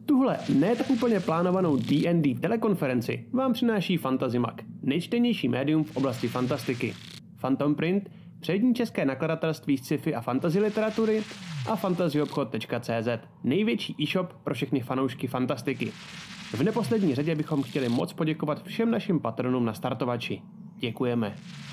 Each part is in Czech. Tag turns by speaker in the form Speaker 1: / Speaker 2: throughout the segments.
Speaker 1: Tuhle ne tak úplně plánovanou D&D telekonferenci vám přináší Fantasy-Mag, nejčtenější médium v oblasti fantastiky. Phantom Print, přední české nakladatelství sci-fi a fantasy literatury a fantasyobchod.cz, největší e-shop pro všechny fanoušky fantastiky. V neposlední řadě bychom chtěli moc poděkovat všem našim patronům na startovači. Děkujeme.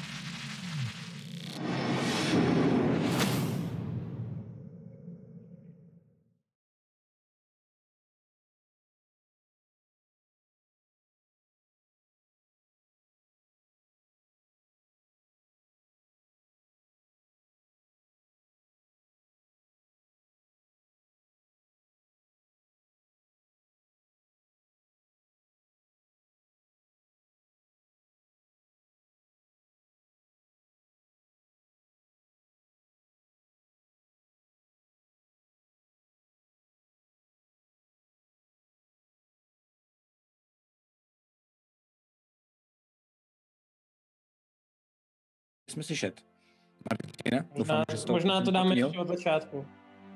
Speaker 2: Jsme slyšet. Martina?
Speaker 3: Možná to dáme ještě od začátku.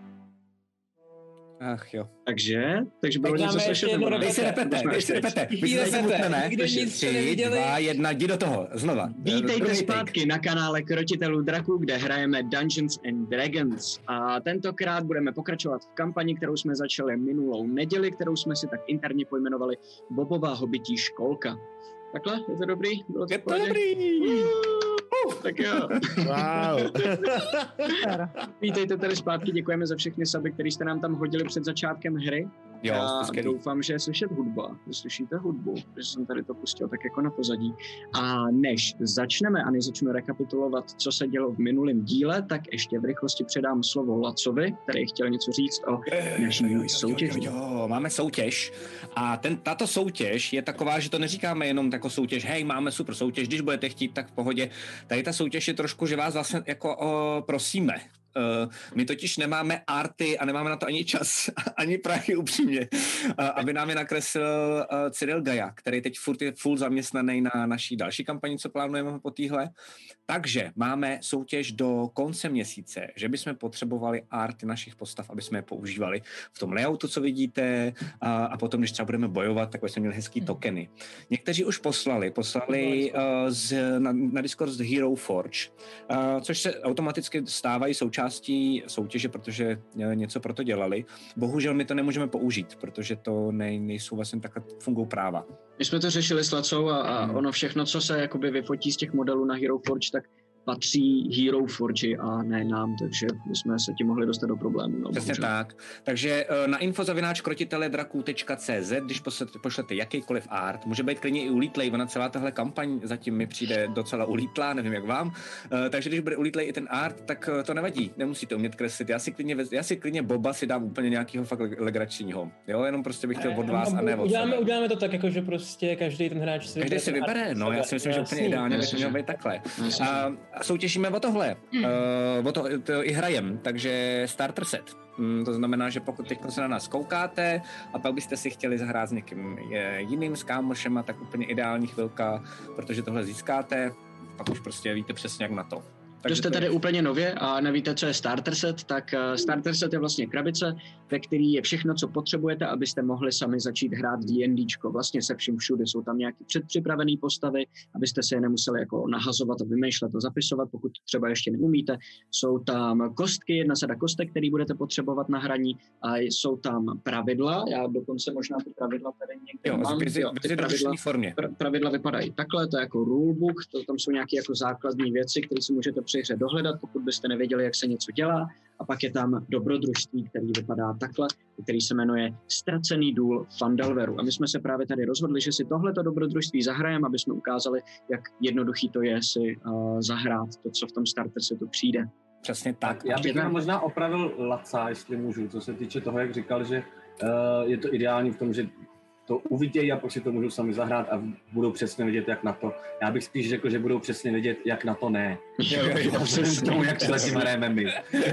Speaker 2: Ach jo.
Speaker 4: Takže bylo něco slyšet.
Speaker 2: Dej si repete. Když 3, 2, 1, jdi do toho. Znova.
Speaker 4: Vítejte zpátky na kanále Krotitelů draků, kde hrajeme Dungeons and Dragons. A tentokrát budeme pokračovat v kampani, kterou jsme začali minulou neděli, kterou jsme si tak interně pojmenovali Bobova hobití školka. Takhle? Je to dobrý? Bylo to
Speaker 2: je to dobrý!
Speaker 4: Tak jo.
Speaker 1: Wow.
Speaker 4: Vítejte tady zpátky, děkujeme za všechny suby, který jste nám tam hodili před začátkem hry.
Speaker 2: Jo,
Speaker 4: já doufám, že je slyšet hudba. Vy slyšíte hudbu, protože jsem tady to pustil tak jako na pozadí. A než začneme a než začnu rekapitulovat, co se dělo v minulém díle, tak ještě v rychlosti předám slovo Lacovi, který chtěl něco říct o naší soutěži.
Speaker 2: Jo, máme soutěž a tato soutěž je taková, že to neříkáme jenom jako soutěž, hej, máme super soutěž, když budete chtít, tak v pohodě. Tady ta soutěž je trošku, že vás vlastně jako prosíme. My totiž nemáme arty a nemáme na to ani čas, ani prachy upřímně, aby nám je nakreslil Cyril Gaja, který teď furt je full zaměstnaný na naší další kampani, co plánujeme po téhle. Takže máme soutěž do konce měsíce, že bychom potřebovali arty našich postav, aby jsme je používali v tom layoutu, co vidíte, a potom, když třeba budeme bojovat, tak jsme měli hezký tokeny. Někteří už poslali na Discord z Hero Forge, což se automaticky stávají součástí soutěže, protože něco pro to dělali. Bohužel my to nemůžeme použít, protože to nejsou vlastně takhle fungují práva.
Speaker 4: My jsme to řešili s Lacou a ono všechno, co se jakoby vyfotí z těch modelů na Hero Forge, tak patří Hero Forge a ne nám, takže jsme se tím mohli dostat do problému. No,
Speaker 2: přesně tak. Takže na info@krotiteledraků.cz, když pošlete jakýkoliv art, může být klidně i ulítlej, ona celá tahle kampaň zatím mi přijde docela ulítlá, nevím jak vám, takže když bude ulítlej i ten art, tak to nevadí, nemusíte umět kreslit. Já si klidně Boba si dám úplně nějakýho fakt legračního, jo, jenom prostě bych chtěl od vás a ne od sebe.
Speaker 3: Uděláme to tak, jako že prostě každý ten hráč
Speaker 2: si vybere, no, já si myslím, že úplně ideálně by to mělo být takhle. A soutěžíme o tohle, to i hrajem, takže starter set. To znamená, že pokud teď se na nás koukáte a pak byste si chtěli zahrát s někým jiným, s kámošema, tak úplně ideální chvilka, protože tohle získáte, pak už prostě víte přesně jak na to.
Speaker 4: Kdo jste tady úplně nově a nevíte, co je starter set, tak starter set je vlastně krabice, ve který je všechno, co potřebujete, abyste mohli sami začít hrát D&Dčko. Vlastně se vším všude jsou tam nějaké předpřipravené postavy, abyste se je nemuseli jako nahazovat a vymýšlet a zapisovat, pokud třeba ještě neumíte. Jsou tam kostky, jedna sada kostek, který budete potřebovat na hraní, a jsou tam pravidla. Já dokonce možná ty pravidla tady někde mám. Pravidla vypadají takhle, to je jako rulebook, tam jsou nějaké jako základní věci, které si můžete při hře dohledat, pokud byste nevěděli, jak se něco dělá. A pak je tam dobrodružství, který vypadá takhle, který se jmenuje Ztracený důl Fandalveru. A my jsme se právě tady rozhodli, že si tohleto dobrodružství zahrajeme, aby jsme ukázali, jak jednoduchý to je si zahrát to, co v tom starter setu přijde.
Speaker 2: Přesně tak.
Speaker 5: Já bych možná opravil Laca, jestli můžu, co se týče toho, jak říkal, že je to ideální v tom, že to uvidějí a pak si to můžou sami zahrát a budou přesně vědět, jak na to. Já bych spíš řekl, že budou přesně vědět, jak na to ne. Přesně jak se zatím hrajeme my.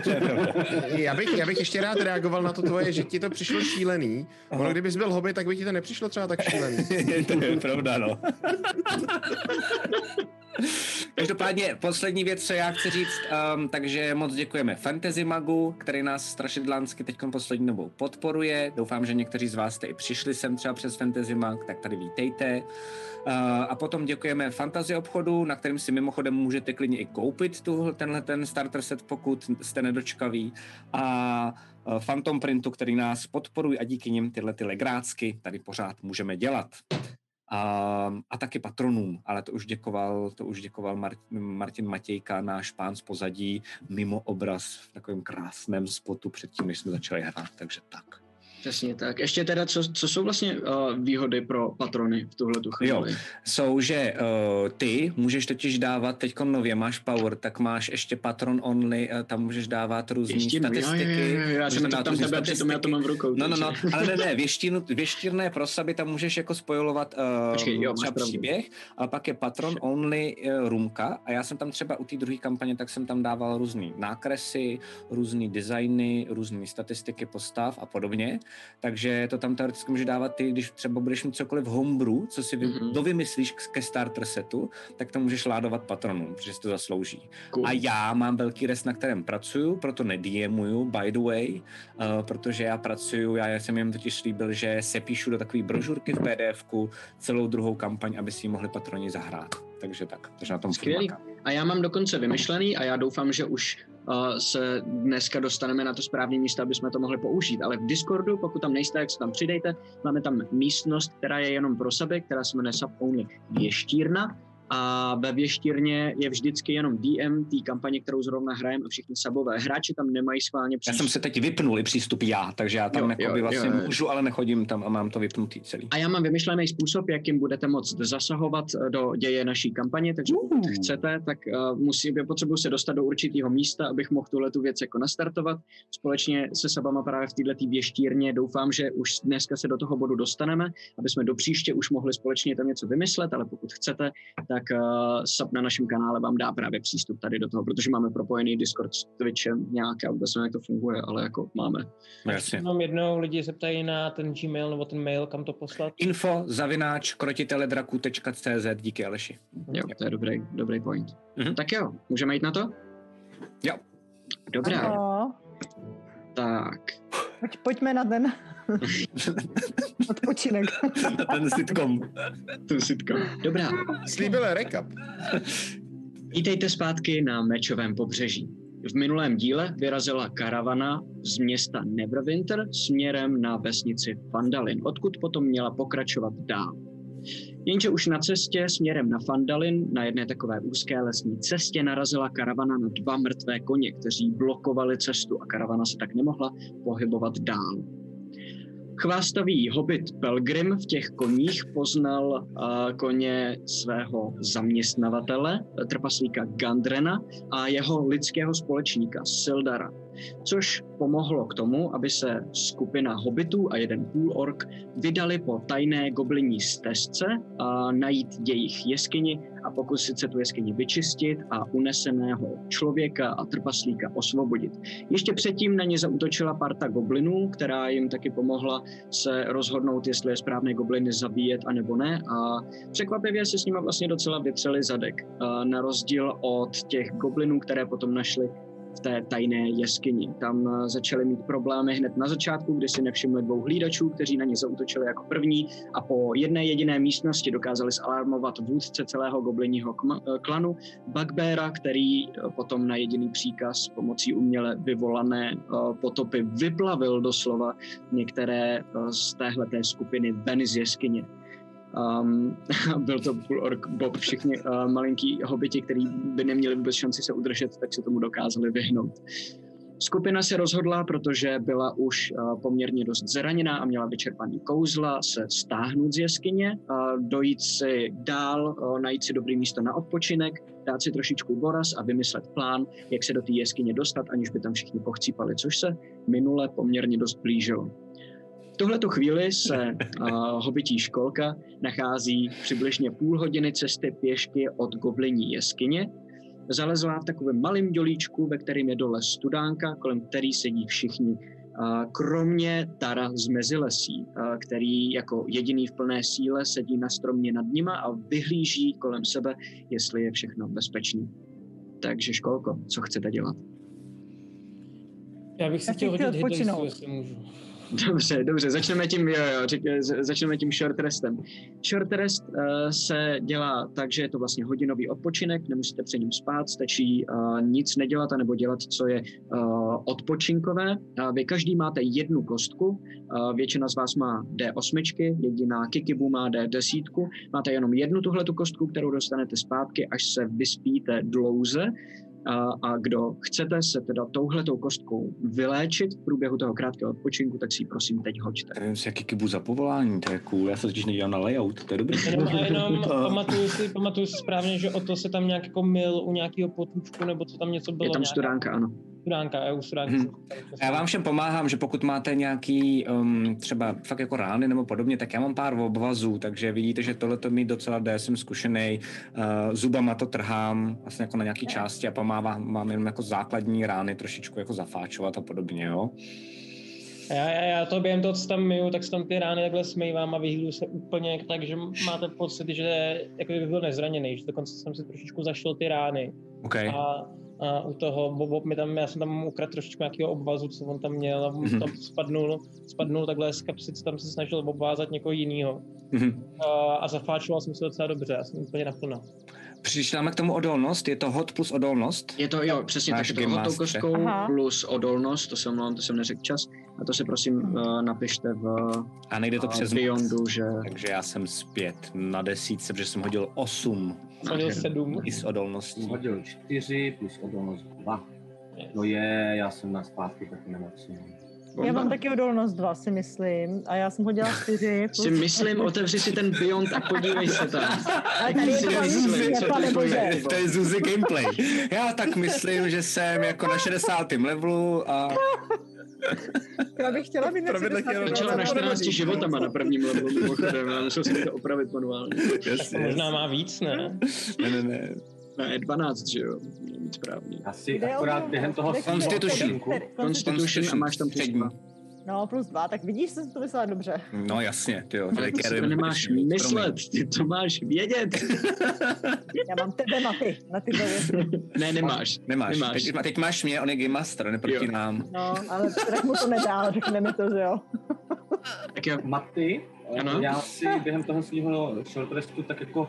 Speaker 6: Já bych ještě rád reagoval na to tvoje, že ti to přišlo šílený. Ono, kdybys byl hobby, tak by ti to nepřišlo třeba tak šílený.
Speaker 2: To je pravda, no. Každopádně poslední věc, co já chci říct, takže moc děkujeme Fantasy Magu, který nás strašidlánsky teď poslední dobou podporuje. Doufám, že někteří z vás jste i přišli sem třeba přes Fantasy Mag, tak tady vítejte. A potom děkujeme Fantasy obchodu, na kterým si mimochodem můžete klidně i koupit tenhle starter set, pokud jste nedočkaví. A Phantom Printu, který nás podporují a díky nim tyhle ty legrácky tady pořád můžeme dělat. A taky patronům, ale to už děkoval Martin Matějka, náš pán z pozadí, mimo obraz v takovém krásném spotu předtím, než jsme začali hrát, takže tak.
Speaker 4: Přesně tak. Ještě teda, co jsou vlastně výhody pro patrony v tuhletu chvíli?
Speaker 2: Jo, jsou, že ty můžeš totiž dávat, teďko nově máš Power, tak máš ještě patron only, tam můžeš dávat různý statistiky.
Speaker 4: Já jsem to tam tebe, přitom já to mám v rukou.
Speaker 2: No, ale ne, věštírné prosaby tam můžeš jako spojovat třeba příběh, ale pak je patron only roomka a já jsem tam třeba u té druhé kampaně, tak jsem tam dával různý nákresy, různý designy, různý statistiky postav a podobně. Takže to tam teoreticky může dávat ty, když třeba budeš mít cokoliv homebrew, co si dovymyslíš ke starter setu, tak to můžeš ládovat patronům, protože si to zaslouží. Cool. A já mám velký rest, na kterém pracuju, proto nediemuju, by the way, protože já jsem jim totiž slíbil, že se píšu do takové brožurky v PDFku celou druhou kampaň, aby si ji mohli patroni zahrát. Takže na tom
Speaker 4: skvělý. A já mám dokonce vymyšlený a já doufám, že už se dneska dostaneme na to správné místo, aby jsme to mohli použít. Ale v Discordu, pokud tam nejste, jak se tam přidejte, máme tam místnost, která je jenom pro sebe, která se jmenuje Sub-Only Věštírna. A ve věštírně je vždycky jenom DM té kampaně, kterou zrovna hrajeme a všichni sabové hráči tam nemají schválně přístup.
Speaker 2: Já jsem se teď vypnul i přístup takže já tam vlastně můžu, ale nechodím tam a mám to vypnutý celý.
Speaker 4: A já mám vymyšlený způsob, jakým budete moct zasahovat do děje naší kampaně, takže pokud chcete, tak potřebuji se dostat do určitého místa, abych mohl tuhletu věc jako nastartovat. Společně se sabama právě v této věštírně doufám, že už dneska se do toho bodu dostaneme, aby jsme do příště už mohli společně tam něco vymyslet, ale pokud chcete, tak sub na našem kanále vám dá právě přístup tady do toho, protože máme propojený Discord s Twitchem nějak, já vůbec nevím, jak to funguje, ale jako máme.
Speaker 3: Jasně. Mám jednou, lidi se ptají na ten Gmail nebo ten mail, kam to poslat.
Speaker 2: info@krotiteledraků.cz. Díky, Aleši.
Speaker 4: Jo, to je dobrý point. Tak jo, můžeme jít na to?
Speaker 2: Jo.
Speaker 4: Dobrá.
Speaker 7: Ano.
Speaker 4: Tak.
Speaker 7: Pojďme na ten odpočinek.
Speaker 2: Ten sitcom.
Speaker 4: Dobrá.
Speaker 6: Slíbil recap.
Speaker 4: Vítejte zpátky na Mečovém pobřeží. V minulém díle vyrazila karavana z města Neverwinter směrem na vesnici Phandalin, odkud potom měla pokračovat dál. Jenže už na cestě směrem na Phandalin, na jedné takové úzké lesní cestě, narazila karavana na 2 mrtvé koně, kteří blokovali cestu a karavana se tak nemohla pohybovat dál. Chvástavý hobit Pelgrim v těch koních poznal koně svého zaměstnavatele, trpaslíka Gandrena a jeho lidského společníka Sildara, což pomohlo k tomu, aby se skupina hobitů a jeden půlork vydali po tajné goblinní stezce a najít jejich jeskyni a pokusit se tu jeskyni vyčistit a uneseného člověka a trpaslíka osvobodit. Ještě předtím na ně zaútočila parta goblinů, která jim taky pomohla se rozhodnout, jestli je správné gobliny zabíjet a nebo ne, a překvapivě se s nimi vlastně docela vytřeli zadek. Na rozdíl od těch goblinů, které potom našli v té tajné jeskyni. Tam začali mít problémy hned na začátku, kdy si nevšimli 2 hlídačů, kteří na ně zaútočili jako první a po jedné jediné místnosti dokázali zalarmovat vůdce celého goblinního klanu Bugbeara, který potom na jediný příkaz pomocí uměle vyvolané potopy vyplavil doslova některé z téhleté skupiny ven z jeskyně. Byl to půlork Bob, všichni malinký hobiti, kteří by neměli vůbec šanci se udržet, tak se tomu dokázali vyhnout. Skupina se rozhodla, protože byla už poměrně dost zraněná a měla vyčerpaný kouzla, se stáhnout z jeskyně, dojít si dál, najít si dobré místo na odpočinek, dát si trošičku boraz a vymyslet plán, jak se do té jeskyně dostat, aniž by tam všichni pochcípali, což se minule poměrně dost blížilo. V tuhletu chvíli se hobití školka nachází přibližně půl hodiny cesty pěšky od goblinní jeskyně. Zalezla v takovém malém dělíčku, ve kterém je dole studánka, kolem který sedí všichni kromě Tara z Mezilesí, který jako jediný v plné síle sedí na stromě nad nima a vyhlíží kolem sebe, jestli je všechno bezpečný. Takže školko, co chcete dělat?
Speaker 3: Já bych si chtěl hodit hit, jestli můžu.
Speaker 4: Dobře, začneme tím short restem. Short rest se dělá tak, že je to vlastně hodinový odpočinek, nemusíte při něm spát, stačí nic nedělat, anebo dělat, co je odpočinkové. Vy každý máte jednu kostku, většina z vás má D8, jediná Kikibu má D10, máte jenom jednu tuhletu kostku, kterou dostanete zpátky, až se vyspíte dlouze. A kdo chcete se teda touhletou kostkou vyléčit v průběhu toho krátkého odpočinku, tak si ji prosím teď hoďte.
Speaker 2: Nevím si, jaký kybu za povolání, to je cool. Já se totiž nedělám na layout, to je dobrý.
Speaker 3: Jenom pamatuju si správně, že o to se tam nějak jako mil u nějakého potůčku, nebo co tam něco bylo.
Speaker 4: Je tam studánka, ano.
Speaker 3: Studánka.
Speaker 2: Já vám všem pomáhám, že pokud máte nějaký třeba fakt jako rány nebo podobně, tak já mám pár obvazů, takže vidíte, že tohleto mi docela jde, jsem zkušenej, zubama to trhám vlastně jako na nějaký části a mám jenom jako základní rány trošičku jako zafáčovat a podobně, jo.
Speaker 3: Já to během toho, co tam myju, tak se tam ty rány takhle smejvám a vyhýlu se úplně tak, že máte pocit, že jako by byl nezraněný, že dokonce jsem si trošičku zašel ty rány.
Speaker 2: Okay.
Speaker 3: A u toho Bob já jsem tam ukradl trošičku nějakého obvazu, co on tam měl a on tam spadnul takhle z kapsy, co tam se snažil obvázat někoho jinýho. A zafáčoval jsem se docela dobře, já jsem úplně naplno.
Speaker 2: Přišláme k tomu odolnost, je to hod plus odolnost?
Speaker 4: Je to, jo, přesně tak, je to hod tou kostkou plus odolnost, to jsem neřekl čas. A to si prosím napište
Speaker 2: a nejde to přes
Speaker 4: Beyondu, že...
Speaker 2: Takže já jsem zpět na 10, protože jsem hodil 8.
Speaker 3: Hodil 7.
Speaker 2: I s odolností.
Speaker 5: Jsem hodil 4 plus odolnost 2. No já jsem na zpátky taky nemocný.
Speaker 7: Já mám taky odolnost 2, si myslím, a já jsem hodila 4.
Speaker 4: Si myslím, otevři si ten Beyond a podívej se tam.
Speaker 7: A tady
Speaker 2: to je Zuzi gameplay. Já tak myslím, že jsem jako na 60. levelu a...
Speaker 7: Já bych chtěla být na 60.
Speaker 4: Začala na 14 životama na prvním levelu, mimochodem, ale nešel jsem to opravit manuálně.
Speaker 3: Možná má víc, ne?
Speaker 2: Ne.
Speaker 4: Ne, 12, že jo, není správně.
Speaker 5: Asi akorát během toho
Speaker 4: Constitution a máš tam plus 2.
Speaker 7: No, plus 2, tak vidíš, jsem to myslela dobře.
Speaker 2: No jasně, tyjo.
Speaker 4: Ale to nemáš myslet, ty to máš vědět.
Speaker 7: Já mám tebe na ty věci.
Speaker 4: Ne, nemáš.
Speaker 2: Teď máš mě, on je Game Master, ne proti nám.
Speaker 7: No, ale tak mu to nedá, řekne mi to, že jo.
Speaker 4: Tak jo.
Speaker 5: Maty, já si během toho svého short restu tak jako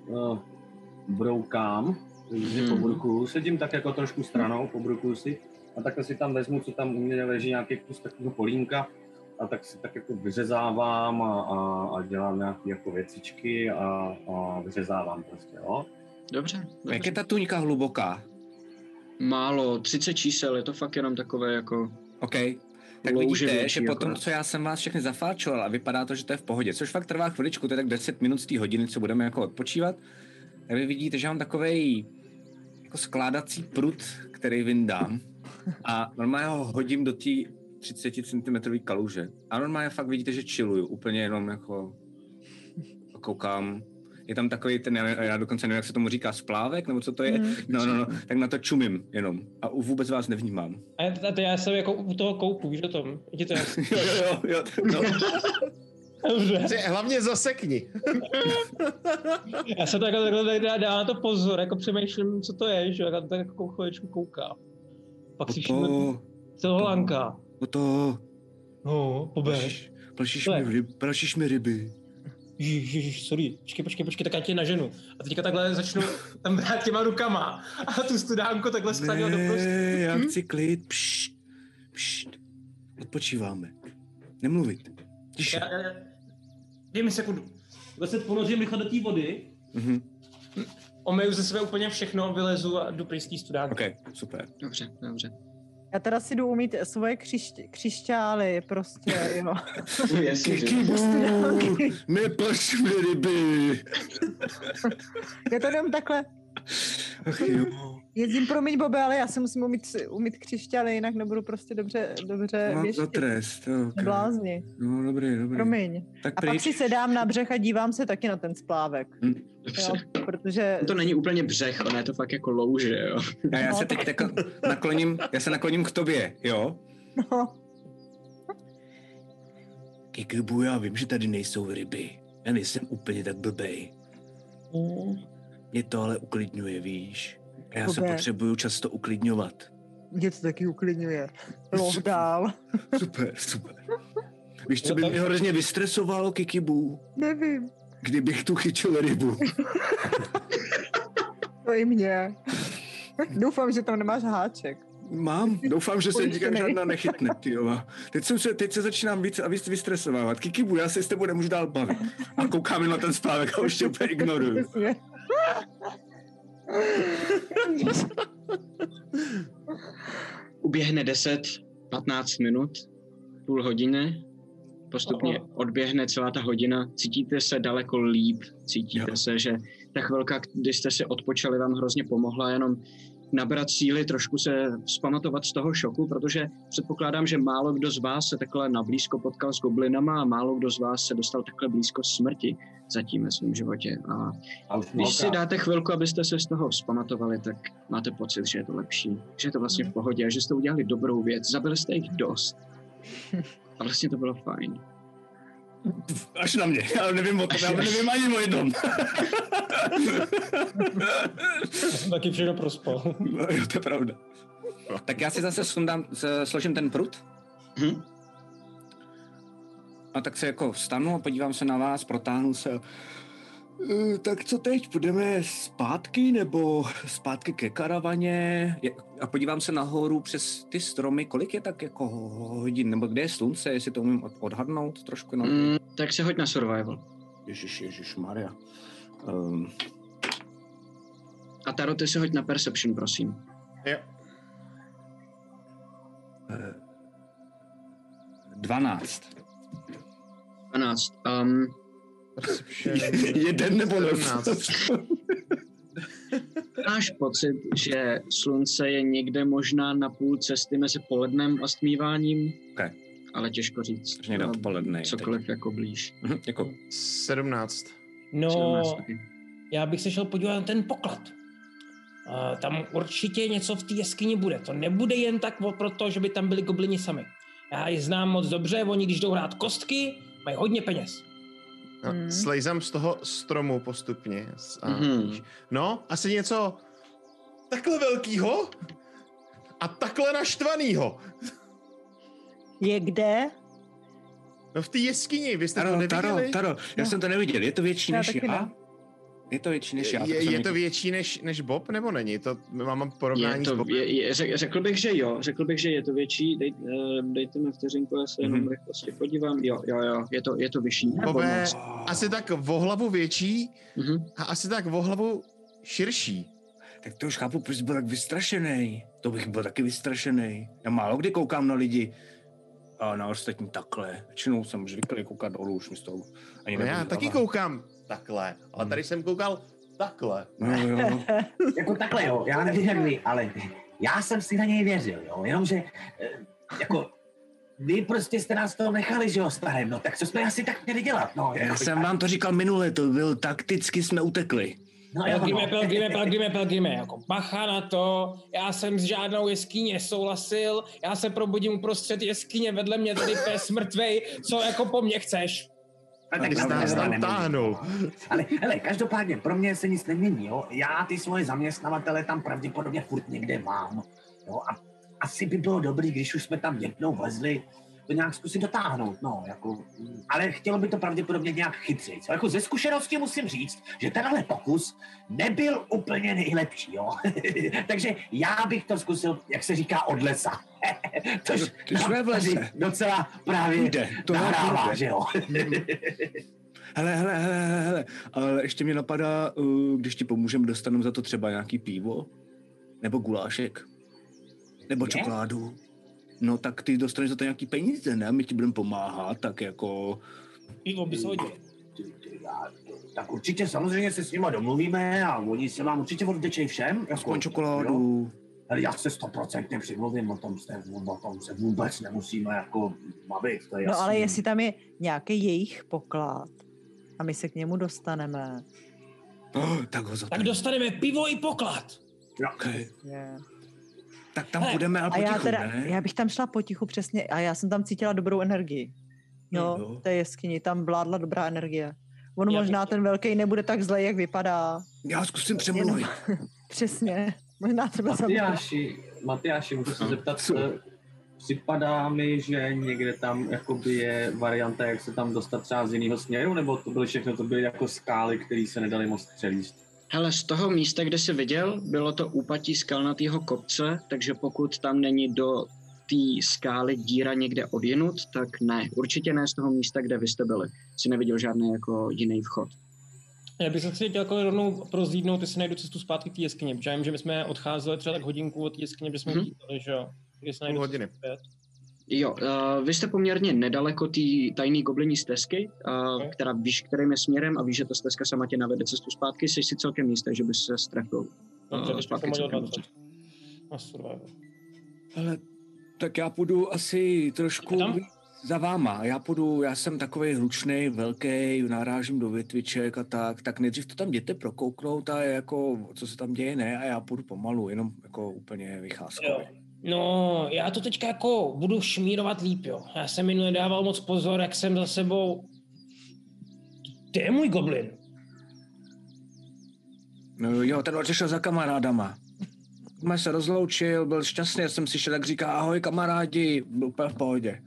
Speaker 5: broukám, pobrukuju, sedím tak jako trošku stranou, pobrukuju si a takhle si tam vezmu, co tam u mě leží nějaký kus takového polínka a tak si tak jako vyřezávám a dělám nějaké jako věcičky a vyřezávám prostě, jo.
Speaker 4: Dobře.
Speaker 2: Jak je ta tuňka hluboká?
Speaker 4: Málo, 30 čísel, je to fakt jenom takové jako...
Speaker 2: OK. Tak vidíte, že potom, co já jsem vás všechny zafáčoval a vypadá to, že to je v pohodě, což fakt trvá chviličku, to je tak 10 minut z té hodiny, co budeme jako odpočívat, tak vy vidíte, že mám takovej jako skládací prut, který vyndám a normálně ho hodím do té 30 cm kaluže. A normálně fakt vidíte, že chilluju, úplně jenom jako koukám. Je tam takový ten, já dokonce nevím, jak se tomu říká, splávek, nebo co to je? No, tak na to čumím jenom a vůbec vás nevnímám.
Speaker 3: A já jsem jako u toho koupu, víš o tom?
Speaker 2: Jo, no.
Speaker 6: Dobře. Hlavně zasekni.
Speaker 3: Já se takhle dá na to pozor, jako přemýšlím, co to je, že tak jako chvíličku kouká. Pak si všimnu, co Holanka. No, pobež.
Speaker 2: Plašíš mi ryby.
Speaker 3: Ježiš, sorry, počkej, tak já tě naženu. A teďka takhle začnu tam brát těma rukama a tu studánku takhle skladil do prostě.
Speaker 2: Já chci klid, pšt, odpočíváme. Nemluvit. Tiše.
Speaker 3: Dej mi sekundu. Takhle se ponořím rychle do té vody. Omeju ze sebe úplně všechno, vylezu a jdu pryč z té studánky.
Speaker 2: Ok, super.
Speaker 4: Dobře.
Speaker 7: Já teda si jdu umít svoje křišťály, prostě, jo.
Speaker 2: Neplaš mi ryby.
Speaker 7: Já to jdem takhle.
Speaker 2: Ach jo.
Speaker 7: Jezdím, promiň, Bobe, ale já se musím umít křišťály, jinak nebudu prostě dobře
Speaker 2: Mám za trest, okay.
Speaker 7: Blázni.
Speaker 2: No, dobrý.
Speaker 7: Promiň.
Speaker 2: Tak
Speaker 7: a pak si sedám na břeh a dívám se taky na ten splávek. Jo, protože...
Speaker 4: To není úplně břeh, ale je to fakt jako louže, jo.
Speaker 2: Já se teď jako nakloním k tobě, jo?
Speaker 7: No.
Speaker 2: Kikibu, já vím, že tady nejsou ryby. Já nejsem úplně tak blbej. Mě to ale uklidňuje, víš. A já se potřebuju často uklidňovat.
Speaker 7: Mě to taky uklidňuje. Lov dál.
Speaker 2: Super. Víš, co by mě hrozně vystresovalo, Kikibu?
Speaker 7: Nevím.
Speaker 2: Kdybych tu chytil rybu.
Speaker 7: To i mě. Doufám, že tam nemáš háček.
Speaker 2: Mám, doufám, že se nikam žádná nechytne, tyjova. Teď se začínám víc a víc vystresovávat. Kikibu, já se s tebou nemůžu dál bavit. A koukám na ten spávek a už tě úplně ignoruju.
Speaker 4: Uběhne 10-15 minut, půl hodiny, postupně odběhne celá ta hodina, cítíte se daleko líp, cítíte se, že ta chvilka, kdy jste si odpočali, vám hrozně pomohla jenom nabrat síly, trošku se vzpamatovat z toho šoku, protože předpokládám, že málo kdo z vás se takhle nablízko potkal s goblinama a málo kdo z vás se dostal takhle blízko smrti zatím ve svém životě. A když si dáte chvilku, abyste se z toho vzpamatovali, tak máte pocit, že je to lepší, že je to vlastně v pohodě a že jste udělali dobrou věc. Zabili jste jich dost. A vlastně to bylo fajn.
Speaker 2: Až na mě, já nevím o tom, já nevím ani o jednom.
Speaker 3: Taky všechno prospal.
Speaker 2: No, jo, to je pravda. Tak já si zase složím ten prut. A tak se jako vstanu a podívám se na vás, protáhnu se. Tak co teď, půjdeme zpátky nebo zpátky ke karavaně? A podívám se nahoru přes ty stromy, kolik je tak jako hodin, nebo kde je slunce, jestli to umím odhadnout trošku? No?
Speaker 4: Tak se hoď na survival.
Speaker 2: Ježišmarja.
Speaker 4: A Taro, ty se hoď na perception, prosím.
Speaker 6: Jo.
Speaker 2: 12. Jeden nebo 17.
Speaker 4: Máš pocit, že slunce je někde možná na půl cesty mezi polednem a stmíváním?
Speaker 2: Okay.
Speaker 4: Ale těžko říct.
Speaker 2: Někde odpoledne.
Speaker 4: Cokoliv teď. Jako blíž.
Speaker 2: Jako
Speaker 6: 17.
Speaker 3: No,
Speaker 4: 17,
Speaker 3: já bych se šel podívat na ten poklad. Tam určitě něco v té jeskyni bude. To nebude jen tak proto, že by tam byli goblini sami. Já ji znám moc dobře, oni když jdou hrát kostky, mají hodně peněz.
Speaker 6: Slejzám z toho stromu postupně. No, asi něco takhle velkýho a takhle naštvanýho.
Speaker 7: Je kde?
Speaker 6: No v té jeskyni, vy jste to neviděli?
Speaker 2: Taro, já jsem to neviděl, je to větší než já? Je to větší než já.
Speaker 6: Je to větší než Bob, nebo není? To mám porovnání s Bobem.
Speaker 4: Řekl bych, že jo. Řekl bych, že je to větší. Dejte mi vteřinku, já se jenom rychlosti podívám. Jo. Je to vyšší.
Speaker 6: Bobe, asi tak o hlavu větší a asi tak o hlavu širší.
Speaker 2: Tak to už chápu, proč jsi byl tak vystrašený. To bych byl taky vystrašený. Já málo kdy koukám na lidi a na ostatní takhle. Většinou jsem zvyklý koukat dolů, už mi z toho ani nebudu.
Speaker 6: Já taky koukám takhle, ale tady jsem koukal takhle.
Speaker 2: No, jo.
Speaker 5: Jako takhle, jo, já nevím jak vy, ale já jsem si na něj věřil, jo, jenomže jako vy prostě jste nás toho nechali, že jo, starém, no tak co jsme asi tak měli dělat, no.
Speaker 2: Já jsem vám to říkal minule, to byl takticky jsme utekli.
Speaker 3: No, Pelgrime, jako bacha na to, já jsem s žádnou jeskyní nesouhlasil, já se probudím uprostřed jeskyně, vedle mě tady pes mrtvej, co jako po mně chceš?
Speaker 5: Ale hele, každopádně pro mě se nic nemění, jo. Já ty svoje zaměstnavatele tam pravděpodobně furt někde mám, jo. A asi by bylo dobrý, když už jsme tam jednou vlezli, to nějak zkusit dotáhnout, no, jako, ale chtělo by to pravděpodobně nějak chytřit. Jako ze zkušenosti musím říct, že tenhle pokus nebyl úplně nejlepší, jo. Takže já bych to zkusil, jak se říká, od lesa. Tož docela právě nahrává, že jo.
Speaker 2: Hele, ale ještě mě napadá, když ti pomůžeme, dostaneme za to třeba nějaký pivo, nebo gulášek, nebo čokoládu. No tak ty dostaneš za to nějaký peníze, ne? My ti budeme pomáhat, tak jako...
Speaker 3: Pivo by se hodilo.
Speaker 5: Tak určitě samozřejmě se s nima domluvíme a oni se vám určitě odvděčejí všem.
Speaker 2: Aspoň čokoládu.
Speaker 5: Ale já se 100% přimluvím, o tom se vůbec nemusíme jako bavit, to je jasný.
Speaker 7: No ale jestli tam je nějaký jejich poklad a my se k němu dostaneme.
Speaker 2: Tak
Speaker 3: dostaneme pivo i poklad.
Speaker 2: Okay.
Speaker 7: Yeah.
Speaker 2: Tak tam půjdeme ale potichu, ne?
Speaker 7: Já bych tam šla potichu přesně a já jsem tam cítila dobrou energii. Jo, té jeskyni, tam vládla dobrá energie. On
Speaker 3: Já
Speaker 7: možná
Speaker 3: bych-
Speaker 7: ten velký nebude tak zlej, jak vypadá.
Speaker 2: Já zkusím přemluvit.
Speaker 7: Přesně. Možná třeba
Speaker 5: Matyáši, můžu se zeptat, připadá mi, že někde tam jakoby je varianta, jak se tam dostat třeba z jiného směru, nebo to byly všechno, to byly jako skály, které se nedaly moc přelíst?
Speaker 4: Hele, z toho místa, kde jsi viděl, bylo to úpatí skalnatého kopce, takže pokud tam není do té skály díra někde odjinut, tak ne. Určitě ne z toho místa, kde vy jste byli. Jsi neviděl žádný jako jiný vchod.
Speaker 3: Já bych se chtěl jako rovnou prozlídnout, jestli najdu cestu zpátky k té jeskyni, protože já vím, že my jsme odcházeli třeba tak hodinku od jeskyně, protože jsme utíkali, že jo. Jestli najdu
Speaker 6: hodiny.
Speaker 3: cestu zpět.
Speaker 4: Jo, vy jste poměrně nedaleko té tajné goblinní stezky, která víš, kterým je směrem a víš, že ta stezka sama tě navede cestu zpátky, jsi si celkem jistý, že bys se strefil
Speaker 3: Dobře, když
Speaker 4: zpátky
Speaker 3: bych
Speaker 4: k
Speaker 3: to
Speaker 4: centru.
Speaker 3: mohl 20.
Speaker 2: Ale tak já půjdu asi trošku za váma. Já jsem takovej hlučnej, velký, narážím do větviček a tak nejdřív to tam jděte prokouknout a jako, co se tam děje, ne, a já půjdu pomalu, jenom jako úplně vycházkově.
Speaker 3: No, já to teďka jako budu šmírovat líp, jo. Já jsem minule dával moc pozor, jak jsem za sebou... To je můj goblin.
Speaker 2: No jo, ten odešel za kamarádama. Má se rozloučil, byl šťastný, já jsem si šel, jak říká, ahoj kamarádi, byl úplně v pohodě.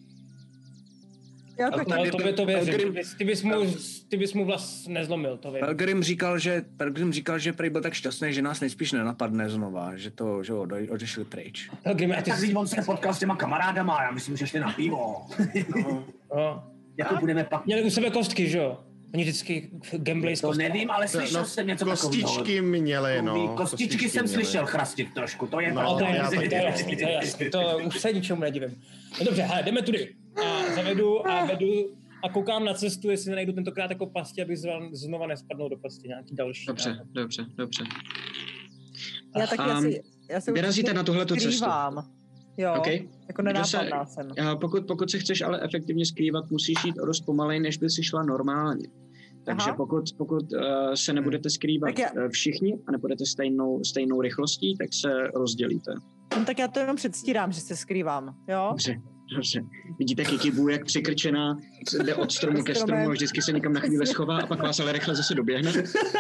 Speaker 7: Já taky.
Speaker 3: No, tobě to věřím. Ty bys mu vlast nezlomil, to vím.
Speaker 2: Pelgrim říkal, že prej byl tak šťastný, že nás nejspíš nenapadne znova, že odešli pryč.
Speaker 3: Pelgrim, a ty
Speaker 5: Tak on se potkal s těma kamarádama, já myslím, že šli na pivo.
Speaker 3: No.
Speaker 5: Jako budeme pak...
Speaker 3: Měli u sebe kostky, že jo? Oni vždycky gamblej s
Speaker 5: To
Speaker 3: kostkami.
Speaker 5: nevím, ale slyšel jsem něco takového.
Speaker 6: Kostičky měly, no.
Speaker 5: Kostičky jsem slyšel chrastit trošku, to je
Speaker 6: No,
Speaker 3: To je
Speaker 6: já
Speaker 3: jasný,
Speaker 6: taky.
Speaker 3: to je jasný, to je jasný. To už se ničemu nedivím. No dobře, hele, jdeme tudy. A zavedu a vedu a koukám na cestu, jestli najdu tentokrát jako pasti, abych znova nespadnul do pasti nějaký další.
Speaker 4: Dobře.
Speaker 7: Já taky já se
Speaker 4: vyrazíte na tuhletu cestu.
Speaker 7: skrývám. Jo,
Speaker 4: Okay.
Speaker 7: jako nenápadná jsem.
Speaker 4: Pokud se chceš ale efektivně skrývat, musíš jít o dost pomalej, než by si šla normálně. Takže pokud se nebudete skrývat všichni a nebudete stejnou rychlostí, tak se rozdělíte.
Speaker 7: No, tak já to jenom předstírám, že se skrývám, jo?
Speaker 4: Dobře. Vidíte Kikibu, jak přikrčená jde od stromu ke stromu a vždycky se někam na chvíli schová a pak vás ale rychle zase doběhne.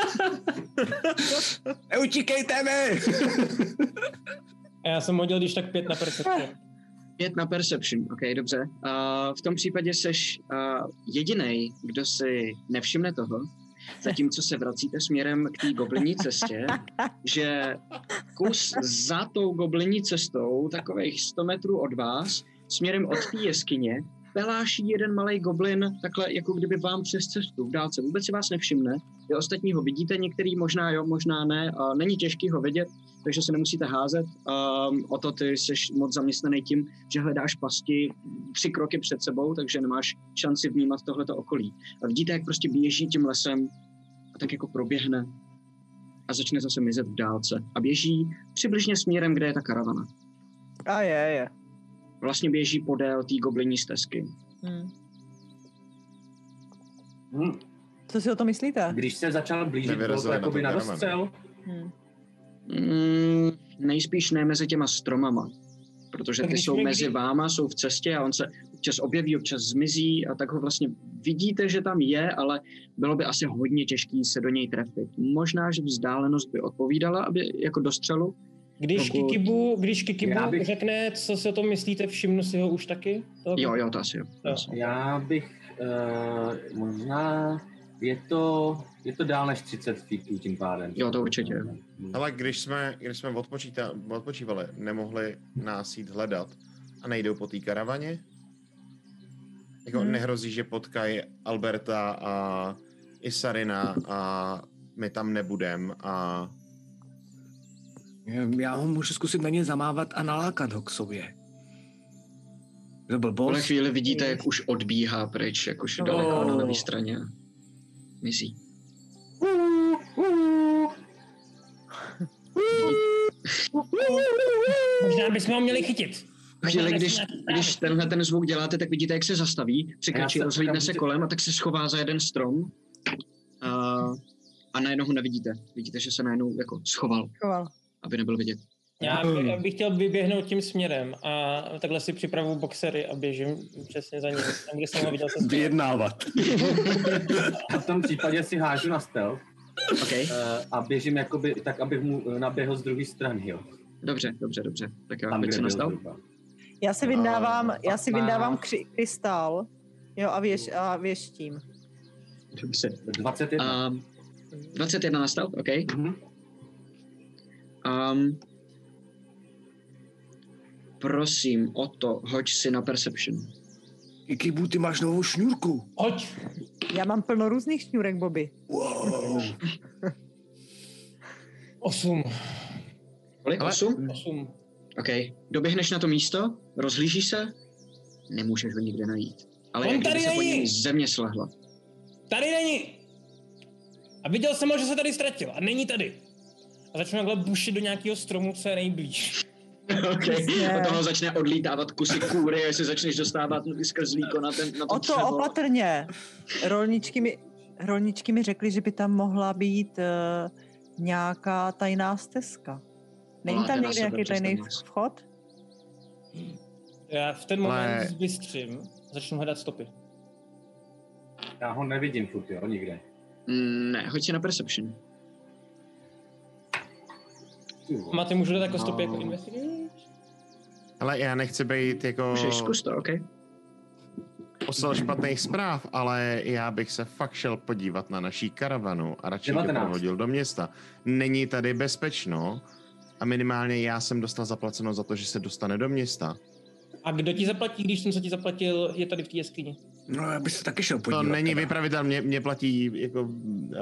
Speaker 2: Neutíkejte mi!
Speaker 3: A já jsem hodil když tak 5 na percepci.
Speaker 4: 5 na perception, ok, dobře. V tom případě seš jedinej, kdo si nevšimne toho, zatímco se vracíte směrem k té goblinní cestě, že kus za tou goblinní cestou, takových 100 metrů od vás, směrem od té jeskyně, peláší jeden malej goblin takhle, jako kdyby vám přes cestu v dálce. Vůbec si vás nevšimne. Vy ostatní ho vidíte, některý možná jo, možná ne. Není těžký ho vidět, takže se nemusíte házet. O to ty jsi moc zaměstnaný tím, že hledáš pasti 3 kroky před sebou, takže nemáš šanci vnímat tohleto okolí. A vidíte, jak prostě běží tím lesem a tak jako proběhne a začne zase mizet v dálce. A běží přibližně směrem, kde je ta karavana.
Speaker 7: A je.
Speaker 4: Vlastně běží podél té goblinní stezky.
Speaker 7: Co si o to myslíte?
Speaker 5: Když se začal blížit, bylo to jakoby na dostřel?
Speaker 4: Nejspíš ne mezi těma stromama, protože ty jsou mezi váma, jsou v cestě a on se občas objeví, občas zmizí a tak ho vlastně vidíte, že tam je, ale bylo by asi hodně těžký se do něj trefit. Možná, že vzdálenost by odpovídala, aby jako do střelu.
Speaker 3: Když Kikibu řekne, co si o tom myslíte, všimnu si ho už taky?
Speaker 4: Jo, to asi jo.
Speaker 5: Já bych možná... Je to dál než 30 feetů tím pádem.
Speaker 4: Jo, to určitě.
Speaker 6: Ale když jsme odpočívali, nemohli nás jít hledat a nejdou po té karavaně? Jako nehrozí, že potkají Alberta a Isarina a my tam nebudem a...
Speaker 2: Já ho můžu zkusit na ně zamávat a nalákat ho k sobě.
Speaker 4: V tuhle chvíli vidíte, jak už odbíhá pryč, jak už daleko na levé straně. Mizí.
Speaker 3: Možná bychom ho měli chytit.
Speaker 4: Chvíli, když tenhle ten zvuk děláte, tak vidíte, jak se zastaví, přikračí, rozhlídne se kolem a tak se schová za jeden strom. A najednou ho nevidíte. Vidíte, že se najednou jako schoval. Aby nebyl vidět.
Speaker 3: Já bych chtěl vyběhnout tím směrem a takhle si připravuju boxery a běžím přesně za ním. Tam, kde jsem ho viděl se
Speaker 2: vyjednávat.
Speaker 5: V tom případě si hážu na stealth.
Speaker 4: Okay.
Speaker 5: A běžím jakoby tak, abych mu naběhl z druhé strany, jo.
Speaker 4: Dobře. Tak jo, pojď se nastal.
Speaker 7: Já si vyndávám krystál, jo, a věštím.
Speaker 4: Dobře.
Speaker 5: 21.
Speaker 4: 21 nastal, OK.
Speaker 5: Mm-hmm.
Speaker 4: Prosím o to, hoď si na Perception.
Speaker 2: Kibu, ty máš novou šňůrku.
Speaker 3: Hoď!
Speaker 7: Já mám plno různých šňůrek, Bobby.
Speaker 2: Wow.
Speaker 3: 8.
Speaker 4: Kolik? 8?
Speaker 3: 8.
Speaker 4: OK. Doběhneš na to místo, rozhlížíš se, nemůžeš ho nikde najít. Ale
Speaker 3: On
Speaker 4: jak
Speaker 3: tady
Speaker 4: kdyby se po
Speaker 3: není!
Speaker 4: něm země slehla.
Speaker 3: Tady není! A viděl jsem ho, že se tady ztratil a není tady. A začnu takhle bušit do nějakého stromu, co je nejblíž.
Speaker 4: Okay. Od toho začne odlítávat kusy kůry, jestli začneš dostávat skrzlíko na to
Speaker 7: O to opatrně. Rolničky mi řekli, že by tam mohla být nějaká tajná stezka. Není tam někde nějaký tajný vchod?
Speaker 3: Já v ten moment zbystřím, začnu hledat stopy.
Speaker 5: Já ho nevidím furt, jo, nikde.
Speaker 4: Ne, hoď si na Perception.
Speaker 3: Máte, můžu dát jako stopy jako investigate?
Speaker 6: Ale já nechci být jako...
Speaker 4: Můžeš zkus to, OK.
Speaker 6: Poslal špatných zpráv, ale já bych se fakt šel podívat na naší karavanu a radši tě provodil do města. Není tady bezpečno a minimálně já jsem dostal zaplaceno za to, že se dostane do města.
Speaker 3: A kdo ti zaplatí, když jsem se ti zaplatil, je tady v té jeskyni?
Speaker 2: No, já bych se taky šel podívat.
Speaker 6: To není vypravitel, mě platí jako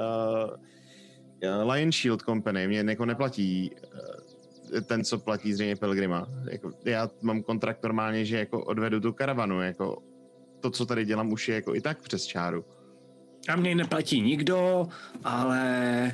Speaker 6: Lion Shield Company, mě jako neplatí ten, co platí zřejmě Pelgrima. Jako, já mám kontrakt normálně, že jako odvedu tu karavanu, jako to, co tady dělám, už je jako i tak přes čáru.
Speaker 2: A mě neplatí nikdo, ale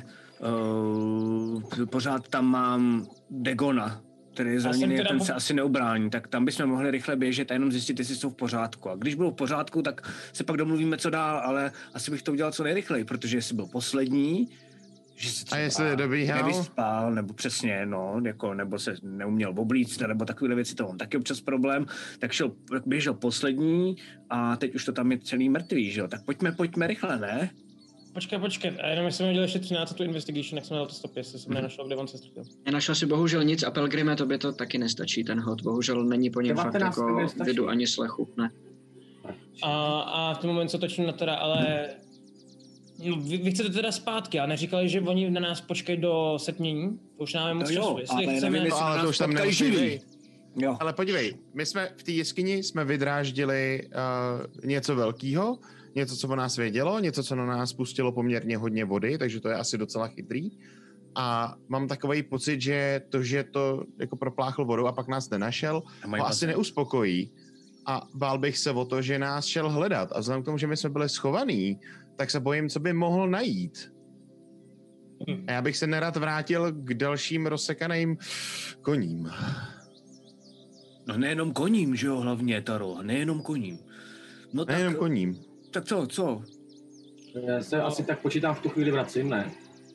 Speaker 2: pořád tam mám Degona, který je zraněný a ten se asi neubrání, tak tam bychom mohli rychle běžet a jenom zjistit, jestli jsou v pořádku. A když budou v pořádku, tak se pak domluvíme, co dál, ale asi bych to udělal co nejrychleji, protože jestli byl poslední, že se třeba nevyspal, nebo přesně, no, jako, nebo se neuměl oblíct, nebo takovéhle věci, to mám taky občas problém, tak běžel poslední a teď už to tam je celý mrtvý, že jo, tak pojďme rychle, ne?
Speaker 3: Počkej, a jenom jsem udělal ještě 13 tu investigation, jak jsem dal to stopy, jestli jsem nenašel, kde on se ztratil.
Speaker 4: Nenašel si bohužel nic a Pelgrime, tobě to taky nestačí, ten hod, bohužel není po něm fakt jako vidu ani slechu, ne.
Speaker 3: A v tom momentu se točím na teda, ale... No, vy chcete teda zpátky, a neříkali, že oni na nás počkají do setmění? To už máme moc času.
Speaker 6: Ale to už tam nemusí. Ale podívej, my jsme v té jeskyni vydráždili něco velkého, něco, co o nás vědělo, něco, co na nás pustilo poměrně hodně vody, takže to je asi docela chytrý. A mám takový pocit, že to jako propláchl vodou a pak nás nenašel, ho asi neuspokojí. A bál bych se o to, že nás šel hledat. A vzhledem k tomu, že my jsme byli schovaný, tak se bojím, co by mohl najít. A já bych se nerad vrátil k dalším rozsekaným koním.
Speaker 2: No nejenom koním, že jo, hlavně, Taro, nejenom koním. No
Speaker 6: nejenom koním.
Speaker 2: Tak co?
Speaker 5: Já se asi tak počítám v tu chvíli vracím, ne?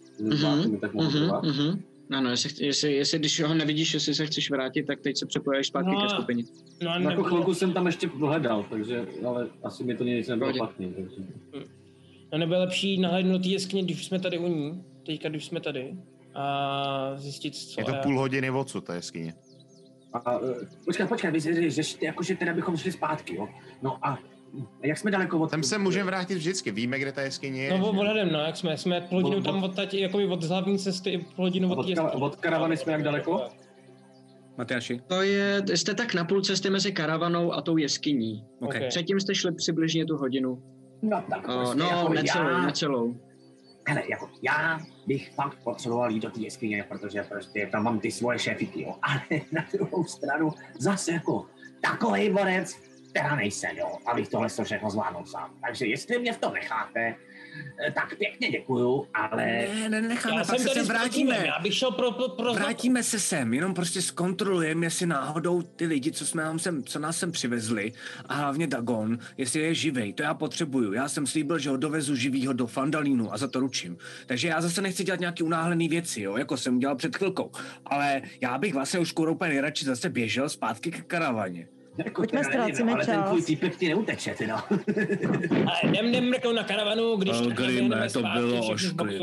Speaker 4: Ano, jestli když ho nevidíš, jestli se chceš vrátit, tak teď se přepojuješ zpátky ke skupině.
Speaker 5: No, jako chvilku jsem tam ještě hledal, takže, ale asi mi to nic nebylo platný. Takže...
Speaker 3: No nebylo lepší nahlédnout té jeskyně, když jsme tady u ní, teďka když jsme tady, a zjistit, co
Speaker 6: je to půl hodiny odsud, ta jeskyně.
Speaker 5: Počkej, vy řešíte, jakože teda bychom šli zpátky, jo? No a jak jsme daleko od...
Speaker 6: Tam se můžeme vrátit vždycky, víme, kde ta jeskyně je.
Speaker 3: No odhledem, no, jak jsme půl hodinu tam od hlavní cesty, půl hodinu od jeskyně.
Speaker 5: Od karavany jsme jak daleko?
Speaker 2: Matyáši?
Speaker 4: Jste tak na půl cesty mezi karavanou a tou jeskyní.
Speaker 2: Okay.
Speaker 4: Předtím jste šli přibližně tu hodinu.
Speaker 5: No tak prostě jako
Speaker 4: necelou.
Speaker 5: Hele, jako já bych fakt potřeboval jít do té jeskyně, protože prostě tam mám ty svoje šéfiky, jo. Ale na druhou stranu zase jako takovej borec
Speaker 8: teda nejsem, jo, abych tohle všechno zvládnul sám. Takže jestli mě v tom necháte, tak pěkně děkuju, ale...
Speaker 2: Ne, necháme, pak se sem vrátíme.
Speaker 3: Já bych šel pro...
Speaker 2: Vrátíme se sem, jenom prostě zkontrolujeme, jestli náhodou ty lidi, co nás sem přivezli, a hlavně Dagon, jestli je živej, to já potřebuju. Já jsem slíbil, že ho dovezu živýho do Fandalínu a za to ručím. Takže já zase nechci dělat nějaký unáhlený věci, jo, jako jsem udělal před chvilkou. Ale já bych vlastně už skoro úplně nejradši zase běžel zpátky k karavaně.
Speaker 8: Jako
Speaker 7: Pojďme, ztrácíme
Speaker 8: ale
Speaker 7: čas.
Speaker 8: ten tvůj týpek ti neuteče, ty no.
Speaker 3: Ale jdem mrknout na karavanu, když
Speaker 2: to bylo ošklivý.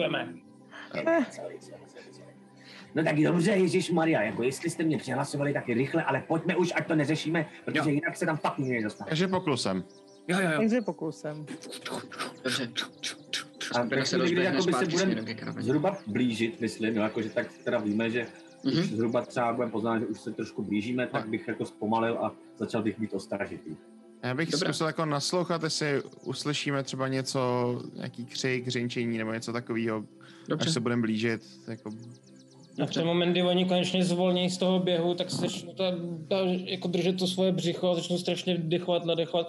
Speaker 8: No tak dobře, ježišmarja, jako jestli jste mě přihlasovali taky rychle, ale pojďme už, ať to neřešíme, protože jinak se tam fakt nikdy nedostane.
Speaker 6: Takže poklusem.
Speaker 2: Jo.
Speaker 7: Takže pokusem.
Speaker 4: Dobře.
Speaker 8: A když se budeme zhruba blížit, myslím, no, jakože tak teda víme, že už zhruba třeba budeme poznat, že už se trošku blížíme, tak bych jako zpomalil a začal bych být ostražitý.
Speaker 6: Já bych zkusil jako naslouchat, jestli uslyšíme třeba něco, nějaký křik, řinčení nebo něco takového, až se budeme blížit. Jako...
Speaker 3: A v ten moment, kdy oni konečně zvolní z toho běhu, tak se začnou jako držet to svoje břicho a začnou strašně vdychovat, nadechovat.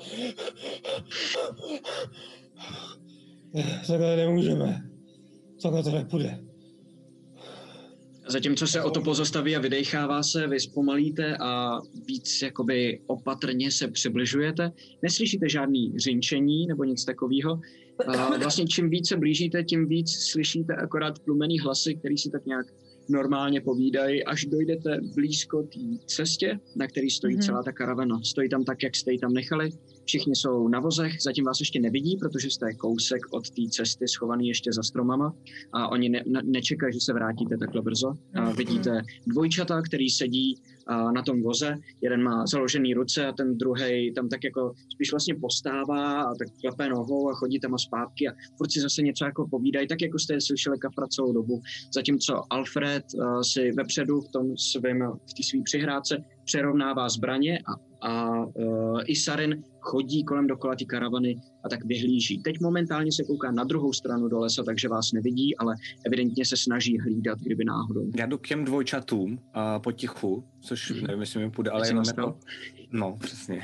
Speaker 3: Takhle nemůžeme. Takhle to nepůjde.
Speaker 4: Zatímco se o to pozastaví a vydechává se, vy zpomalíte a víc jakoby opatrně se přibližujete. Neslyšíte žádný řinčení nebo nic takového. Vlastně čím víc se blížíte, tím víc slyšíte akorát tlumený hlasy, který si tak nějak normálně povídají, až dojdete blízko té cestě, na který stojí celá ta karavana. Stojí tam tak, jak jste ji tam nechali. Všichni jsou na vozech, zatím vás ještě nevidí, protože jste kousek od té cesty schovaný ještě za stromama a oni nečekají, že se vrátíte takhle brzo. Vidíte dvojčata, který sedí na tom voze. Jeden má založený ruce a ten druhej tam tak jako spíš vlastně postává a tak klepe nohou a chodí tam a zpátky a furt si zase něco jako povídají, tak jako jste slyšeli kafra celou dobu. Zatímco Alfred si vepředu v té své přihrádce přerovnává zbraně a Isarin chodí kolem dokola ty karavany a tak vyhlíží. Teď momentálně se kouká na druhou stranu do lesa, takže vás nevidí, ale evidentně se snaží hlídat, kdyby náhodou.
Speaker 2: Já jdu k těm dvojčatům potichu, což nevím, jestli mi půjde, ale jenom jako... No, přesně.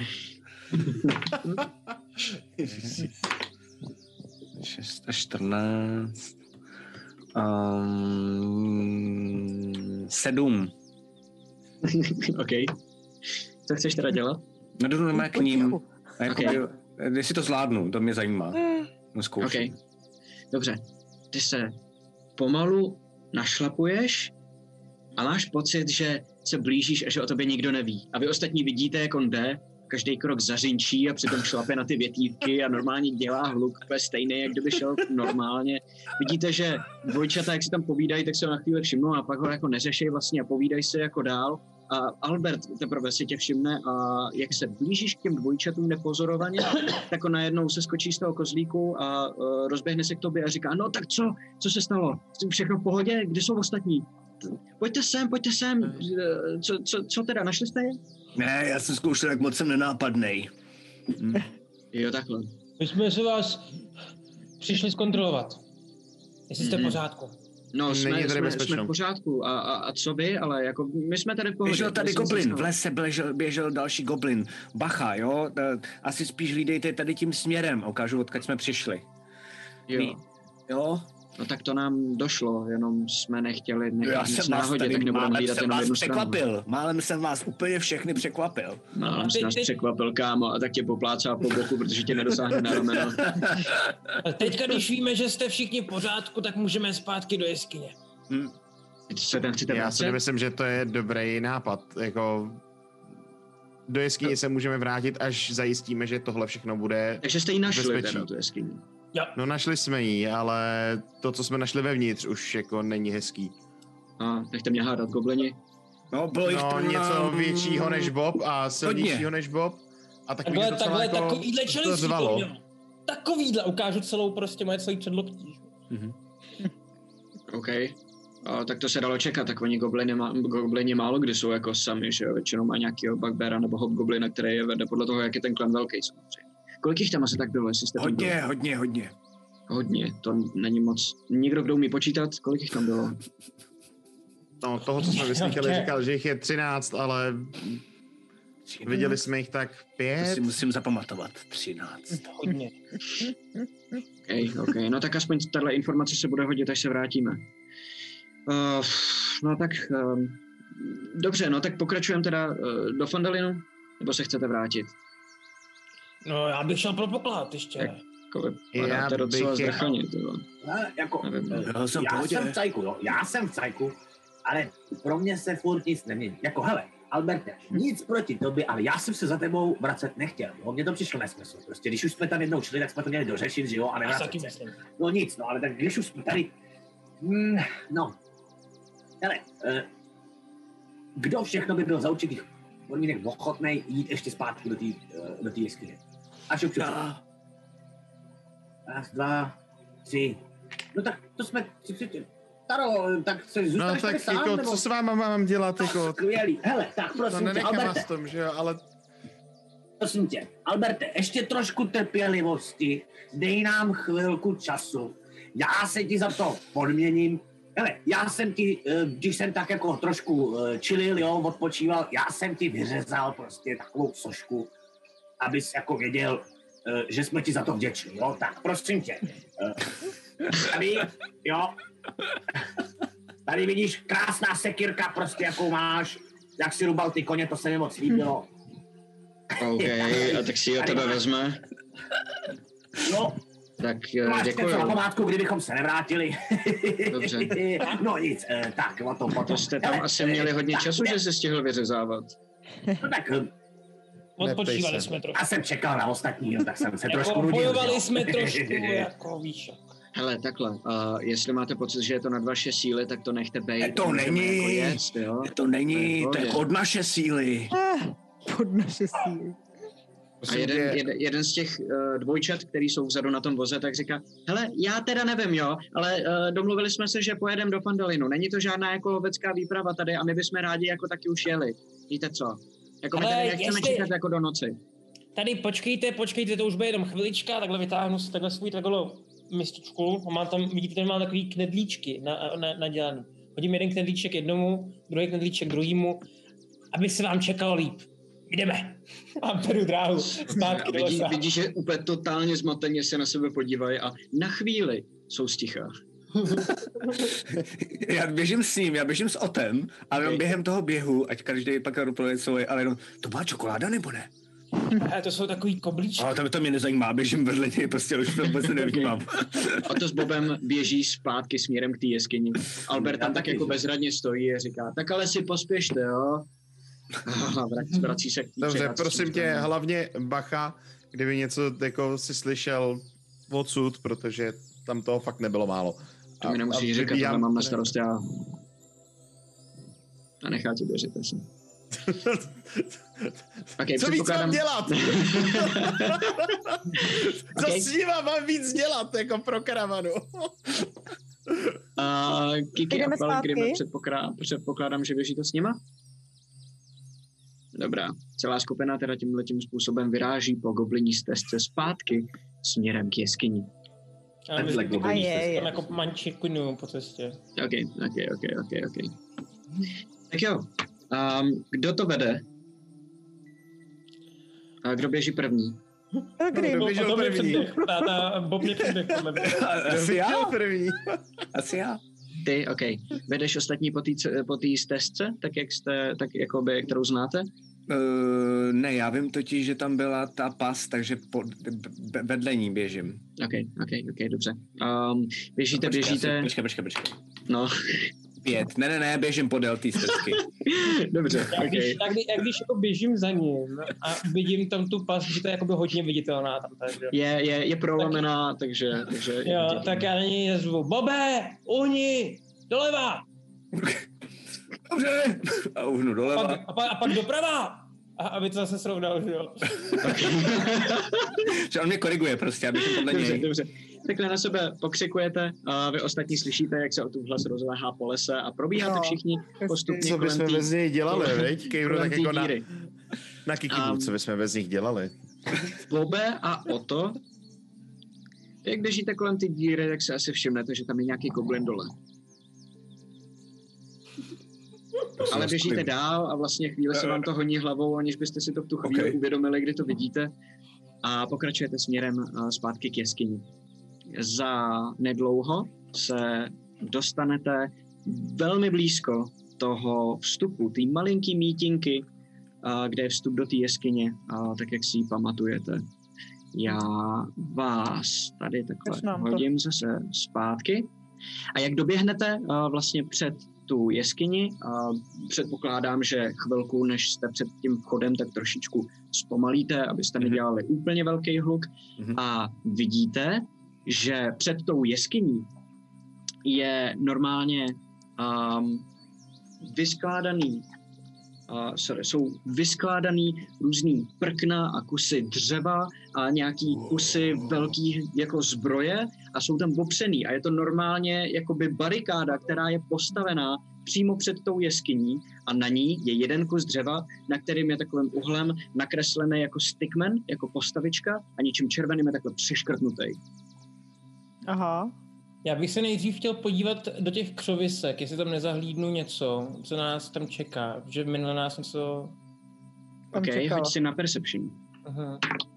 Speaker 2: 6 a 14... 7.
Speaker 4: OK. Co chceš teda dělat?
Speaker 2: No jdu normálně k ním. Jestli to zvládnu, to mě zajímá.
Speaker 4: OK. Dobře. Ty se pomalu našlapuješ a máš pocit, že se blížíš a že o tobě nikdo neví. A vy ostatní vidíte, jak on jde, každý krok zařinčí a přitom šlape na ty větívky a normálně dělá hluk stejný, jak kdyby šel normálně. Vidíte, že dvojčata, jak si tam povídají, tak se na chvíli všimnou a pak ho jako neřeší vlastně a povídají se jako dál. A Albert teprve si tě všimne a jak se blížíš k těm dvojčatům nepozorovaně, tak on najednou se skočí z toho kozlíku a rozběhne se k tobě a říká, no tak co se stalo? Všechno v pohodě? Kde jsou ostatní? Pojďte sem. Co teda, našli jste je?
Speaker 2: Ne, já jsem zkoušel, jak moc jsem nenápadnej.
Speaker 4: Jo, takhle.
Speaker 3: My jsme se vás přišli zkontrolovat. Jestli jste v pořádku.
Speaker 4: No, jsme v pořádku. A co vy? Ale jako my jsme tady v pohodě.
Speaker 2: Běžel tady goblin, v lese běžel další goblin. Bacha, jo? Asi spíš hlídejte tady tím směrem. Ukážu, odkud jsme přišli. Jo?
Speaker 4: No tak to nám došlo, jenom jsme nechtěli nechat nic náhodě, tak nebudeme hlídat jenom jednu stranu.
Speaker 2: Málem jsem vás úplně všechny překvapil.
Speaker 4: Málem jsi nás překvapil, kámo, a tak tě poplácá po boku, protože tě nedosáhne na rameno.
Speaker 3: A teďka, když víme, že jste všichni v pořádku, tak můžeme zpátky do jeskyně.
Speaker 6: Já si myslím, že to je dobrý nápad. Jako do jeskyně se můžeme vrátit, až zajistíme, že tohle všechno bude.
Speaker 4: Takže jste ji našli teda, tu jeskyni.
Speaker 3: Jo.
Speaker 6: No našli jsme ji, ale to, co jsme našli vevnitř, už jako není hezký.
Speaker 4: Nechte mě hádat, goblini.
Speaker 2: No, bylo jich tam
Speaker 6: něco většího než Bob a silnějšího než Bob. A
Speaker 3: takhle, takovýhle čelistí to mělo. Takovýhle, ukážu celou prostě moje celý předloktí.
Speaker 4: OK. Tak to se dalo čekat, tak oni goblini málo kdy jsou jako sami, že jo, většinou má nějakýho bugbeara nebo hobgoblina, který je vede podle toho, jak je ten klan velký samozřejmě. Kolik jich tam asi tak bylo, jestli jste tam
Speaker 2: Hodně.
Speaker 4: Hodně, to není moc. Nikdo, kdo umí počítat, kolik jich tam bylo?
Speaker 6: No, toho, co jsme vyslýchali, říkal, že jich je 13, ale Viděli jsme jich tak 5.
Speaker 2: To si musím zapamatovat. 13.
Speaker 3: Hodně.
Speaker 4: OK. No tak aspoň tahle informace se bude hodit, až se vrátíme. No tak... dobře, no tak pokračujeme teda do Fandalinu? Nebo se chcete vrátit?
Speaker 3: No já bych šel pro poklad ještě.
Speaker 4: Já to docela zdrchaně,
Speaker 8: Já jsem v cajku, ale pro mě se furt nic nemění. Jako hele, Alberte, nic proti tobě, ale já jsem se za tebou vracet nechtěl. Jo? Mně to přišlo nesmysl. Prostě když už jsme tam jednou šli, tak jsme to měli dořešit, že jo, a nevracet se. No nic, no ale tak když už jsme tady... no. Hele, kdo všechno by byl za určitých podmínek ochotnej jít ještě zpátky do té jeskyně? A šup. Raz, 2, 3. No tak to jsme... Taro, tak se zůstaneš tady sám,
Speaker 6: jako,
Speaker 8: nebo...
Speaker 6: co s váma mám dělat, jako...
Speaker 8: Skvělý. Hele, tak prosím tě, Alberte.
Speaker 6: To tom, že jo, ale...
Speaker 8: Prosím tě, Alberte, ještě trošku trpělivosti, dej nám chvilku času. Já se ti za to podměním. Hele, já jsem ti, když jsem tak jako trošku chillil, jo, odpočíval, já jsem ti vyřezal prostě takovou sošku, abys jako věděl, že jsme ti za to vděční, jo, tak prosím tě. Tady, jo, tady vidíš krásná sekírka prostě, jakou máš, jak si rubal ty koně, to se mi moc líbilo.
Speaker 4: OK, a tak si ji o tebe vezme.
Speaker 8: No,
Speaker 4: tak
Speaker 8: děkuji. Máš na památku, kdybychom se nevrátili.
Speaker 4: Dobře.
Speaker 8: No nic, tak o tom potom.
Speaker 4: To jste tam asi měli hodně času, že se stihl vyřezávat.
Speaker 8: No tak...
Speaker 3: Odpočívali jsme trošku.
Speaker 8: Já jsem čekal na ostatní, tak jsem se trošku
Speaker 3: nudil. Bojovali jsme trošku, jako víš.
Speaker 4: Hele, takhle, jestli máte pocit, že je to nad vaše síly, tak to nechte bejt.
Speaker 2: To není,
Speaker 4: jako jest, jo?
Speaker 2: To není, to je od naše síly.
Speaker 7: Pod naše síly.
Speaker 4: A jeden z těch dvojčat, který jsou vzadu na tom voze, tak říká, hele, já teda nevím, jo, ale domluvili jsme se, že pojedeme do Fandalinu. Není to žádná jako lovecká výprava tady a my bychom rádi jako taky už jeli. Víte co? Jako my tady nechceme čekat jako do noci.
Speaker 3: Tady počkejte, to už bude jenom chvilička, takhle vytáhnu si takhle svůj takhle mističku a mám tam, vidíte, tady mám takový knedlíčky nadělaný. Hodím jeden knedlíček jednomu, druhý knedlíček druhému, aby se vám čekalo líp. Jdeme. Mám tady dráhu.
Speaker 4: Vidíš, že úplně totálně zmateně se na sebe podívají a na chvíli jsou sticha.
Speaker 2: Já běžím s ním, já běžím s Otem, ale okay. Během toho běhu, ať každý pak doplňuje svoje, ale jenom, to byla čokoláda nebo ne?
Speaker 3: To jsou takový koblíčky.
Speaker 2: Ale to mě nezajímá, běžím vedle něj, prostě už vůbec nevnímám.
Speaker 4: A to s Bobem běží zpátky směrem k té jeskyni. Albert tam tak jako bezradně stojí a říká, tak ale si pospěšte, jo? Vrací se.
Speaker 6: Dobře, prosím tě, hlavně bacha, kdyby něco jako si slyšel odsud, protože tam toho fakt nebylo málo.
Speaker 4: To mi nemusíš říkat, tohle mám na starost já. A nechá tě běžet, prosím.
Speaker 6: Okay, co víc mám dělat? Co s nima mám víc dělat, jako pro karavanu?
Speaker 4: Kiki a Pelgrime předpokládám, že běžíte s nima? Dobrá. Celá skupina teda tímhletím způsobem vyráží po gobliní stezce zpátky směrem k jeskyni.
Speaker 3: Tam jako mančikuju po cestě.
Speaker 4: OK. Tak jo. Kdo to vede? A kdo běží první?
Speaker 6: Kdo běžel první?
Speaker 3: Bob mě předběh.
Speaker 2: Asi já?
Speaker 6: První.
Speaker 2: Asi já.
Speaker 4: Ty, OK. Vedeš ostatní po té stezce, tak jakoby, kterou znáte?
Speaker 2: Ne, já vím totiž, že tam byla ta pas, takže vedle ní běžím.
Speaker 4: OK, dobře. Běžíte.
Speaker 2: Počkej.
Speaker 4: No.
Speaker 2: 5. Ne, běžím podél té stezky.
Speaker 4: Dobře, OK.
Speaker 3: Jak když jako běžím za ním a vidím tam tu pas, že to je jakoby hodně viditelná tam. Takže.
Speaker 4: Je prolomená, takže
Speaker 3: jo, tak já na něj jezvu. Bobe, uhni, doleva!
Speaker 2: Dobře. A uhnu doleva.
Speaker 3: A pak doprava! Aby to zase srovnal, že jo?
Speaker 2: Že on mě koriguje prostě, abych to podle něj.
Speaker 4: Dobře. Takhle na sebe pokřikujete a vy ostatní slyšíte, jak se o tu hlas rozléhá po lese a probíháte všichni postupně
Speaker 6: co bychom bez něj dělali, veď? Kejvru tak jako na Kikibu, co bychom bez nich dělali.
Speaker 4: Bobe a Oto, jak běžíte kolem ty díry, tak se asi všimnete, že tam je nějaký goblin dole. Ale běžíte dál a vlastně chvíli se vám to honí hlavou, aniž byste si to v tu chvíli uvědomili, kdy to vidíte. A pokračujete směrem zpátky k jeskyni. Za nedlouho se dostanete velmi blízko toho vstupu, té malinký mítinky, kde je vstup do té jeskyně, tak jak si ji pamatujete. Já vás tady takhle hodím zase zpátky. A jak doběhnete vlastně před tu jeskyni, předpokládám, že chvilku, než jste před tím vchodem, tak trošičku zpomalíte, abyste nedělali úplně velký hluk. A vidíte, že před tou jeskyní je normálně jsou vyskládaný různý prkna a kusy dřeva a nějaký kusy velkých jako zbroje a jsou tam opřený a je to normálně jakoby barikáda, která je postavená přímo před tou jeskyní a na ní je jeden kus dřeva, na kterým je takovým uhlem nakreslený jako stickman, jako postavička a něčím červeným je takhle přeškrtnutý.
Speaker 7: Aha.
Speaker 3: Já bych se nejdřív chtěl podívat do těch křovisek, jestli tam nezahlídnu něco, co nás tam čeká, že my na nás něco...
Speaker 4: OK, hoď si na Perception.
Speaker 3: Aha.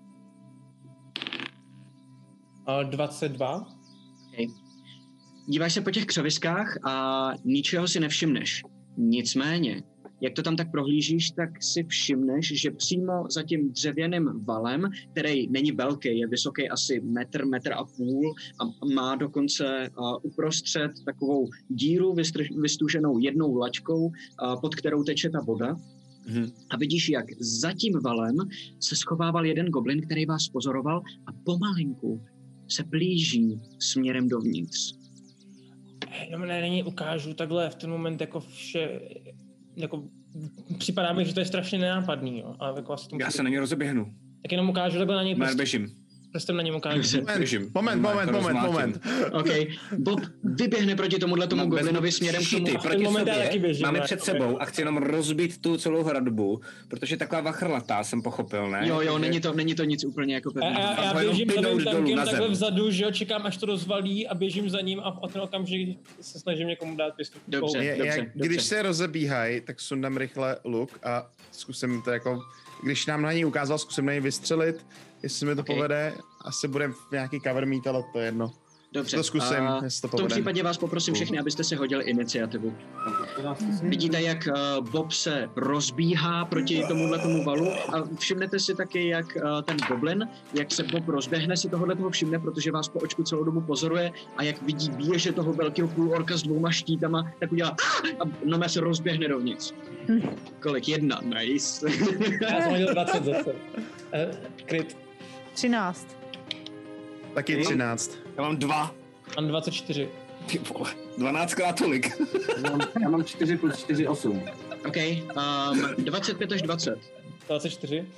Speaker 3: 22.
Speaker 4: Okay. Díváš se po těch křoviskách a ničeho si nevšimneš. Nicméně, jak to tam tak prohlížíš, tak si všimneš, že přímo za tím dřevěným valem, který není velký, je vysoký asi metr a půl a má dokonce uprostřed takovou díru vystuženou jednou laťkou, pod kterou teče ta voda. A vidíš, jak za tím valem se schovával jeden goblin, který vás pozoroval a pomalinku se blíží směrem dovnitř.
Speaker 3: No ne, ukážu takhle v ten moment jako vše... Jako, připadá mi, že to je strašně nenápadný, jo. A jako asi
Speaker 2: já se na něj rozeběhnu.
Speaker 3: Tak jenom ukážu takhle na něj.
Speaker 2: Běžím.
Speaker 3: Prostě na něm ukážu.
Speaker 6: Moment.
Speaker 4: OK. Bob vyběhne proti tomu goblinovi směrem k tomu.
Speaker 2: Proti sobě běžím, máme před sebou a chci jenom rozbít tu celou hradbu, protože taková vachrlatá jsem pochopil, ne?
Speaker 4: Jo, není to nic úplně jako pevný.
Speaker 3: Já běžím za tím tankem takhle vzadu, že jo, čekám, až to rozvalí a běžím za ním a ten okamžik se snažím někomu dát pěstku.
Speaker 4: Dobře.
Speaker 6: Když se rozebíhají, tak sundám rychle luk a zkusím to jako, když nám na ní ukázal, zkusím na ní vystřelit, jestli mi to povede, asi budeme v nějaký cover mít, ale to je jedno.
Speaker 4: Dobře.
Speaker 6: To zkusím, jestli to povede.
Speaker 4: V tom případě vás poprosím všechny, abyste si hodili iniciativu. Vidíte, jak Bob se rozbíhá proti tomu valu a všimnete si taky, jak ten goblin, jak se Bob rozběhne, si toho všimne, protože vás po očku celou dobu pozoruje a jak vidí běže toho velkého půlorka s 2 štítama, tak udělá a se rozběhne dovnitř. Kolik? 1, nice.
Speaker 3: Já jsem hodil 20 zase. Kryt.
Speaker 7: 13.
Speaker 6: Taky 13.
Speaker 2: Já mám 2.
Speaker 3: Mám 24.
Speaker 2: 12krát tolik.
Speaker 5: Já mám 4 plus 4, 8.
Speaker 4: OK, 25 až 20.
Speaker 3: 24.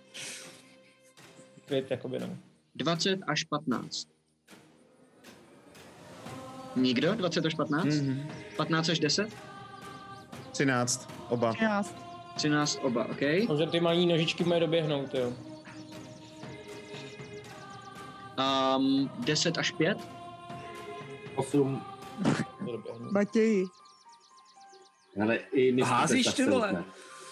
Speaker 3: Kryt jakoby, no.
Speaker 4: 20 až 15. Nikdo? 20 až 15? 15 až 10?
Speaker 6: 13, oba.
Speaker 4: 13 oba, OK.
Speaker 3: Možná ty malý nožičky mají doběhnout, jo.
Speaker 4: 10 až 5?
Speaker 5: 8.
Speaker 7: Matěji.
Speaker 5: Ale i
Speaker 2: házíš, ty vole.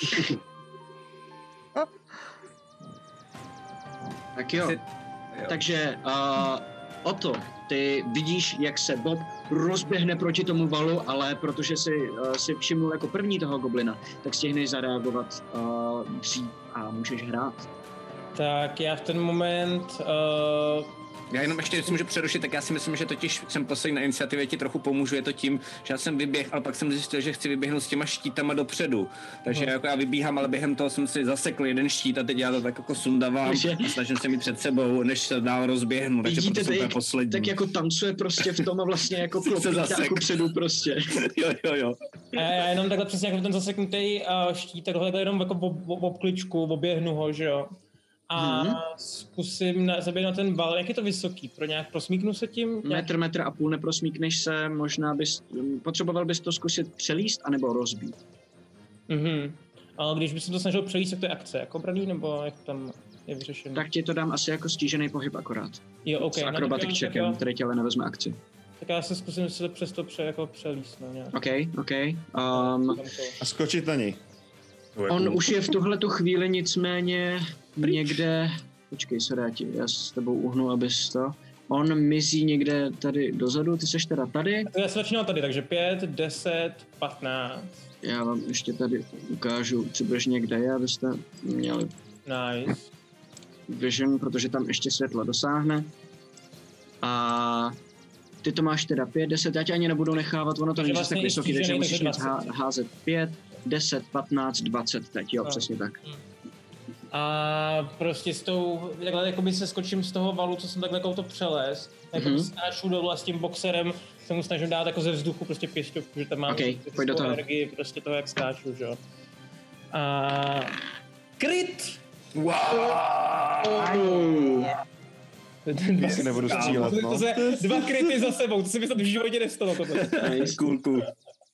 Speaker 4: Tak jo. Takže Otto, ty vidíš, jak se Bob rozběhne proti tomu valu, ale protože si všimnul jako první toho goblina, tak stihneš zareagovat dřív a můžeš hrát.
Speaker 3: Tak já v ten moment...
Speaker 2: Já jenom ještě, jestli můžu přerušit, tak já si myslím, že totiž jsem poslední na iniciativě ti trochu pomůžu, je to tím, že já jsem vyběhl, ale pak jsem zjistil, že chci vyběhnout s těma štítama dopředu. Takže jako já vybíhám, ale během toho jsem si zasekl jeden štít a teď já to tak jako sundavám a snažím se mít před sebou, než se dál rozběhnu. Takže
Speaker 4: vidíte,
Speaker 2: proto jsem poslední.
Speaker 4: Tak jako tancuje prostě v tom a vlastně jako klopíte jako předu prostě.
Speaker 2: Jo.
Speaker 3: Já jenom takhle přesně jako ten zaseknutý štít, takhle jenom jako obkličku, oběhnu ho, že jo. A zkusím zabít na ten val. Jak je to vysoký? Prosmíknu se tím?
Speaker 4: Metr a půl, neprosmíkneš se, možná potřeboval bys to zkusit přelíst, anebo rozbít.
Speaker 3: Ale když bych se to snažil přelíst, tak to je akce, jako braný, nebo jak tam je vyřešený?
Speaker 4: Tak ti to dám asi jako stížený pohyb akorát.
Speaker 3: Jo, OK.
Speaker 4: S acrobatic checkem, který tě ale nevezme akci.
Speaker 3: Tak já se zkusím se přes to přelíst, no nějak.
Speaker 4: OK.
Speaker 6: A skočit na něj.
Speaker 4: On už je v tuhletu chvíli nicméně někde... Počkej, já s tebou uhnu, abys to... On mizí někde tady dozadu, ty seš teda tady.
Speaker 3: Já jsem začínal tady, takže 5, 10, 15.
Speaker 4: Já vám ještě tady ukážu přibližně, kde je, abyste měli
Speaker 3: Nice.
Speaker 4: vision, protože tam ještě světla dosáhne. A ty to máš teda 5, 10, já tě ani nebudu nechávat, ono to není vlastně tak vysoký, takže musíš mít házet 5, 10, 15, 20 teď, jo, přesně tak.
Speaker 3: A prostě s tou, takhle jakoby se skočím z toho valu, co jsem takhle jako to přelez, jakoby skáču dolů a s tím boxerem se mu snažím dát jako ze vzduchu prostě pěstovku, že tam mám energii, prostě toho jak skáču, že jo. A... Crit!
Speaker 2: Wow!
Speaker 6: Asi nebudu střílet, no.
Speaker 3: To se 2 kryty za sebou, to se mi v životě nestalo tohle.
Speaker 4: Nice.
Speaker 2: Cool.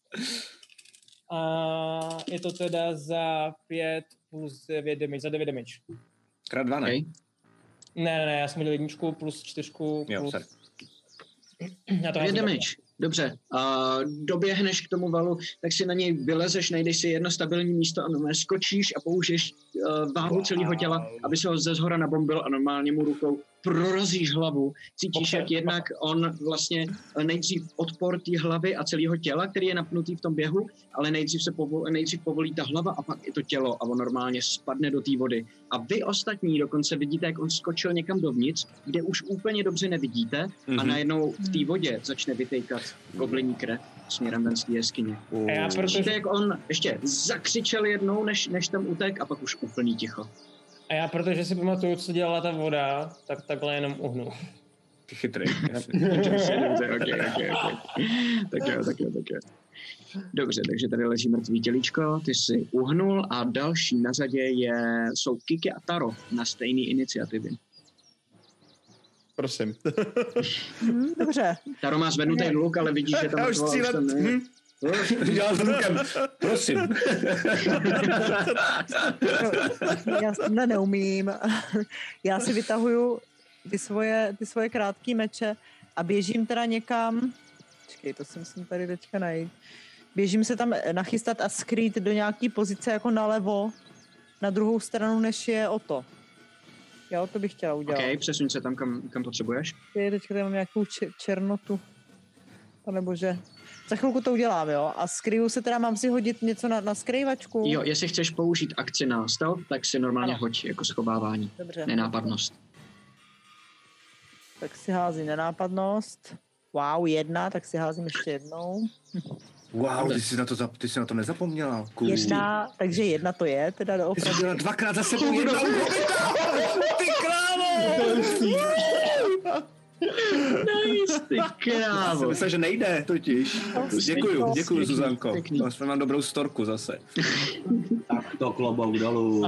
Speaker 3: A je to teda za 5 plus 9 damage, za 9 damage.
Speaker 2: Krát 2, ne?
Speaker 4: Okay.
Speaker 3: Ne, já jsem měl 1 plus 4 plus...
Speaker 2: Jo, sorry.
Speaker 4: 2 damage, dobře. Doběhneš k tomu valu, tak si na něj vylezeš, najdeš si jedno stabilní místo a normálně skočíš a použiješ váhu celého těla, aby se ho ze zhora nabombil a normálně mu rukou prorazíš hlavu. Cítíš, jak jednak on vlastně nejdřív odpor té hlavy a celého těla, který je napnutý v tom běhu, ale nejdřív povolí ta hlava a pak i to tělo a on normálně spadne do té vody. A vy ostatní dokonce vidíte, jak on skočil někam dovnitř, kde už úplně dobře nevidíte a najednou v té vodě začne vytejkat gobliní krev směrem ven z té jeskyně. Vidíte, jak on ještě zakřičel jednou, než tam utek a pak už úplný ticho.
Speaker 3: A já, protože si pamatuju, co dělala ta voda, tak takhle jenom uhnu.
Speaker 2: Ty chytrej.
Speaker 4: Tak jo. Dobře, takže tady leží mrtvý tělíčko, ty jsi uhnul a další na řadě jsou Kiki a Taro na stejné iniciativě.
Speaker 6: Prosím.
Speaker 7: Dobře.
Speaker 4: Taro má zvednutý luk, ale vidíš, že tam...
Speaker 2: Já už střílet. Dělal s rukem. Prosím.
Speaker 7: Já tohle neumím. Já si vytahuju ty svoje krátké meče a běžím teda někam. Počkej, to si musím tady teďka najít. Běžím se tam nachystat a skrýt do nějaký pozice jako nalevo, na druhou stranu, než je Oto. Jo, to bych chtěla udělat.
Speaker 4: OK, přesuň se tam, kam potřebuješ.
Speaker 7: Teďka tady mám nějakou černotu. Panebože. Za chvilku to udělám, jo? A skryju se teda, mám si hodit něco na skrývačku?
Speaker 4: Jo, jestli chceš použít akci na stealth, tak si normálně hoď jako schovávání.
Speaker 7: Dobře.
Speaker 4: Nenápadnost.
Speaker 7: Tak si házím nenápadnost. Wow, 1, tak si házím ještě jednou.
Speaker 2: Wow, ty jsi na to nezapomněla. Cool.
Speaker 7: 1, takže 1 to je, teda doopravdy.
Speaker 2: Ty jsi dělala 2krát za sebou jednou. Ty krávo!
Speaker 4: Nice, ty krávo.
Speaker 2: Já jsem myslel, že nejde totiž. Děkuju, Zuzanko. Jsme mám dobrou storku zase.
Speaker 5: Tak to klobouk dolů.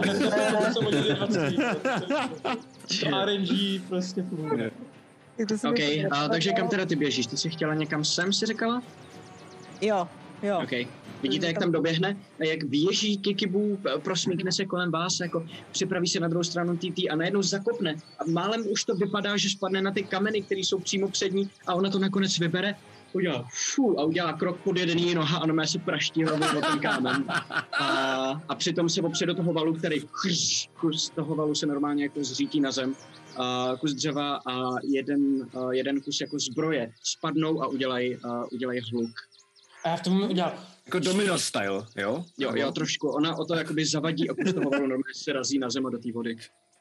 Speaker 3: RNG prostě funguje.
Speaker 4: OK, takže kam teda ty běžíš? Ty jsi chtěla někam sem, si říkala?
Speaker 7: Jo.
Speaker 4: OK. Vidíte, jak tam doběhne a jak běží Kikibu, prosmíkne se kolem vás, jako připraví se na druhou stranu TT a najednou zakopne. A málem už to vypadá, že spadne na ty kameny, které jsou přímo před ní a ona to nakonec vybere, udělá krok pod jedený noha a normálně se praští hlavou o ten kámen. A přitom se opře do toho valu, který kus toho valu se normálně jako zřítí na zem. Kus dřeva a jeden kus jako zbroje spadnou a udělají hluk.
Speaker 3: A já v tom udělám.
Speaker 2: Jako domino style, jo?
Speaker 4: Jo, trošku. Ona o to jakoby zavadí a kus toho valu normálně se razí na zem a do té vody.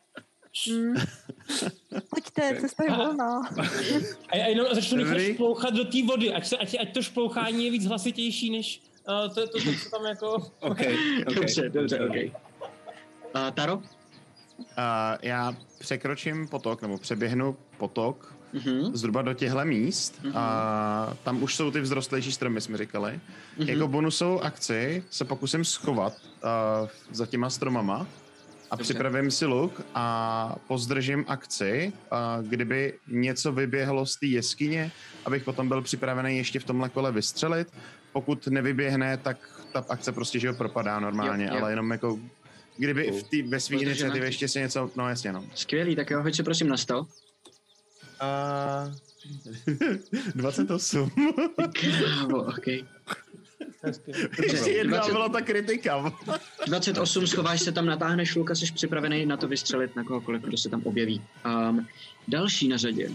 Speaker 7: Pojďte, cesta je volná.
Speaker 3: A jenom začnu rychle šplouchat do té vody, ať to šplouchání je víc hlasitější, než to co tam jako...
Speaker 2: Okay.
Speaker 4: Dobře, OK. Taro?
Speaker 6: Já překročím potok, nebo přeběhnu potok zhruba do těchto míst a tam už jsou ty vzrostlejší stromy, jsme říkali. Jako bonusovou akci se pokusím schovat za těma stromama a připravím si luk a pozdržím akci, kdyby něco vyběhlo z té jeskyně, abych potom byl připravený ještě v tomhle kole vystřelit. Pokud nevyběhne, tak ta akce prostě, že ho propadá normálně, ale jenom jako kdyby ve svý iniciativě ještě si něco, no jasně no.
Speaker 4: Skvělý, tak jo, hoď si prosím na 100.
Speaker 6: 28.
Speaker 4: Krávo, okej.
Speaker 6: Ještě jedna byla ta kritika.
Speaker 4: 28, schováš se tam, natáhneš luk a jsi připravený na to vystřelit na kohokoliv, kdo se tam objeví. Další na řadě.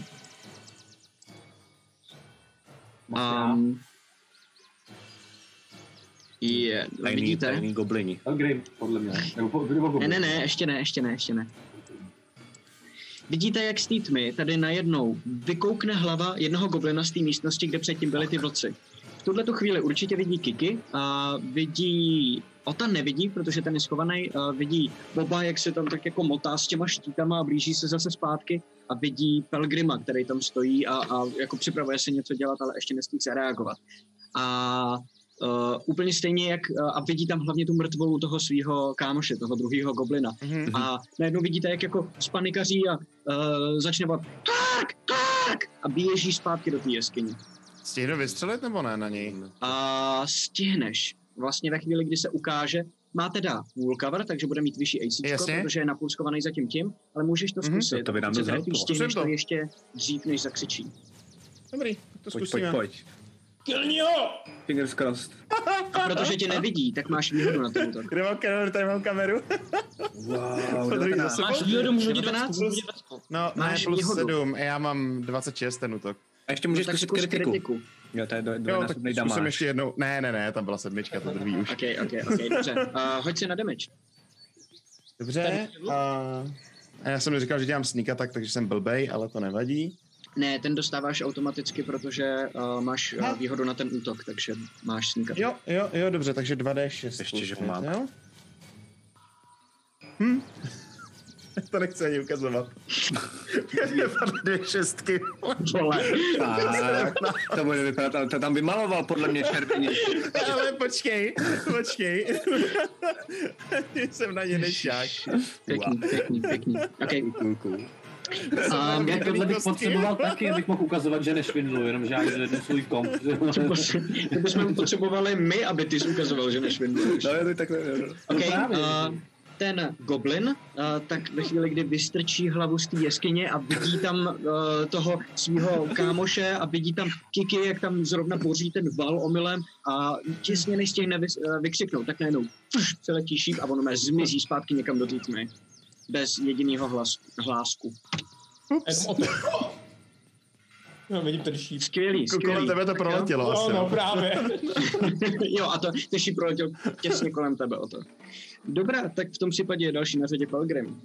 Speaker 4: Vidíte?
Speaker 2: Tajný goblini.
Speaker 5: Grim, podle mě.
Speaker 4: Ne, ještě ne. Vidíte, jak z té tmy tady najednou vykoukne hlava jednoho goblina z té místnosti, kde předtím byli ty vlci. V tuhletu chvíli určitě vidí Kiki a vidí... Ota nevidí, protože ten je schovaný, vidí Boba, jak se tam tak jako motá s těma štítama a blíží se zase zpátky a vidí Pelgrima, který tam stojí a jako připravuje se něco dělat, ale ještě nestihl se reagovat. A úplně stejně jak a vidí tam hlavně tu mrtvolu toho svého kámoše, toho druhého goblina. A najednou vidíte, jak jako spanikaří a začne volat tak a běží zpátky do té jeskyně.
Speaker 6: Stihnu vystřelit nebo ne na něj?
Speaker 4: Stihneš. Vlastně ve chvíli, kdy se ukáže, má teda full cover, takže bude mít vyšší AC, protože je napulskovaný zatím tím, ale můžeš to zkusit.
Speaker 2: To by nám
Speaker 4: stihneš to ještě dřív, než zakřičí.
Speaker 6: Dobrý, to zkusíme.
Speaker 2: Pojď.
Speaker 3: Kilnio!
Speaker 2: Fingers crossed.
Speaker 4: A protože tě nevidí, tak máš výhodu na tom útok.
Speaker 6: Kde mám kameru, tady mám kameru.
Speaker 2: Wow,
Speaker 3: máš výhodu, můžu hodit
Speaker 4: 19?
Speaker 6: No, máš plus výhodu. 7, já mám 26 ten útok.
Speaker 2: A ještě můžeš zkusit kritiku. Jo, to je dvojnásobný damage.
Speaker 6: Zkusím ještě jednou. Ne, tam byla 7, to druhý už.
Speaker 4: Okay, dobře. Hoď si na damage.
Speaker 6: Dobře. A já jsem neříkal, že dělám sneak attack, takže jsem blbej, ale to nevadí.
Speaker 4: Ne, ten dostáváš automaticky, protože máš výhodu na ten útok, takže máš sneak attack.
Speaker 6: Jo, dobře, takže 2D6.
Speaker 2: Ještě, že mám.
Speaker 6: Jo? To nechci ani ukazovat. Mě padly 2 šestky.
Speaker 2: Tak, to bude vypadat, to tam vymaloval podle mě červený.
Speaker 6: Ale počkej. Jsem na ně nešák.
Speaker 4: Pěkný. Okay.
Speaker 5: Já tohle bych potřeboval taky, abych mohl ukazovat, že nešvindlu, jenom žádný svůj komp.
Speaker 4: To bychom potřebovali my, aby ty jsi ukazoval, že nešvindluješ.
Speaker 2: No, je to tak nevím.
Speaker 4: Ten goblin, tak ve chvíli, kdy vystrčí hlavu z té jeskyně a vidí tam toho svého kámoše a vidí tam Kiki, jak tam zrovna boří ten val omylem a těsně než stihne vykřiknout, tak najednou přeletí šíp a ono zmizí zpátky někam do té tmy. Bez jediného hlásku.
Speaker 3: No, vidím ten šíp.
Speaker 4: Skvělý.
Speaker 6: Kolem tebe to proletělo asi.
Speaker 3: No, právě.
Speaker 4: Jo, a ten šíp proletěl těsně kolem tebe o to. Dobrá, tak v tom případě je další na řadě Pelgrim.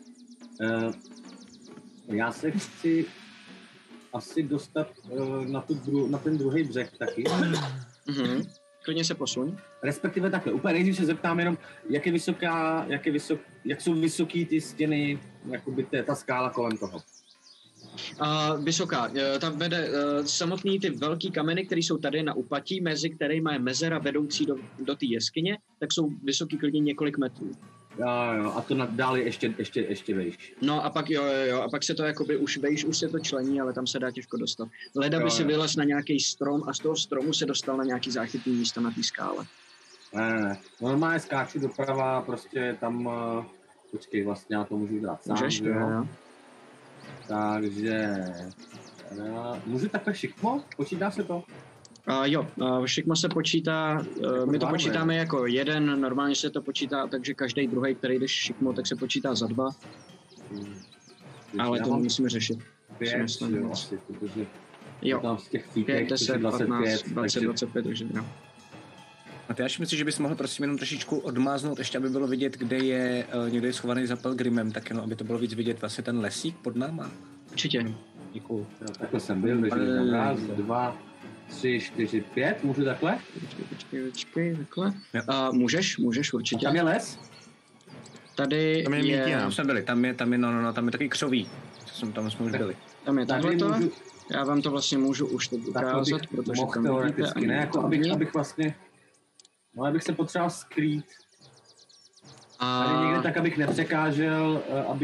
Speaker 5: Já se chci asi dostat na ten druhý břeh taky.
Speaker 4: Klidně se posuň.
Speaker 5: Respektive takhle, úplně nejdřív se zeptám jenom, jak jsou vysoký ty stěny, jakoby ta skála kolem toho.
Speaker 4: Vysoká. Tam vede samotný ty velký kameny, které jsou tady na úpatí, mezi kterými je mezera vedoucí do té jeskyně, tak jsou vysoký klidně několik metrů.
Speaker 5: Jo, a to dál je ještě vejš.
Speaker 4: No a pak a pak se to jakoby už vejš, už se to člení, ale tam se dá těžko dostat. Leda by si vylez na nějaký strom a z toho stromu se dostal na nějaký záchytný místo na té skále.
Speaker 5: Ne. Normálně skáču doprava, prostě tam, počkej, vlastně já to můžu dát sám.
Speaker 4: Můžeš, jo.
Speaker 5: Takže, můžu takhle šikmo? Počítá se to?
Speaker 4: Jo, šikmo se počítá, my to počítáme jako jeden, normálně se to počítá, takže každý druhý, který jdeš šikmo, tak se počítá za 2. Ale to musíme řešit.
Speaker 5: 5, jo, asi, protože
Speaker 4: jo,
Speaker 5: tam z těch
Speaker 4: 5, 10, 15, 20, 25, takže jo.
Speaker 2: A ty až myslíš, že bys mohl prosím jenom trošičku odmáznout, ještě aby bylo vidět, kde je někde schovaný za Pelgrimem, tak jenom aby to bylo víc vidět vlastně ten lesík pod náma.
Speaker 4: Určitě.
Speaker 2: Děkuju.
Speaker 5: Takhle jsem byl, takže raz, 2, 3, 4, 5, můžu takhle?
Speaker 4: Počkej, takhle. Můžeš určitě.
Speaker 5: Tam je les?
Speaker 4: Tady je...
Speaker 2: Tam jsme byli, tam je takový křoví, tam jsme už byli.
Speaker 4: Tam je takhle. Já vám to vlastně můžu už teď ukázat, protože tam vidíte ani
Speaker 5: ne, jako abych vlastně... No, abych se potřeboval skrýt. Tady někde tak, abych nepřekážel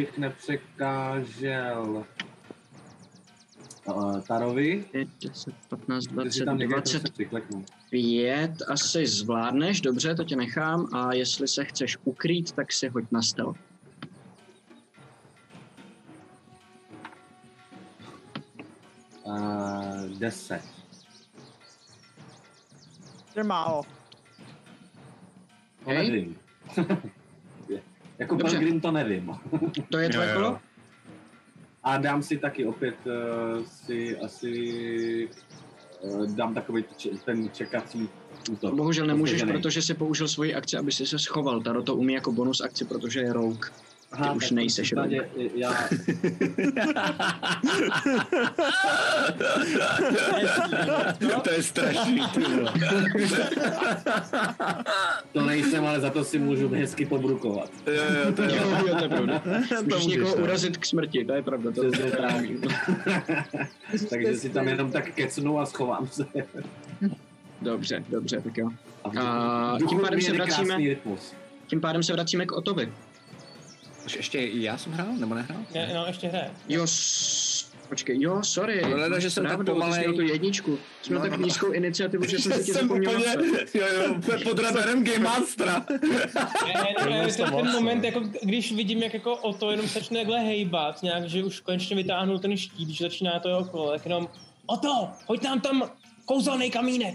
Speaker 5: Tarovi.
Speaker 4: 5, 10, 15, 20, 25 asi zvládneš, dobře, to tě nechám. A jestli se chceš ukrýt, tak si hoď na stealth.
Speaker 5: 10.
Speaker 7: To je málo.
Speaker 5: To nevím. Jako Pelgrim to nevím.
Speaker 4: To je tvoje kolo?
Speaker 5: A dám si taky opět dám takový ten čekací útok.
Speaker 4: Bohužel nemůžeš, protože jsi použil svoji akci, aby si se schoval. Taro to umí jako bonus akci, protože je rogue. Ty už nejseš rogue.
Speaker 5: Já...
Speaker 2: To je strašný.
Speaker 5: To nejsem, ale za to si můžu hezky pobrukovat.
Speaker 4: Jo, to je pravda. Můžeš někoho urazit k smrti, to je pravda. To je právě.
Speaker 5: Takže si tam jenom tak kecnu a schovám se.
Speaker 4: Dobře, tak jo. Tím pádem se vracíme k Otovi.
Speaker 2: Ještě já jsem hrál, nebo nehrál?
Speaker 3: No, ještě hraje.
Speaker 4: Jo, počkej, že jsem tak pomalej. Jsi tu jedničku. Jsme tak nízkou iniciativu, že jsem si tě zapomněl.
Speaker 2: Jo, pod radarem Game Mastera.
Speaker 3: Ten moment, jako, když vidím, jak jako Otto jenom začne takhle hejbat, nějak, že už konečně vytáhnul ten štít, když začíná to jeho kolo, tak jenom Otto, hoď nám tam kouzelný kamínek.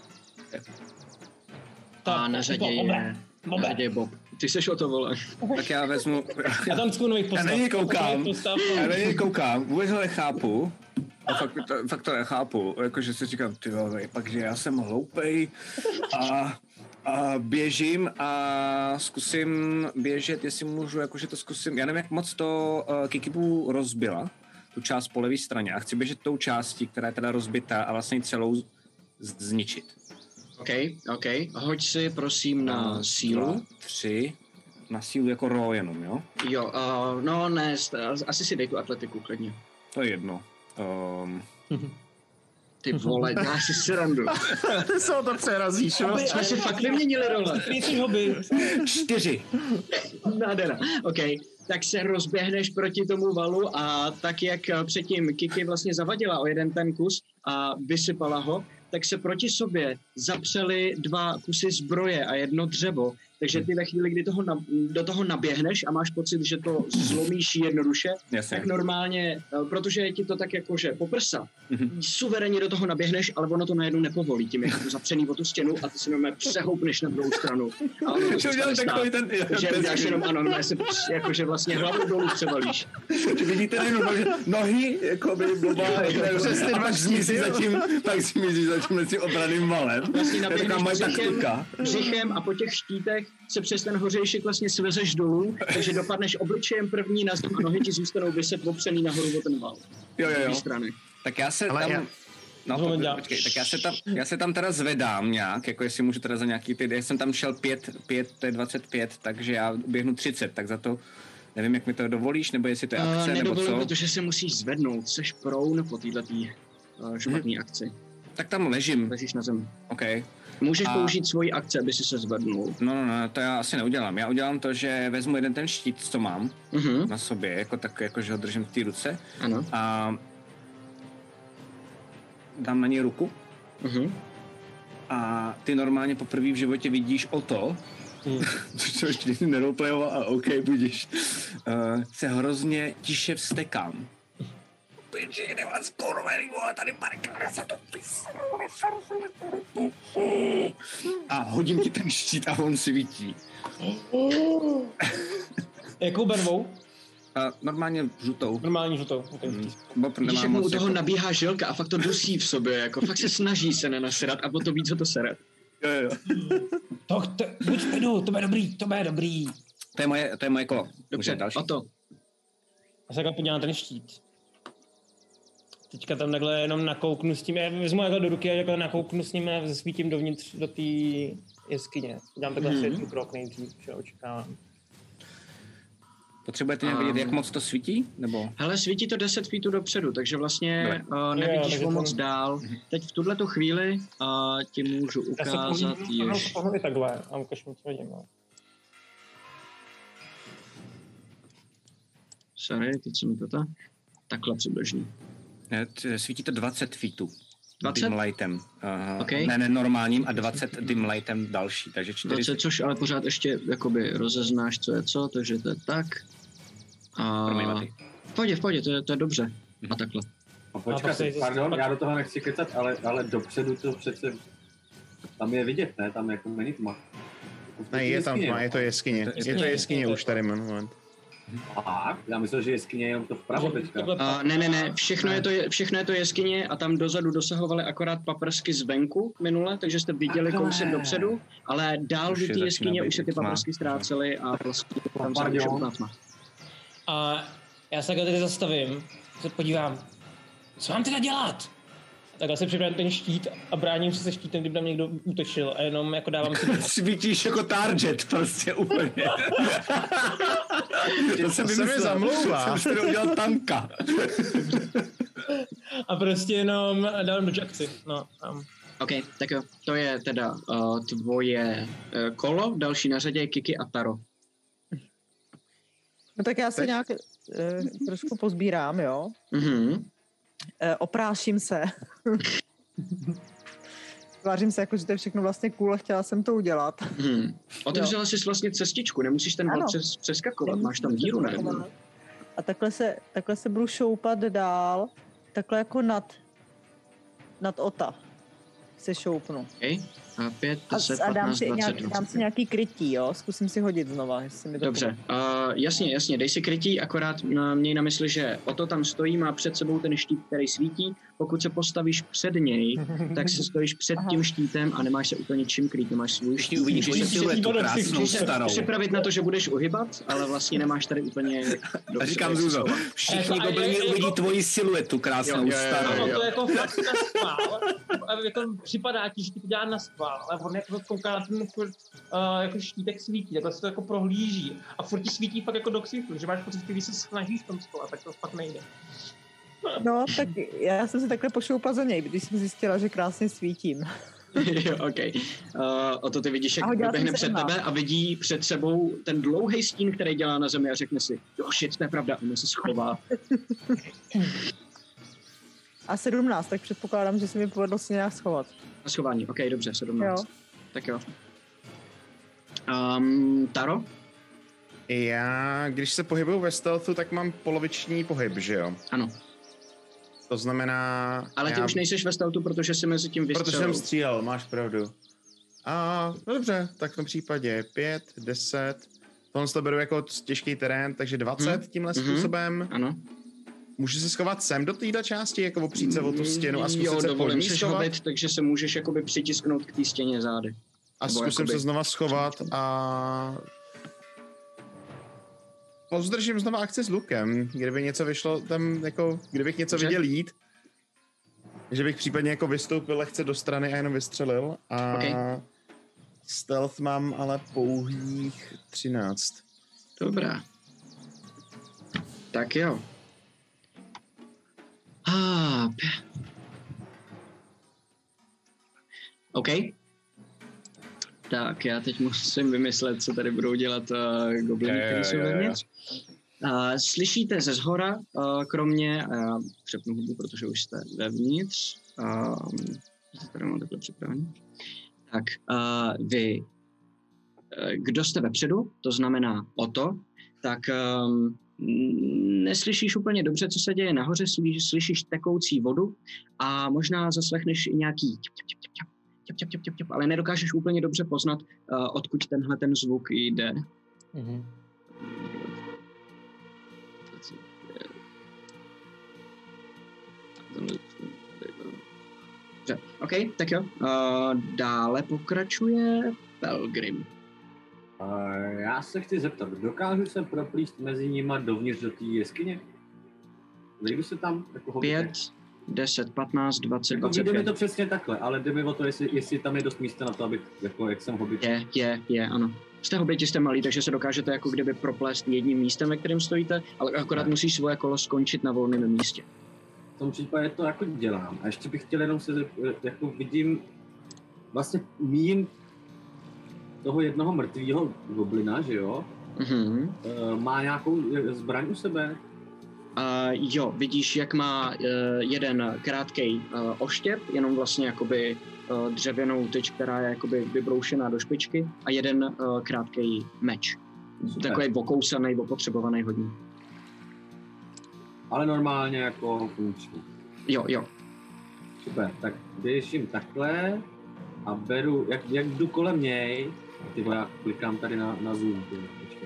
Speaker 4: A na řadě je Bob. Ty seš o to, vole.
Speaker 2: Tak já vezmu...
Speaker 3: Já tam nových postav.
Speaker 2: Já na něj koukám, vůbec ho nechápu. A fakt to nechápu, jakože si říkám, ty vole, pak že já jsem hloupej a běžím a zkusím běžet, jestli můžu, jakože to zkusím, já nevím, jak moc to Kikibu rozbila, tu část po levé straně a chci běžet tou částí, která je teda rozbitá a vlastně celou zničit.
Speaker 4: OK. Hoď si prosím na sílu.
Speaker 2: 2, 3, na sílu jako raw jenom, jo?
Speaker 4: Jo, no ne, asi si dej tu atletiku klidně.
Speaker 2: To je jedno.
Speaker 4: Ty vole, dáš si srandu.
Speaker 6: Ty se o to přerazíš, jo?
Speaker 4: Jsme si fakt neměnili role.
Speaker 3: Jsi hobby.
Speaker 2: 4.
Speaker 4: Nádhera, OK. Tak se rozběhneš proti tomu valu a tak, jak předtím Kiki vlastně zavadila o jeden ten kus a vysypala ho, tak se proti sobě zapřely 2 kusy zbroje a 1 dřevo. Takže ty ve chvíli, kdy do toho naběhneš a máš pocit, že to zlomíš jednoduše, tak normálně, protože ti to tak jakože poprsa, suverénně do toho naběhneš, ale ono to najednou nepovolí, tím je to zapřený o tu stěnu a ty si normálně přehoupneš na druhou stranu. A ono to přestane stát. Takže uděláš jenom ano, normálně se jakože vlastně hlavu dolů převalíš.
Speaker 2: Vidíte jenom nohy, jako by blbá, přes ty 2 štíty, pak si myslíš za tím obraným valem.
Speaker 4: Vlastně naběhneš břichem a po těch štítech se přes ten hořejšek vlastně svezeš dolů, takže dopadneš obličejem první na zem a nohy ti zůstanou vyset opřený nahoru o ten val.
Speaker 2: Jo. Tak já se tam... Počkej, tak já se tam teda zvedám nějak, jako jestli můžu teda za nějaký ty, já jsem tam šel 5, to je 25, takže já běhnu 30, tak za to nevím, jak mi to dovolíš, nebo jestli to je akce, nebo co.
Speaker 4: Protože se musíš zvednout, seš prone po této špatný akci.
Speaker 2: Tak tam ležím.
Speaker 4: Ležíš na zemi.
Speaker 2: OK.
Speaker 4: Můžeš použít svoji akci, aby si se zvednul.
Speaker 2: No, to já asi neudělám. Já udělám to, že vezmu jeden ten štít, co mám na sobě, jako tak, jako že ho držím v té ruce.
Speaker 4: Ano.
Speaker 2: A dám na něj ruku. A ty normálně poprvé v životě vidíš Otto, což to ještě neroleplayoval a OK, budíš. Se hrozně tiše vztekám. Piči, nemám skorvený, tady parka, se to a hodím ti ten štít a on svítí.
Speaker 3: Jakou barvou?
Speaker 2: Normálně žlutou.
Speaker 3: Normální žlutou, OK.
Speaker 4: Vidíš, jak mu u toho nabíhá žilka a fakt to dusí v sobě, jako fakt se snaží se nenasrat a potom víc ho to sere.
Speaker 2: Jo.
Speaker 3: Buď v klidu, to bude dobrý.
Speaker 2: To je moje kolo.
Speaker 4: Dobře, a to.
Speaker 3: A se takhle podívám na ten štít. Teďka tam takhle jenom nakouknu s tím, já vezmu takhle do ruky a takhle nakouknu s ním a zasvítím dovnitř do té jeskyně. Dám takhle světlý krok nejdřív, že očekávám.
Speaker 2: Potřebujete nějak vědět, jak moc to svítí? Nebo?
Speaker 4: Hele, svítí to 10 feetů dopředu, takže vlastně nevidíš o moc dál. Teď v tuhletu chvíli ti můžu ukázat
Speaker 3: ještě. Já se takhle, a ukaž mi, co vidím.
Speaker 4: Sorry, teď jsem to takhle přibližný.
Speaker 2: Svítí to 20 feetů.
Speaker 4: 20?
Speaker 2: Dim lightem.
Speaker 4: Okay.
Speaker 2: Ne, normálním a 20 dim lightem další, takže 40.
Speaker 4: 20, což ale pořád ještě jakoby rozeznáš, co je co, takže to je tak. V pohodě, to je dobře. A takhle.
Speaker 5: No počkat, pardon, já do toho nechci kecat, ale dopředu to přece, tam je vidět, ne? Tam jako není tma.
Speaker 6: Ne, je tam tma, je to jeskyně. Je to jeskyně už tady moment.
Speaker 5: Aha, já myslel, že jeskyně je jenom to vpravo teďka.
Speaker 4: Ne, všechno je to jeskyně a tam dozadu dosahovaly akorát paprsky zvenku minule, takže jste viděli kousek dopředu, ale dál do té jeskyně už se ty paprsky ztrácely a vlastně tam se už úplná tma.
Speaker 3: A já se takhle tady zastavím, se podívám, co mám teda dělat? Takhle se připravím ten štít a bráním se štítem, kdyby tam někdo útočil a jenom jako dávám si...
Speaker 2: Svítíš jako target prostě úplně.
Speaker 6: To se mi zamlouvá.
Speaker 2: Jsem si udělal tanka.
Speaker 3: A prostě jenom dávám do akci. No,
Speaker 4: OK, tak jo, to je teda tvoje kolo, další na řadě je Kiki a Taro.
Speaker 7: No tak já se nějak trošku pozbírám, jo?
Speaker 4: Mhm.
Speaker 7: Opráším se. Tvářím se jako, že to je všechno vlastně cool a chtěla jsem to udělat.
Speaker 4: Otevřela jsi vlastně cestičku, nemusíš ten vod přeskakovat, máš tam díru, ne?
Speaker 7: A takhle se budu šoupat dál, takhle jako nad Ota se šoupnu.
Speaker 4: Okay. A 5, 10, 15, 20.
Speaker 7: Dám si nějaký krytí, jo? Zkusím si hodit znova, jestli mi to
Speaker 4: dobře, jasně, dej si krytí, akorát měj na mysli, že Oto tam stojí, má před sebou ten štít, který svítí. Pokud se postavíš před něj, tak se stojíš před tím štítem a nemáš se úplně čím krýt, nemáš svůj štít.
Speaker 2: Uvidíš siluetu krásnou starou.
Speaker 4: Připravit na to, že budeš uhybat, ale vlastně nemáš tady úplně...
Speaker 2: A říkám Zuzo, všichni goblini uvidí tvoji siluetu krásnou starou.
Speaker 3: To jako fakt na schvál, jako připadá ti, že ti to dělá na schvál, ale on jako kouká na ten furt jako štítek svítí, takhle se to jako prohlíží a furt ti svítí fakt jako do ksichtu, že máš pocit, že když se snažíš v tom skole, tak to fakt nejde.
Speaker 7: No, tak já jsem se takhle pošoupla za něj, když jsem zjistila, že krásně svítím.
Speaker 4: Jo, OK. Oto ty vidíš, jak vyběhne před tebe a vidí před sebou ten dlouhý stín, který dělá na zemi a řekne si, jo, shit, to je pravda, on se schová.
Speaker 7: A 17, tak předpokládám, že se mi povedlo si nějak schovat.
Speaker 4: Na schování, OK, dobře, 17.
Speaker 7: Jo.
Speaker 4: Tak jo. Taro?
Speaker 6: Já, když se pohybuju ve stealthu, tak mám poloviční pohyb, že jo?
Speaker 4: Ano.
Speaker 6: To znamená...
Speaker 4: Ale ty už nejseš ve stealthu, protože jsi mezi tím vystřelil.
Speaker 6: Protože jsem střílel, máš pravdu. A no dobře, tak v tom případě 5, 10, tohle to beru jako těžký terén, takže 20 tímhle způsobem.
Speaker 4: Ano.
Speaker 6: Můžu se schovat sem do téhle části, jako opřít se o tu stěnu a zkusit se
Speaker 4: dovolím se schovat, takže se můžeš jakoby přitisknout k té stěně zády.
Speaker 6: A zkusím se znova schovat a... Pozdržím znova akci s lukem, kdyby něco vyšlo tam, jako, kdybych něco viděl jít, že bych případně jako vystoupil lehce do strany a jenom vystřelil a stealth mám ale pouhých 13.
Speaker 4: Dobrá. Tak jo. OK. Tak, já teď musím vymyslet, co tady budou dělat gobliny, které jsou vevnitř. Slyšíte ze zhora, kromě, a já přepnu hudbu, protože už jste vevnitř. Tady mám takhle připravený. Tak, vy, kdo jste vepředu, to znamená Oto, tak neslyšíš úplně dobře, co se děje nahoře, slyšíš tekoucí vodu a možná zaslechneš i nějaký těp, ale nedokážeš úplně dobře poznat, odkud tenhle ten zvuk jde.
Speaker 3: Mm-hmm.
Speaker 4: OK, tak jo. Dále pokračuje Pelgrim.
Speaker 5: Já se chci zeptat, dokážu se proplíst mezi nima dovnitř do té jeskyně? Nejdu se tam jako hobité?
Speaker 4: 5, 10, 15, 20,
Speaker 5: jako
Speaker 4: 25.
Speaker 5: Jde mi to přesně takhle, ale jde mi o to, jestli tam je dost místa na to, abych, jako jak jsem hobit.
Speaker 4: Je, ano. Jste hobiti, jste malí, takže se dokážete jako kdyby proplést jedním místem, ve kterém stojíte, ale akorát musíš svoje kolo skončit na volném místě.
Speaker 5: V tom případě to jako dělám. A ještě bych chtěl jenom se, jako vidím, vlastně míjím toho jednoho mrtvýho goblina, že jo?
Speaker 4: Mm-hmm.
Speaker 5: Má nějakou zbraň u sebe?
Speaker 4: Jo, vidíš, jak má jeden krátkej oštěp, jenom vlastně jakoby dřevěnou tyč, která je jakoby vybroušená do špičky a jeden krátkej meč. Super. Takový okousaný, opotřebovaný hodně.
Speaker 5: Ale normálně jako funkční.
Speaker 4: Jo.
Speaker 5: Super, tak běžím takhle a beru, jak jdu kolem něj, ty já klikám tady na Zoom, počkej.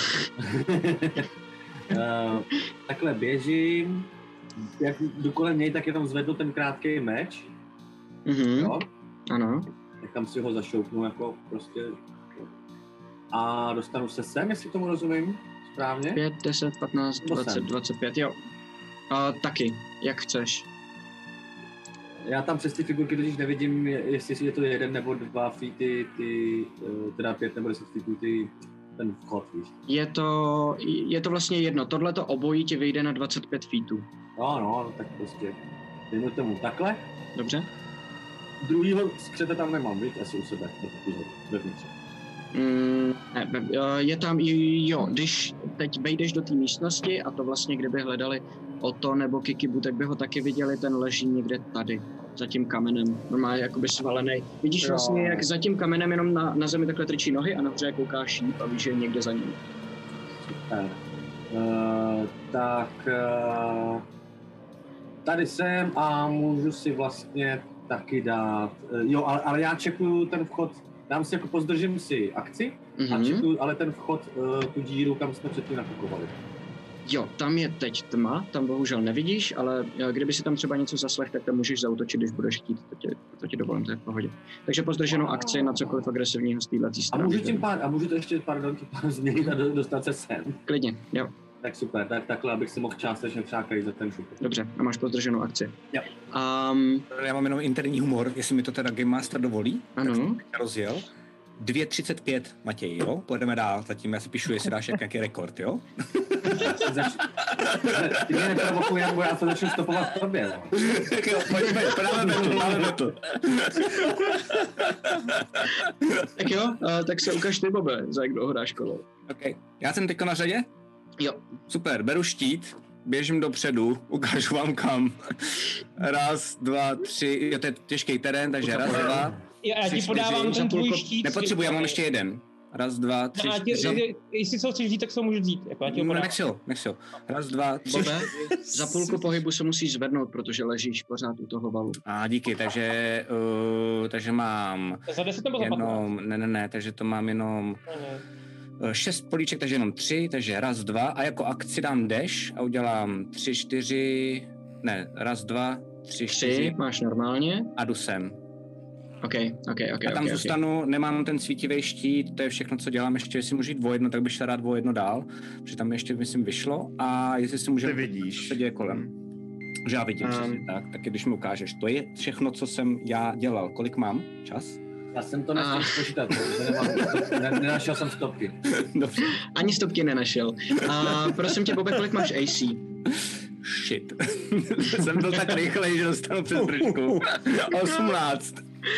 Speaker 5: Takhle běžím, jak jdu kolem něj, tak je tam zvednu ten krátký meč. Jo?
Speaker 4: Ano.
Speaker 5: Tak tam si ho zašoupnu jako prostě. A dostanu se sem, jestli tomu rozumím správně.
Speaker 4: 5, 10, 15, 20, 25, jo. Taky, jak chceš.
Speaker 5: Já tam přes ty figurky totiž nevidím, jestli je to 1 nebo 2 feety, teda 5 nebo 10 feetů, ten vchod, víš.
Speaker 4: Je to vlastně jedno, tohleto obojí ti vyjde na 25 feetů.
Speaker 5: No, tak prostě dejme tomu takhle.
Speaker 4: Dobře.
Speaker 5: Druhýho skřete tam nemám, víš, asi u sebe, vevnitř.
Speaker 4: Je tam, jo, když teď vejdeš do té místnosti a to vlastně, kdyby hledali Otto nebo Kikibu, tak by ho taky viděli, ten leží někde tady, za tím kamenem, normálně jakoby svalený. Vidíš vlastně, jak za tím kamenem jenom na zemi takhle trčí nohy a nahoře kouká šíp a víš, že je někde za ním.
Speaker 5: Super. Tady jsem a můžu si vlastně taky dát, ale já čekuju ten vchod, dám si jako pozdržím si akci a čekuju, ale ten vchod, tu díru, kam jsme předtím nakukovali.
Speaker 4: Jo, tam je teď tma, tam bohužel nevidíš, ale kdyby si tam třeba něco zaslech, tak tam můžeš zaútočit, když budeš chtít, to ti dovolím, to je v pohodě. Takže po zdrženou akci na cokoliv agresivního z této strany.
Speaker 5: A můžu to ještě pár změnit a dostat se sem?
Speaker 4: Klidně, jo.
Speaker 5: Tak super, takhle, abych si mohl částečně třeba krýt za ten šup.
Speaker 4: Dobře, a máš pozdrženou akci.
Speaker 5: Jo.
Speaker 2: Já mám jenom interní humor, jestli mi to teda Game Master dovolí.
Speaker 4: Ano.
Speaker 2: Tak jsem rozjel. 2.35, Matěj, jo? Pojedeme dál, zatím já si píšu, jestli dáš nějaký rekord, jo?
Speaker 5: Ty mě neprovokuji, nebo já se začnu stopovat v tobě.
Speaker 2: Tak jo, pojďme, dáme battle.
Speaker 4: Tak jo, tak se ukaž ty, Bobe, za jak dlouho dáš kolo.
Speaker 2: OK, já jsem teďko na řadě?
Speaker 4: Jo.
Speaker 2: Super, beru štít, běžím dopředu, ukážu vám kam. 1, 2, 3, jo, to je těžký terén, takže 1, 2,
Speaker 3: já ti podávám ten tvůj štít.
Speaker 2: Nepotřebuji, já mám ještě jeden. 1, 2, 3, 4.
Speaker 3: Jestli se ho chceš vzít, tak se ho můžu vzít. Jako já ti ho podávám.
Speaker 2: Nechci ho. 1, 2, 3.
Speaker 4: Bobe, za půlku pohybu se musíš zvednout, protože ležíš pořád u toho valu.
Speaker 2: Díky, takže mám...
Speaker 3: Za 10 nebo za 15?
Speaker 2: Ne, takže to mám jenom... 6 políček, takže jenom 3, takže 1, 2 a jako akci dám dash a udělám 3, 4, ne, 1, 2, 3, 4.
Speaker 4: Máš normálně.
Speaker 2: A jdu sem.
Speaker 4: OK.
Speaker 2: A tam zůstanu, nemám ten svítivý štít, to je všechno, co dělám, ještě jestli můžu jít o jedno, tak bych šel rád o jedno dál, protože tam ještě, myslím, vyšlo a jestli si můžeme...
Speaker 6: Ty vidíš.
Speaker 2: Co se děje kolem. Že já vidím přesně tak když mi ukážeš. To je všechno, co jsem já dělal. Kolik mám? Čas?
Speaker 5: Já jsem to nestihl spočítat, nenašel jsem stopky.
Speaker 2: Dobře.
Speaker 4: Ani stopky nenašel. Prosím tě, Bobe, kolik máš AC?
Speaker 2: Shit. Jsem byl tak rychlej, že dostanu přes držku. 18.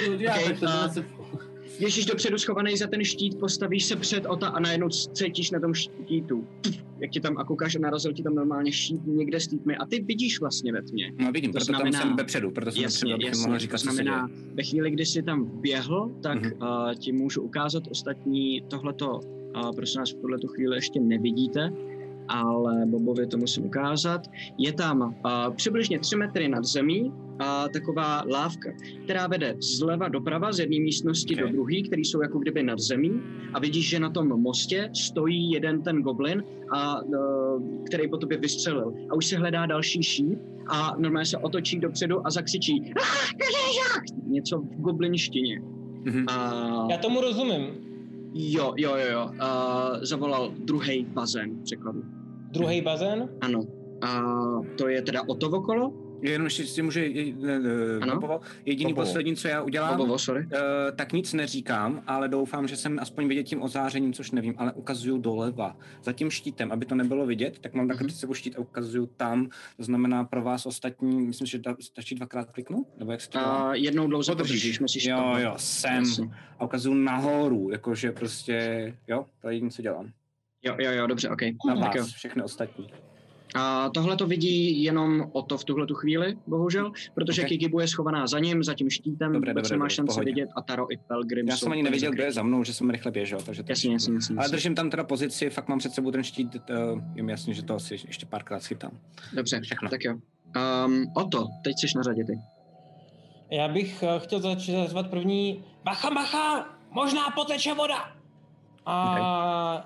Speaker 4: Běžíš dopředu schovaný za ten štít, postavíš se před Ota a najednou cítíš na tom štítu. Jak ti tam a koukáš a narazil ti tam normálně štít někde s tými a ty vidíš vlastně ve tmě.
Speaker 2: No vidím, proto tam jsem vepředu, proto jsem
Speaker 4: jasně,
Speaker 2: mohl říkat,
Speaker 4: to znamená, ve chvíli, kdy jsi tam běhl, tak ti můžu ukázat ostatní tohleto, prosím nás v tuhletu chvíli ještě nevidíte, ale Bobovi to musím ukázat. Je tam přibližně 3 metry nad zemí taková lávka, která vede zleva doprava z jedné místnosti do druhé, které jsou jako kdyby nad zemí a vidíš, že na tom mostě stojí jeden ten goblin, který po tobě vystřelil a už se hledá další šíp a normálně se otočí dopředu a zakřičí něco v goblinštině.
Speaker 3: Já tomu rozumím.
Speaker 4: Jo. Zavolal druhý bazén v překladu.
Speaker 3: Druhý bazén?
Speaker 4: Ano. To je teda o to okolo?
Speaker 2: Jenom ještě si můžu jediný poslední, co já udělám, tak nic neříkám, ale doufám, že jsem aspoň vidět tím ozářením, což nevím, ale ukazuju doleva. Za tím štítem, aby to nebylo vidět, tak mám takhle před sebou štít a ukazuju tam. To znamená pro vás ostatní, myslím, že stačí 2krát kliknout? Nebo jak se to dělá?
Speaker 4: Jednou dlouze podržíš, myslíš to?
Speaker 2: Jo, jsem. A ukazuju nahoru, jakože prostě, jo, to je jediné, co dělám.
Speaker 4: Jo, dobře, OK.
Speaker 2: Na vás, všechny ostatní.
Speaker 4: A tohle to vidí jenom Otto v tuhletu chvíli, bohužel, protože Kikibu je schovaná za ním, za tím štítem, vůbec nemá šanci vidět a Taro i Pelgrim.
Speaker 2: Já jsem ani nevěděl, kdo je za mnou, že jsem rychle běžel, takže to
Speaker 4: jasně.
Speaker 2: Ale držím tam teda pozici, fakt mám před sebou ten štít, je mi jasný, že to asi ještě párkrát schytám.
Speaker 4: Dobře,
Speaker 2: všechno.
Speaker 4: Tak jo. Oto, teď jsi na řadě ty.
Speaker 3: Já bych chtěl začít zazvat první. Bacha, možná poteče voda. A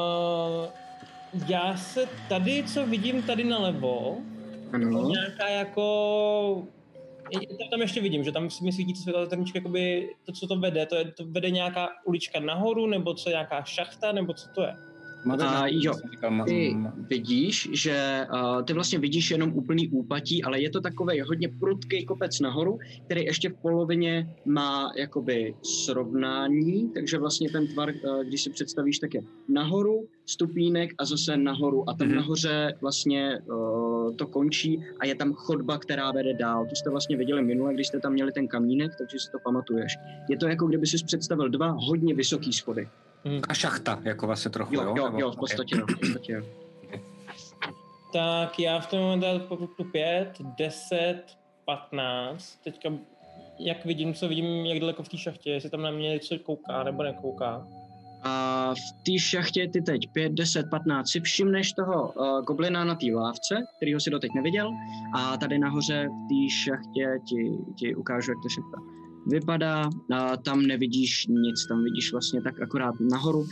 Speaker 3: já se tady, co vidím tady nalevo, nějaká jako... Tam ještě vidím, že tam si mi svítí světla trničky, jakoby to, co to vede, to vede nějaká ulička nahoru, nebo co je nějaká šachta, nebo co to je?
Speaker 4: Jo, ty vidíš, že ty vlastně vidíš jenom úplný úpatí, ale je to takovej hodně prudký kopec nahoru, který ještě v polovině má jakoby srovnání, takže vlastně ten tvar, když si představíš, tak je nahoru, stupínek a zase nahoru a tam nahoře vlastně to končí a je tam chodba, která vede dál. To jste vlastně viděli minule, když jste tam měli ten kamínek, takže si to pamatuješ. Je to jako kdyby si představil 2 hodně vysoký schody.
Speaker 2: A šachta, jako vlastně trochu,
Speaker 4: jo? V podstatě jo.
Speaker 3: Tak já v tom momentu popuknu 5, 10, 15. Teďka, jak vidím, jak daleko v té šachtě, jestli tam na mě něco kouká nebo nekouká.
Speaker 4: A v té šachtě ty teď 5, 10, 15 si všimneš toho goblina na té lávce, kterýho si doteď neviděl, a tady nahoře v té šachtě ti ukážu, jak ta šachta vypadá, tam nevidíš nic, tam vidíš vlastně tak akorát nahoru,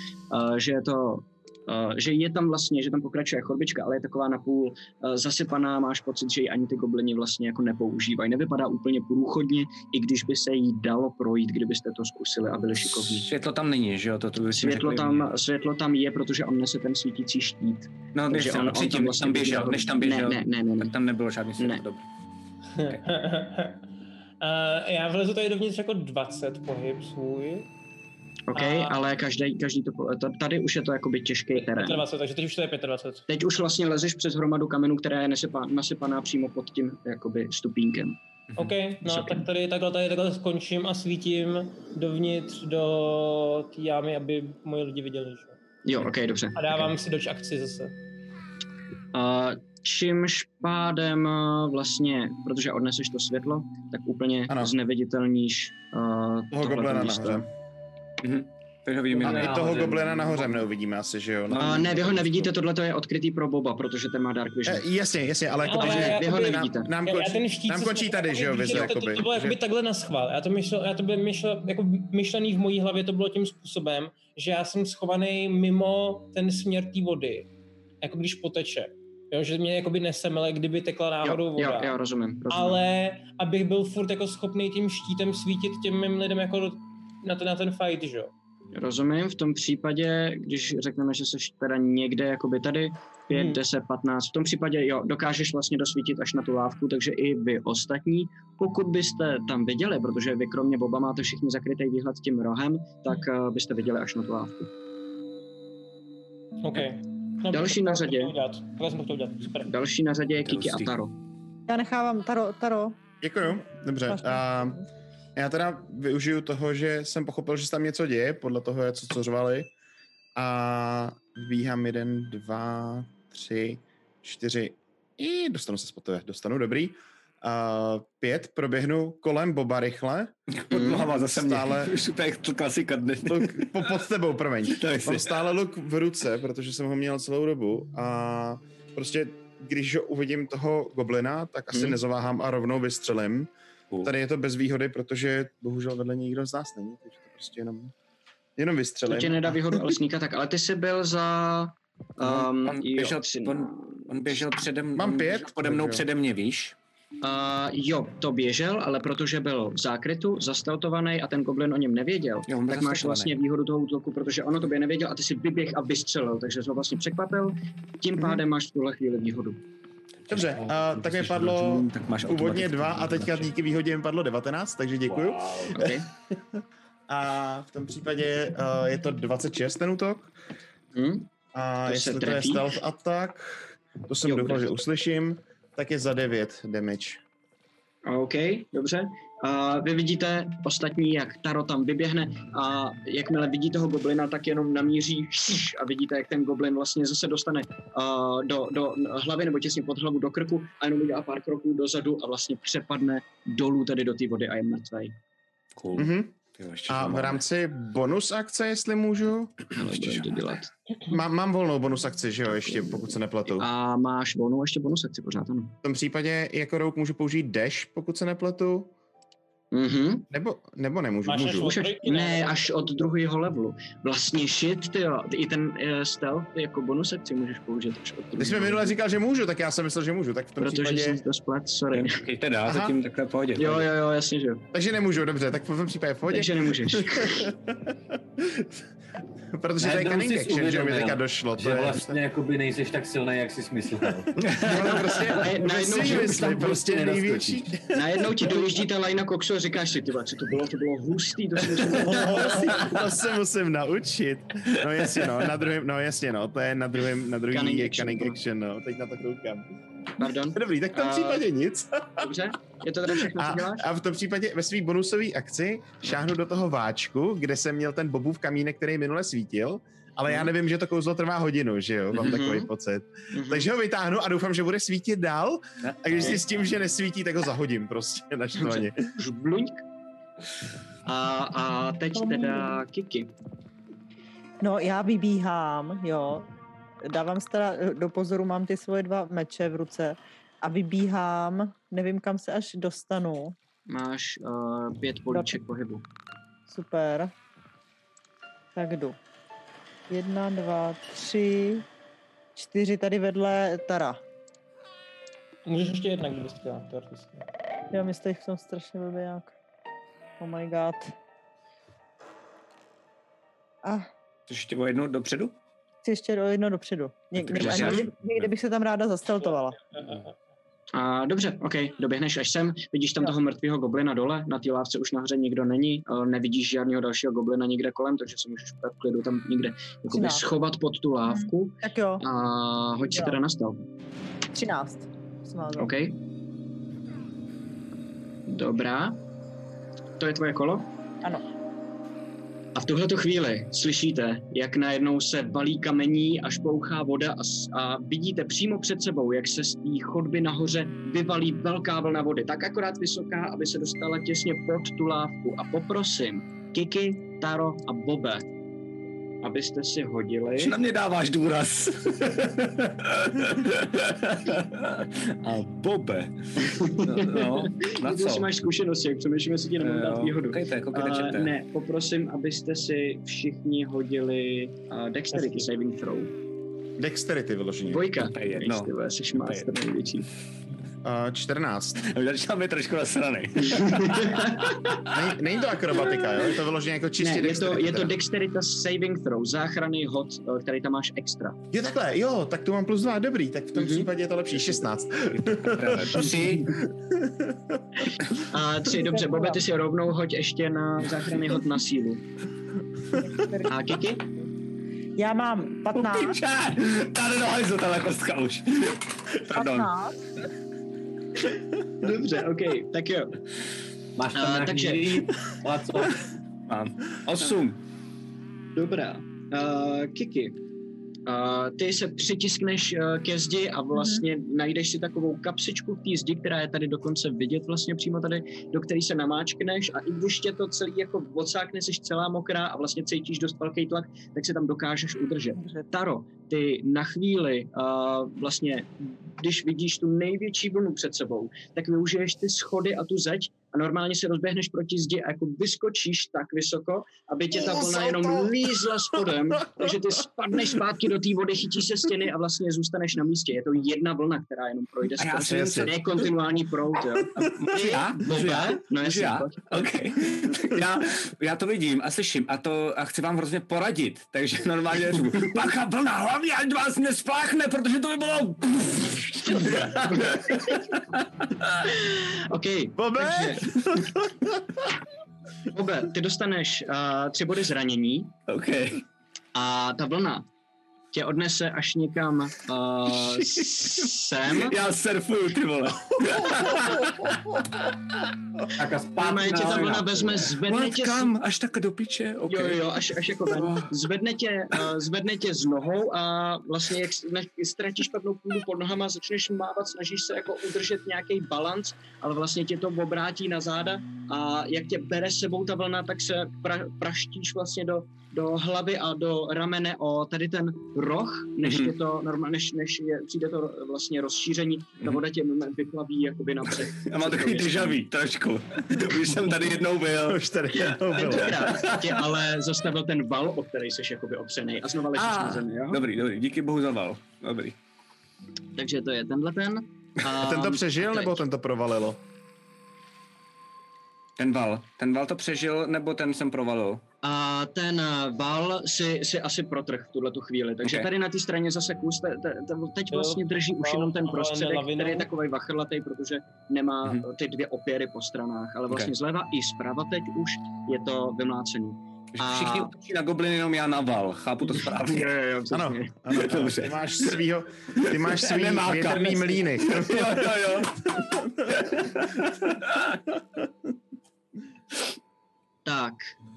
Speaker 4: že je tam vlastně, že tam pokračuje chodbička, ale je taková napůl zasypaná, máš pocit, že ji ani ty goblini vlastně jako nepoužívají. Nevypadá úplně průchodně, i když by se jí dalo projít, kdybyste to zkusili a byli šikovní.
Speaker 2: Světlo tam není, že jo?
Speaker 4: Světlo tam je, protože on nese ten svítící štít.
Speaker 2: No, než tam běžel.
Speaker 4: Ne.
Speaker 2: Tak tam nebylo žádný světlo, dobrý.
Speaker 3: Okay. Já vlezu tady dovnitř jako 20 pohyb svůj.
Speaker 4: OK, ale každý to, tady už je to jakoby těžký terén.
Speaker 3: 25, takže teď už to je 25.
Speaker 4: Teď už vlastně lezeš přes hromadu kamenů, která je nasypaná přímo pod tím jakoby stupínkem.
Speaker 3: OK, no tak tady takhle skončím a svítím dovnitř do té jámy, aby moji lidi viděli. Že?
Speaker 4: Jo, OK, dobře.
Speaker 3: A dávám si doč akci zase.
Speaker 4: Čímž pádem vlastně, protože odneseš to světlo, tak úplně zneviditelníš
Speaker 6: toho goblina nahoře.
Speaker 2: I
Speaker 6: toho goblina nahoře neuvidíme asi, že jo?
Speaker 4: Ne, vy ho nevidíte, tohle je odkrytý pro Boba, protože ten má Dark Vision.
Speaker 6: Jasně, ale
Speaker 4: vy ho nevidíte.
Speaker 6: Nám končí tady, že jo, vize, jakoby.
Speaker 3: To bylo jakoby takhle naschvál. Já to bylo jako myšlený v mojí hlavě, to bylo tím způsobem, že já jsem schovaný mimo ten směr té vody, jako když poteče. Jo, že mě jakoby nesemele, kdyby tekla náhodou voda.
Speaker 4: Jo, rozumím.
Speaker 3: Ale abych byl furt jako schopný tím štítem svítit těm mým lidem jako na ten fight, že jo?
Speaker 4: Rozumím, v tom případě, když řekneme, že jsi teda někde jakoby tady, 5, 10, 15, v tom případě jo, dokážeš vlastně dosvítit až na tu lávku, takže i vy ostatní, pokud byste tam viděli, protože vy kromě Boba máte všichni zakrytý výhled tím rohem, tak byste viděli až na tu lávku.
Speaker 3: OK.
Speaker 4: No, další na řadě.
Speaker 3: Další
Speaker 4: na řadě je Kiki a Taro.
Speaker 7: Já nechávám Taro.
Speaker 6: Děkuju, dobře. Já teda využiju toho, že jsem pochopil, že se tam něco děje, podle toho, co řvali. A vbíhám 1, 2, 3, 4. Dostanu se spotové. Dobrý. 5, proběhnu kolem Boba rychle.
Speaker 2: Hlava zase stále. To je klasika dnes.
Speaker 6: Pod tebou, promiň. Mám stále luk v ruce, protože jsem ho měl celou dobu. A prostě, když ho uvidím toho goblina, tak asi nezaváhám a rovnou vystřelím. Tady je to bez výhody, protože bohužel vedle nikdo z nás není, takže to prostě jenom vystřelím.
Speaker 4: To tě nedá výhodu, ale sníka tak. Ale ty jsi byl za...
Speaker 2: On běžel předem...
Speaker 6: Mám 5.
Speaker 2: Pode mnou přede mě, víš?
Speaker 4: Jo, to běžel, ale protože byl v zákrytu, zasteltovaný a ten goblin o něm nevěděl, tak máš vlastně výhodu toho útoku, protože ono tobě nevěděl a ty si vyběh a vystřelil, takže jsi ho vlastně překvapil, tím pádem máš v tuhle chvíli výhodu.
Speaker 6: Dobře, tak mi padlo původně 2 a teďka díky výhodě mi padlo 19, takže děkuju. Wow.
Speaker 4: Okay.
Speaker 6: A v tom případě je to 26 ten útok. A
Speaker 4: to
Speaker 6: jestli to je stealth attack, to jsem doufal, že uslyším, tak je za 9 damage.
Speaker 4: OK, dobře. Vy vidíte ostatní, jak Taro tam vyběhne a jakmile vidí toho goblina, tak jenom namíří a vidíte, jak ten goblin vlastně zase dostane do hlavy nebo těsně pod hlavu do krku a jenom udělá pár kroků dozadu a vlastně přepadne dolů tady do té vody a je mrtvej.
Speaker 2: Cool.
Speaker 6: A v rámci bonus akce, jestli můžu?
Speaker 4: Ještě to dělat.
Speaker 6: Mám volnou bonus akci, že jo, ještě, pokud se nepletu.
Speaker 4: A máš volnou ještě bonus akci pořád, ano.
Speaker 6: V tom případě jako rouk můžu použít dash, pokud se nepletu.
Speaker 4: Mhm.
Speaker 6: Nebo nemůžu?
Speaker 3: Máš
Speaker 6: Můžu.
Speaker 4: Ne, až od druhého levelu. Vlastně shit, tyjo, i ten stealth jako bonus akci můžeš použít až od druhého.
Speaker 6: Když jsme minule říkal, že můžu, tak já jsem myslel, že můžu, tak v tom
Speaker 4: Protože
Speaker 6: případě...
Speaker 4: jsi to splet, sorry.
Speaker 2: Kejte dál, zatím takhle v pohodě.
Speaker 4: Jo, jasně, že jo.
Speaker 6: Takže nemůžu, dobře, tak v tom případě v pohodě.
Speaker 4: Takže nemůžeš.
Speaker 6: Protože to je cunning action, že mi teďka došlo.
Speaker 5: Že vlastně jakoby nejseš tak silný, jak jsi myslel.
Speaker 6: No, prostě největší.
Speaker 4: Najednou ti dojíždí ta lajna koksu a říkáš si, tyba, co to bylo hustý,
Speaker 6: To se musím naučit. No jasně, to je na druhý cunning action, no, teď na to koukám.
Speaker 4: Pardon?
Speaker 6: Dobrý, tak v tom případě nic.
Speaker 4: Dobře, je to teda všechno, co děláš?
Speaker 6: A v tom případě ve svý bonusové akci šáhnu do toho váčku, kde jsem měl ten bobův kamínek, který minule svítil, ale já nevím, že to kouzlo trvá hodinu, že jo, mám takový pocit. Takže ho vytáhnu a doufám, že bude svítit dál a když si s tím, že nesvítí, tak ho zahodím prostě na štvaně.
Speaker 4: Žbluňk. A teď teda Kiki.
Speaker 7: No, já vybíhám, jo. Dávám se teda do pozoru, mám ty svoje 2 meče v ruce a vybíhám, nevím, kam se až dostanu.
Speaker 4: Máš 5 políček pohybu.
Speaker 7: Super. Tak jdu. 1, 2, 3, 4 tady vedle Tara.
Speaker 3: Můžeš ještě jednak, kdybys chtěla, teoreticky.
Speaker 7: Já myslím, že jsem strašně blběják. Oh my god.
Speaker 2: Chceš ještě o jednu dopředu?
Speaker 7: Chci ještě jedno dopředu. Někde bych se tam ráda zasteltovala.
Speaker 4: Dobře, ok, doběhneš až sem, vidíš tam toho mrtvého goblina dole, na té lávce už nahoře nikdo není, nevidíš žádného dalšího goblina nikde kolem, takže se můžeš v klidu tam někde schovat pod tu lávku.
Speaker 7: Tak jo.
Speaker 4: A hoď si teda na stealth.
Speaker 7: 13.
Speaker 4: Ok. Dobrá. To je tvoje kolo?
Speaker 7: Ano.
Speaker 4: A v tuhleto chvíli slyšíte, jak najednou se valí kamení a šplouchá voda a vidíte přímo před sebou, jak se z té chodby nahoře vyvalí velká vlna vody. Tak akorát vysoká, aby se dostala těsně pod tu lávku. A poprosím Kiki, Taro a Bobe, abyste si hodili...
Speaker 2: Že na mě dáváš důraz. A Bobe. No, na co?
Speaker 4: Si máš zkušenosti, jak přemýšlím, jestli ti nemám dát výhodu.
Speaker 2: Ne,
Speaker 4: poprosím, abyste si všichni hodili Dexterity saving throw.
Speaker 6: Dexterity vyloženě.
Speaker 4: 2. Jsi master největší.
Speaker 6: 14.
Speaker 2: Začal mi trošku nasranej.
Speaker 6: Není to akrobatika, jo? Je to vyloženě jako čistě dexterity.
Speaker 4: Je to dexterity saving throw, záchranný hod, který tam máš extra.
Speaker 6: Jo, takhle, jo, tak tu mám +2, dobrý, tak v tom případě je to lepší, 16.
Speaker 2: 3.
Speaker 4: 3, dobře, Bobe, ty si rovnou hoď ještě na záchranný hod na sílu. A Kiki?
Speaker 7: Já mám 15.
Speaker 2: Tady dohajzu tahle kostka už. Pardon.
Speaker 7: 15.
Speaker 4: Dobře, ok, tak jo.
Speaker 5: Máš tam nějaký co?
Speaker 2: Mám 8.
Speaker 4: Dobrá. Kiki, ty se přitiskneš ke zdi a vlastně najdeš si takovou kapsičku v té zdi, která je tady dokonce vidět vlastně přímo tady, do které se namáčkneš a i když tě to celý jako odsákne, jsi celá mokrá a vlastně cítíš dost velký tlak, tak se tam dokážeš udržet. Taro, ty na chvíli vlastně, když vidíš tu největší vlnu před sebou, tak využiješ ty schody a tu zeď a normálně se rozběhneš proti zdi a jako vyskočíš tak vysoko, aby tě ta vlna jenom lízla spodem, takže ty spadneš zpátky do té vody, chytíš se stěny a vlastně zůstaneš na místě. Je to jedna vlna, která jenom projde spodem. Ne kontinuální proud, jo.
Speaker 2: Můžu já?
Speaker 4: No
Speaker 2: jasně. Okay. Já to vidím a slyším a chci vám hrozně poradit, takže normálně řeknu, bacha vlna, hlavně ať vás nespláchne, protože to by bylo...
Speaker 4: OK.
Speaker 6: Bobe!
Speaker 4: Bobe, ty dostaneš 3 body zranění.
Speaker 2: OK.
Speaker 4: A ta vlna tě odnese až někam sem.
Speaker 2: Já surfuju, ty vole.
Speaker 5: Tak a zpátky
Speaker 4: tě ta vlna vezme, zvedne tě...
Speaker 2: Kam? Až tak do piče? Okay.
Speaker 4: Jo, až jako ven. Zvedne tě z nohou a vlastně jak ztratíš pevnou půdu pod nohama, začneš mávat, snažíš se jako udržet nějaký balanc, ale vlastně tě to obrátí na záda a jak tě bere sebou ta vlna, tak se praštíš vlastně do hlavy a do ramene o tady ten roh, než je to normálně, přijde to vlastně rozšíření, ta voda tě vyplaví jakoby na břeh.
Speaker 2: Já mám takový dežaví, trošku. Už jsem tady jednou byl.
Speaker 6: Už tady jednou byl.
Speaker 4: Tentokrát tě ale zastavil ten val, o který jsi jakoby opřenej a znova ležíš na zemi, jo?
Speaker 2: Dobrý, díky bohu za val. Dobrý.
Speaker 4: Takže to je tenhle ten.
Speaker 6: A ten to přežil, nebo ten to provalilo?
Speaker 2: Ten val to přežil, nebo ten jsem provalil?
Speaker 4: A ten val si asi protrh v tuhletu chvíli, takže tady na té straně zase kus, teď vlastně drží už jenom ten prostředek, který je takovej vachrlatej, protože nemá ty dvě opěry po stranách, ale vlastně zleva i zprava teď už je to vymlácený.
Speaker 2: Všichni útočí na gobliny, jenom já na val, chápu to správně.
Speaker 4: Jo,
Speaker 6: ano. Ty máš svý větrný mlýny.
Speaker 2: Jo.
Speaker 4: Tak.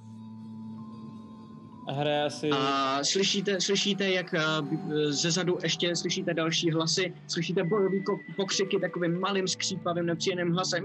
Speaker 4: A slyšíte, jak zezadu ještě slyšíte další hlasy, slyšíte bojový pokřiky takovým malým skřípavým nepříjemným hlasem.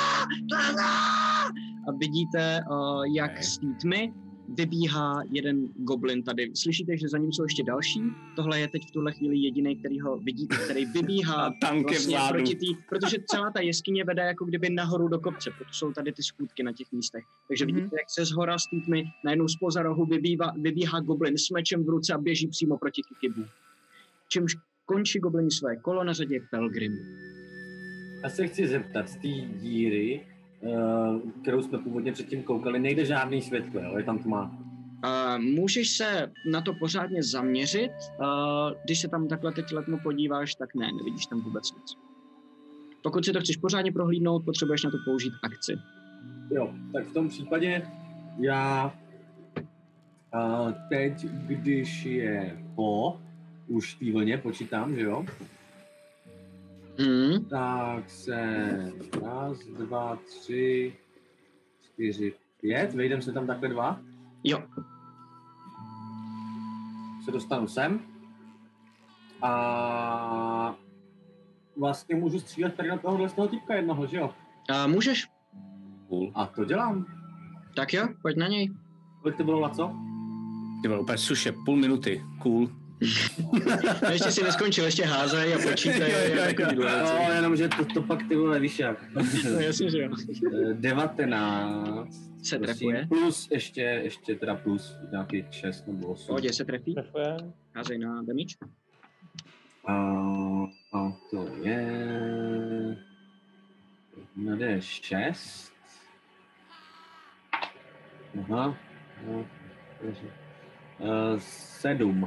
Speaker 4: A vidíte, jak z té tmy vybíhá jeden goblin tady. Slyšíte, že za ním jsou ještě další? Tohle je teď v tuhle chvíli jediný, který ho vidíte, který vybíhá vlastně proti tý, protože celá ta jeskyně vede jako kdyby nahoru do kopce, protože jsou tady ty skutky na těch místech. Takže vidíte, jak se zhora z té tmy najednou zpoza rohu vybíhá goblin s mečem v ruce a běží přímo proti Kikibu. Čímž končí goblin své kolo, na řadě Pelgrim.
Speaker 5: Já se chci zeptat, z té díry, kterou jsme původně předtím koukali, nejde žádný světlo, jo? Je tam tma.
Speaker 4: Můžeš se na to pořádně zaměřit, když se tam takhle teď letmo podíváš, tak nevidíš tam vůbec nic. Pokud si to chceš pořádně prohlídnout, potřebuješ na to použít akci.
Speaker 5: Jo, tak v tom případě já teď, když je po už té vlně, počítám, že jo? Tak se 1, 2, 3, 4, 5, vejdem se tam takhle 2?
Speaker 4: Jo.
Speaker 5: Se dostanu sem a vlastně můžu střílet tady na tohohle z toho typka jednoho, že jo?
Speaker 4: Můžeš.
Speaker 2: Cool.
Speaker 5: A to dělám.
Speaker 4: Tak jo, pojď na něj.
Speaker 5: Kolik to bylo, Laco?
Speaker 2: Ty bylo úplně suše, půl minuty, cool.
Speaker 4: Ještě si neskončil, ještě házej a počítaj.
Speaker 5: No, jenom, že to pak ty vole, víš jak.
Speaker 4: No, jasně, že jo.
Speaker 5: 19.
Speaker 4: Se trefuje.
Speaker 5: Plus ještě teda plus nějaký 6 nebo 8.
Speaker 4: Pohodě, se trefí. Házej na damage.
Speaker 5: A to je... Na D6. Aha. 7.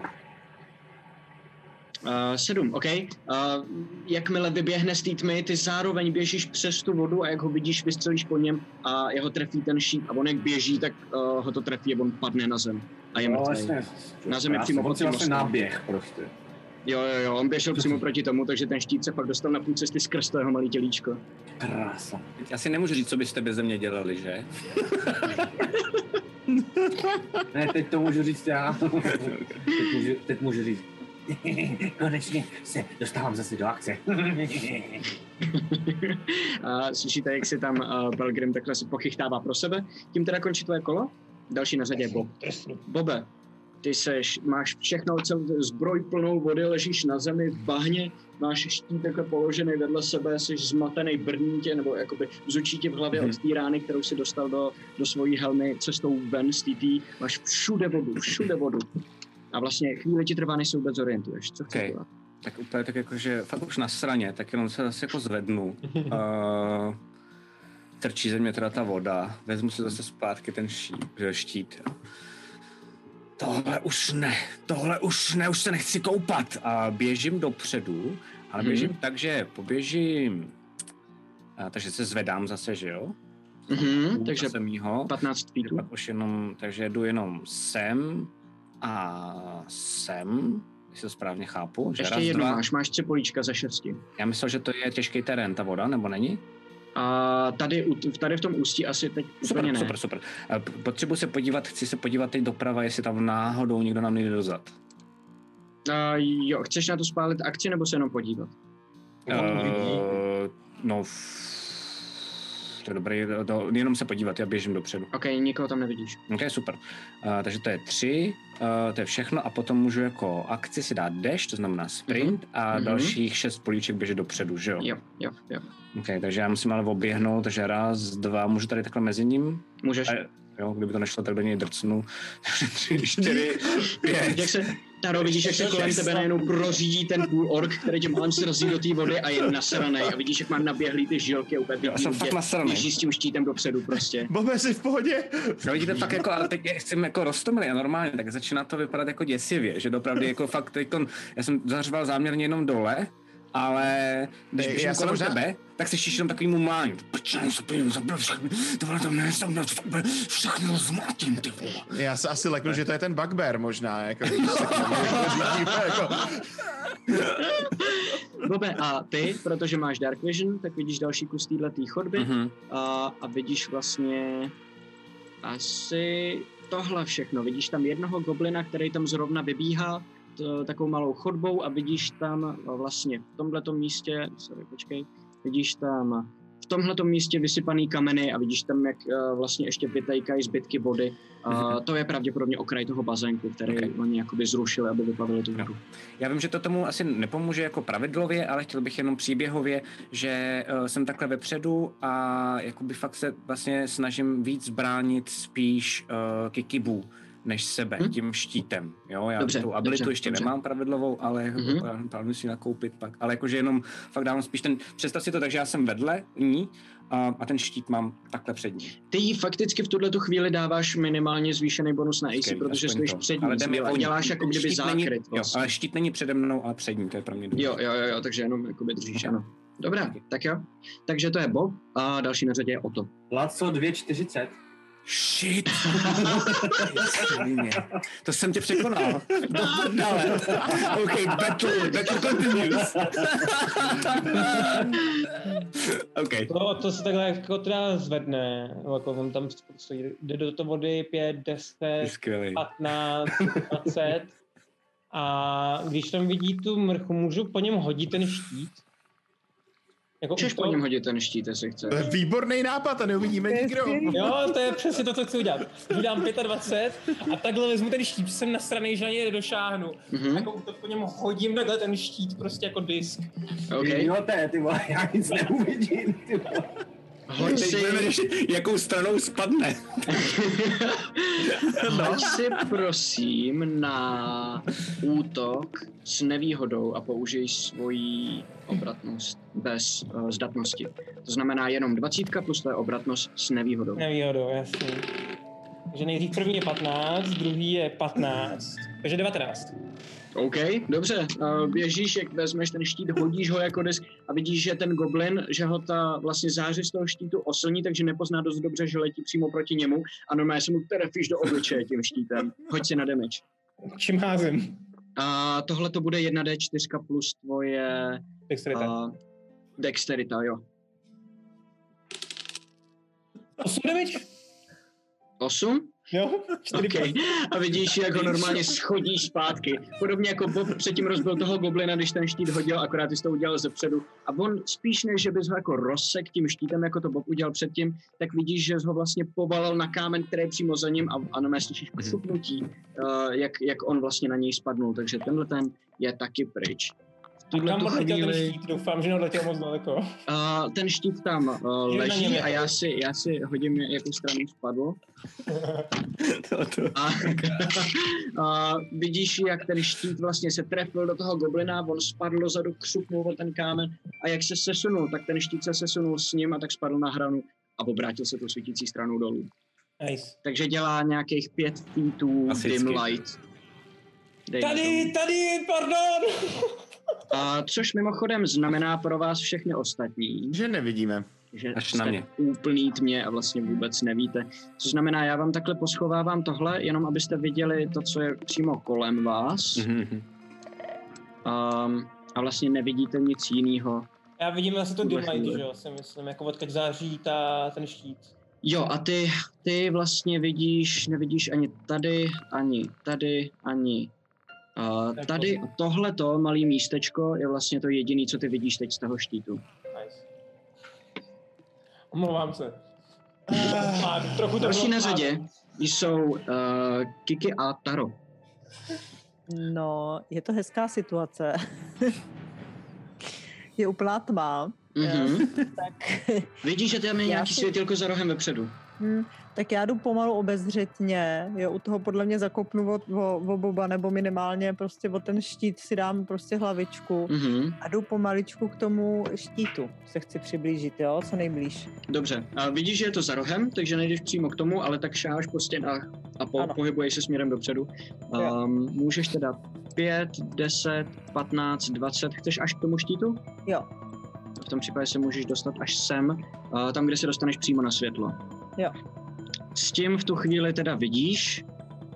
Speaker 4: 7, OK. Jakmile vyběhne z té tmy, ty zároveň běžíš přes tu vodu a jak ho vidíš, vystřelíš po něm a jeho trefí ten šíp a on jak běží, tak ho to trefí a on padne na zem. A je mrtvý. Na zemi přímo pod tím mostem.
Speaker 5: Náběh prostě.
Speaker 4: Jo, on běžel přímo proti tomu, takže ten štít se pak dostal na půl cesty skrz to jeho malý tělíčko.
Speaker 5: Krása.
Speaker 2: Já si nemůžu říct, co byste bez země dělali, že?
Speaker 5: Ne, teď to můžu říct já. Teď můžu říct. Konečně se dostávám zase do akce.
Speaker 4: A slyšíte, jak si tam Pelgrim takhle si pochychtává pro sebe. Tím teda končí tvoje kolo. Další na řadě je Bob. Bobe, ty máš všechno, celou zbroj plnou vody, ležíš na zemi v bahně, máš štít takhle položený vedle sebe, jsi zmatený brnítě, nebo jakoby zučí ti v hlavě od té rány, kterou si dostal do svojí helmy cestou ven z TT. Máš všude vodu. A vlastně chvíli ti trvá, než se vůbec zorientuješ. Co chceš dělat?
Speaker 2: Tak úplně tak jakože fakt už na straně, tak jenom se zase jako zvednu. Trčí ze mě teda ta voda, vezmu si zase zpátky ten štít. Tohle už ne, už se nechci koupat. A běžím dopředu, ale běžím tak, že poběžím, takže se zvedám zase, že jo?
Speaker 4: Takže 15 feetů.
Speaker 2: Pak už jenom, takže jdu jenom sem a sem, jestli to správně chápu. Že
Speaker 4: ještě jedno máš 3 políčka za 6.
Speaker 2: Já myslel, že to je těžký terén, ta voda, nebo není?
Speaker 4: A tady v tom ústí asi teď úplně ne.
Speaker 2: Super. Chci se podívat teď doprava, jestli tam náhodou někdo nám nejde dozad.
Speaker 4: Jo, chceš na to spálit akci, nebo se jenom podívat?
Speaker 2: to je dobré, jenom se podívat, já běžím dopředu.
Speaker 4: OK, nikoho tam nevidíš.
Speaker 2: OK, super. Takže to je 3, to je všechno a potom můžu jako akci si dát dash, to znamená sprint a dalších 6 políček běžet dopředu, že jo?
Speaker 4: Jo.
Speaker 2: OK, takže já musím ale oběhnout, takže 1, 2, můžu tady takhle mezi ním?
Speaker 4: Můžeš.
Speaker 2: Jo, kdyby to nešlo, tak do něj drcnu. 3, 4, 5.
Speaker 4: Jak se, Taro, vidíš, jak se kolem tebe najednou prořídí ten půl ork, který tě málem srazí do té vody a je nasranej. A vidíš, jak má naběhlý ty žilky a úplně běží s tím štítem dopředu prostě.
Speaker 6: Bobe, jsi v pohodě?
Speaker 2: No vidíte, fakt jako, ale teď jsem jako roztomilý a normálně, tak začíná to vypadat jako děsivě, že opravdu jako fakt teďkon, já jsem zařval záměrně jenom dole, ale když běžím kolem tebe, tak se šíš jenom takovýmu mlání. Všechno zmátím, ty vole.
Speaker 6: Já se asi leknu, že to je ten bugbear možná, jako
Speaker 4: Bobe, a ty, protože máš Dark Vision, tak vidíš další kus téhletý chodby a vidíš vlastně asi tohle všechno. Vidíš tam jednoho goblina, který tam zrovna vybíhá takovou malou chodbou a vidíš tam vlastně v tomhletom místě, vidíš tam v tomhletom místě vysypaný kameny a vidíš tam, jak vlastně ještě vytejkají zbytky vody. To je pravděpodobně okraj toho bazénku, který oni jakoby zrušili, aby vyplavili tu vodu.
Speaker 2: Já vím, že to tomu asi nepomůže jako pravidlově, ale chtěl bych jenom příběhově, že jsem takhle vepředu a jakoby fakt se vlastně snažím víc bránit spíš Kikibu než sebe tím štítem. Jo, já tu abilitu ještě nemám pravidlovou, ale právě si nakoupit pak. Ale jakože jenom fakt dávám spíš ten, představ si to tak, že já jsem vedle ní a ten štít mám takhle před ní.
Speaker 4: Ty jí fakticky v tuhletu chvíli dáváš minimálně zvýšený bonus na AC, protože stojíš před ní. Ale děláš jako kdyby zákryt.
Speaker 2: Vlastně. Jo, ale štít není přede mnou, ale před ní, to je pro mě důležité.
Speaker 4: Jo, takže jenom jakoby držíš, ano. Dobrá, tak jo. Takže to je Bob a další na řadě je Otto.
Speaker 5: Laco 2,40.
Speaker 2: Shit. To jsem tě překonal. Dále. OK, battle continues. OK.
Speaker 3: To se takhle jako teda zvedne, jako on tam jde do toho vody 5, 10, 15, 20 a když tam vidí tu mrchu, můžu po něm hodit ten štít?
Speaker 4: Jako můžeš po něm hodit ten štít, jestli chceš.
Speaker 6: To je výborný nápad a neuvidíme nikdo.
Speaker 3: Jo, to je přesně to, co chci udělat. Vydám 25 a takhle vezmu ten štít, jsem nasranej, že na něj nedošáhnu. Jako to po něm hodím takhle ten štít prostě jako disk.
Speaker 4: Okay.
Speaker 5: Jo, ty vole, já nic neuvidím, ty vole.
Speaker 4: Hoď si,
Speaker 2: jakou stranou spadne.
Speaker 4: Hoď si prosím na útok s nevýhodou a použij svoji obratnost bez zdatnosti. To znamená jenom 20 plus tvoje obratnost s nevýhodou.
Speaker 3: Nevýhodou, jasně. Takže nejdřív první je 15, druhý je 15, takže 19.
Speaker 4: OK, dobře. Běžíš, jak vezmeš ten štít, hodíš ho jako disk a vidíš, že ten goblin, že ho ta vlastně záře z toho štítu oslní, takže nepozná dost dobře, že letí přímo proti němu a normálně se mu trefíš do obličeje tím štítem. Hoď si na damage.
Speaker 3: Čím házím?
Speaker 4: A tohle to bude 1d4 plus tvoje...
Speaker 3: Dexterita.
Speaker 4: Dexterita, jo.
Speaker 3: 8 damage?
Speaker 4: 8?
Speaker 3: Jo, 4.
Speaker 4: Okay. A vidíš, jak ho normálně schodíš zpátky. Podobně jako Bob předtím rozbil toho goblina, když ten štít hodil, akorát ty jsi to udělal zepředu. A on spíš než, že bys ho jako rozsek tím štítem, jako to Bob udělal předtím, tak vidíš, že jsi ho vlastně povalil na kámen, který je přímo za ním a normálně slyšíš křupnutí, jak on vlastně na něj spadnul. Takže tenhle ten je taky pryč.
Speaker 3: Kam odletěl ten štít? Doufám, že neodletěl moc daleko.
Speaker 4: Ten štít tam leží a já si hodím, jakou stranu spadl. A vidíš, jak ten štít vlastně se trefil do toho goblina, on spadl dozadu, křupnul o ten kámen a jak se sesunul, tak ten štít se sesunul s ním a tak spadl na hranu a obrátil se tou svítící stranou dolů.
Speaker 3: Nice.
Speaker 4: Takže dělá nějakých 5 feetů dim light.
Speaker 3: Tady, pardon!
Speaker 4: Což mimochodem znamená pro vás všechny ostatní,
Speaker 6: že nevidíme.
Speaker 4: Že jste úplný tmě a vlastně vůbec nevíte. Což znamená, já vám takhle poschovávám tohle, jenom abyste viděli to, co je přímo kolem vás. A vlastně nevidíte nic jiného.
Speaker 3: Já vidím zase to dim light, že jo, si myslím, jako odkud září ten štít.
Speaker 4: Jo, a ty vlastně nevidíš ani tady, ani tady tohleto malý místečko je vlastně to jediné, co ty vidíš teď z toho štítu.
Speaker 3: Nice. Omlouvám se.
Speaker 4: Další na řadě jsou Kiki a Taro.
Speaker 7: No, je to hezká situace. Je úplná tma. Tak
Speaker 4: vidíš, že tam je nějaký světilko za rohem vepředu.
Speaker 7: Tak já jdu pomalu obezřetně, jo, u toho podle mě zakopnu o Boba, nebo minimálně prostě o ten štít si dám prostě hlavičku a jdu pomaličku k tomu štítu, se chci přiblížit, jo, co nejblíž.
Speaker 4: Dobře, a vidíš, že je to za rohem, takže nejdeš přímo k tomu, ale tak šáháš po stěnách a pohybuješ se směrem dopředu. Můžeš teda 5, 10, 15, 20, chceš až k tomu štítu?
Speaker 7: Jo.
Speaker 4: V tom případě se můžeš dostat až sem, tam, kde se dostaneš přímo na světlo.
Speaker 7: Jo.
Speaker 4: S tím v tu chvíli teda vidíš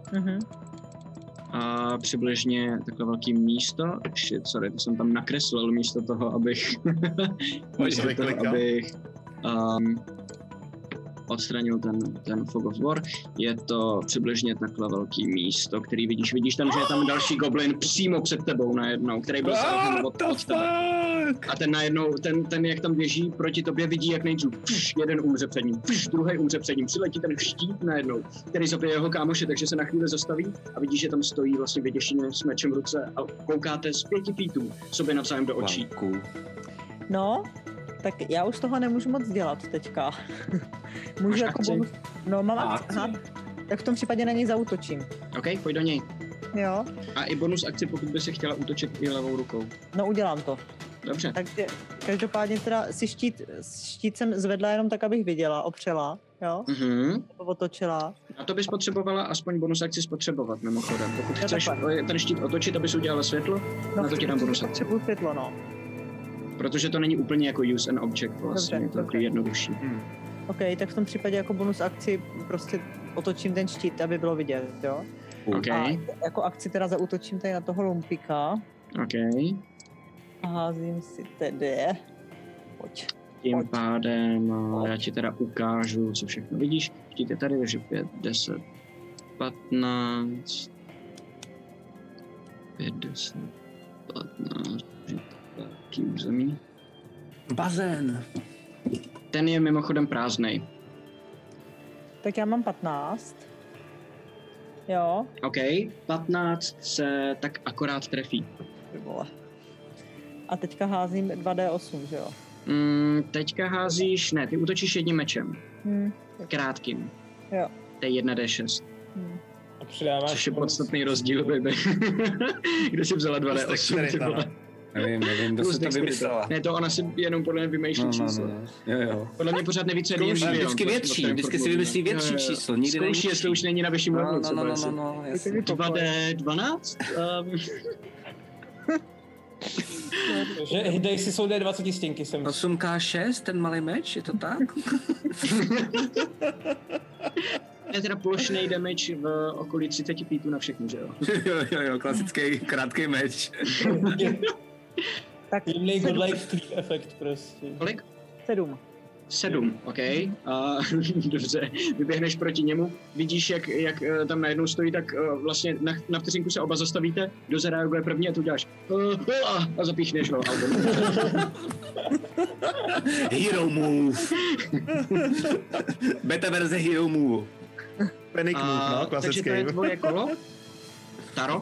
Speaker 4: a přibližně takhle velký místo. Sorry, to jsem tam nakreslil místo toho, abych odstranil ten Fog of War. Je to přibližně takhle velký místo, který vidíš. Vidíš tam, že je tam další goblin přímo před tebou najednou, který byl zarohem od tebe. A ten najednou, ten jak tam běží proti tobě, vidí, jak nejdřív jeden umře před ním, druhý umře před ním, přiletí ten štít najednou, který zabije jeho kámoše, takže se na chvíli zastaví a vidíš, že tam stojí vlastně vyděšeně s mečem v ruce a koukáte z 5 feetů sobě navzájem do očí.
Speaker 7: No, tak já už toho nemůžu moc dělat teďka. Můžu jako bonus... No, mám akci. Tak v tom případě na něj zaútočím.
Speaker 4: OK, pojď do něj.
Speaker 7: Jo.
Speaker 4: A i bonus akci, pokud by si chtěla útočit i levou rukou.
Speaker 7: No, udělám to.
Speaker 4: Dobře.
Speaker 7: Takže každopádně teda si štít jsem zvedla jenom tak, abych viděla, opřela, jo? Otočila.
Speaker 4: A to bys potřebovala aspoň bonus akci spotřebovat, mimochodem. Pokud chceš ten štít otočit, abys udělala světlo, na to ti dám bonus akci.
Speaker 7: Potřebuji světlo, no.
Speaker 4: Protože to není úplně jako use an object, vlastně, je to takový jednodušší.
Speaker 7: OK, tak v tom případě jako bonus akci prostě otočím ten štít, aby bylo vidět, jo?
Speaker 4: OK.
Speaker 7: A jako akci teda zaútočím tady na toho lumpika.
Speaker 4: OK.
Speaker 7: A házím si tedy. Pojď.
Speaker 4: Tím pádem já ti teda ukážu, co všechno vidíš. Štít je tady, takže 5, 10, 15, 5, 10, 15, taký území.
Speaker 2: Bazén.
Speaker 4: Ten je mimochodem prázdnej.
Speaker 7: Tak já mám 15. Jo.
Speaker 4: OK, 15 se tak akorát trefí.
Speaker 7: A teďka házím 2D8, že jo?
Speaker 4: Teďka házíš, ne, ty útočíš jedním mečem. Krátkým.
Speaker 7: Jo.
Speaker 4: To je 1D6. Což je podstatný rozdíl, baby. Kde jsi vzala 2D8, ty vole?
Speaker 2: Nevím, kdo se to vymyslela.
Speaker 4: Ne, to ona si jenom podle mě vymýšlí číslo.
Speaker 2: Jo.
Speaker 4: Podle mě pořád neví, co je D&D.
Speaker 2: Vždycky si vymyslí větší číslo.
Speaker 4: Zkouší, jestli už není na vyšším levelu. 2D12?
Speaker 3: Že Hidejsi jsou D20 stěnky jsem.
Speaker 2: 8K6, ten malý meč, je to tak?
Speaker 4: Je teda plošnej damage v okolí 30 feetů na všechny, že jo?
Speaker 2: jo, klasický krátký meč.
Speaker 7: Tak
Speaker 3: jemnej godlike cleave efekt prostě.
Speaker 4: Kolik?
Speaker 7: 7,
Speaker 4: OK. Dobře, vyběhneš proti němu, vidíš, jak tam najednou stojí, tak vlastně na vteřinku se oba zastavíte, kdo zareaguje první a tu děláš a zapíchneš ho.
Speaker 2: Hero move. Beta verze hero move.
Speaker 6: Panic move, no, klasický.
Speaker 4: Takže to je tvoje kolo? Taro?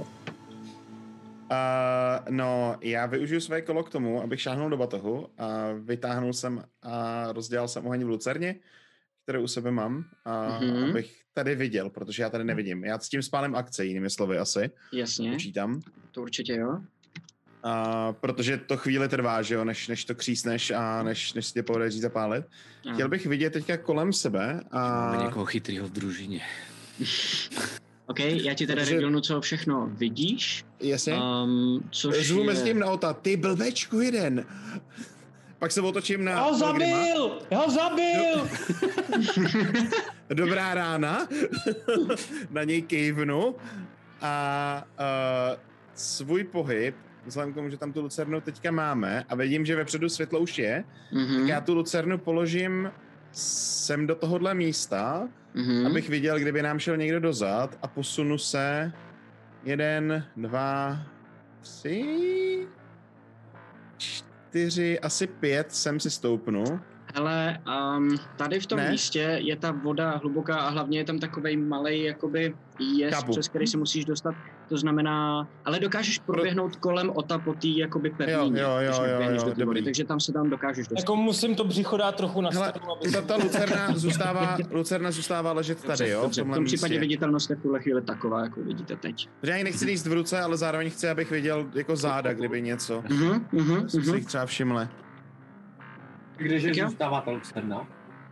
Speaker 6: No, já využiju své kolo k tomu, abych šáhnul do batohu a vytáhnul jsem a rozdělal jsem oheň v lucerně, kterou u sebe mám, abych tady viděl, protože já tady nevidím. Já s tím spálím akce, jinými slovy asi.
Speaker 4: Jasně.
Speaker 6: Počítám.
Speaker 4: To určitě jo.
Speaker 6: Protože to chvíli trvá, že jo, než to křísneš a než si tě podaří zapálit. Chtěl bych vidět teďka kolem sebe
Speaker 2: Máme někoho chytrýho v družině.
Speaker 4: OK, já ti teda revealnu, co všechno vidíš.
Speaker 6: Jasně. Řvu mezi tím na ota, ty blbečku jeden. Pak se otočím na...
Speaker 3: Já ho zabil!
Speaker 6: Dobrá rána. Na něj kejvnu. A svůj pohyb, vzhledem k tomu, že tam tu lucernu teďka máme a vidím, že vepředu světlo už je, tak já tu lucernu položím sem do tohohle místa, abych viděl, kdyby nám šel někdo dozad a posunu se 1, 2, 3, 4, asi 5 sem si stoupnu.
Speaker 4: A Ale tady v tom místě je ta voda hluboká a hlavně je tam takovej malej jakoby jez, přes který se musíš dostat. To znamená, ale dokážeš proběhnout kolem ota po té jakoby pevnině, když do té vody, takže tam se tam dokážeš dostat.
Speaker 3: Jako musím to břicho dát trochu na stranu, aby...
Speaker 6: Ta lucerna zůstává ležet tady, jo?
Speaker 4: Dobře, v tom případě viditelnost je v tuhle chvíli taková, jako vidíte teď.
Speaker 6: Protože já ji nechci jíst v ruce, ale zároveň chci, abych viděl jako záda, kdyby něco. Jsem si jich třeba všimle.
Speaker 5: Kdeže zůstává ta lucerna?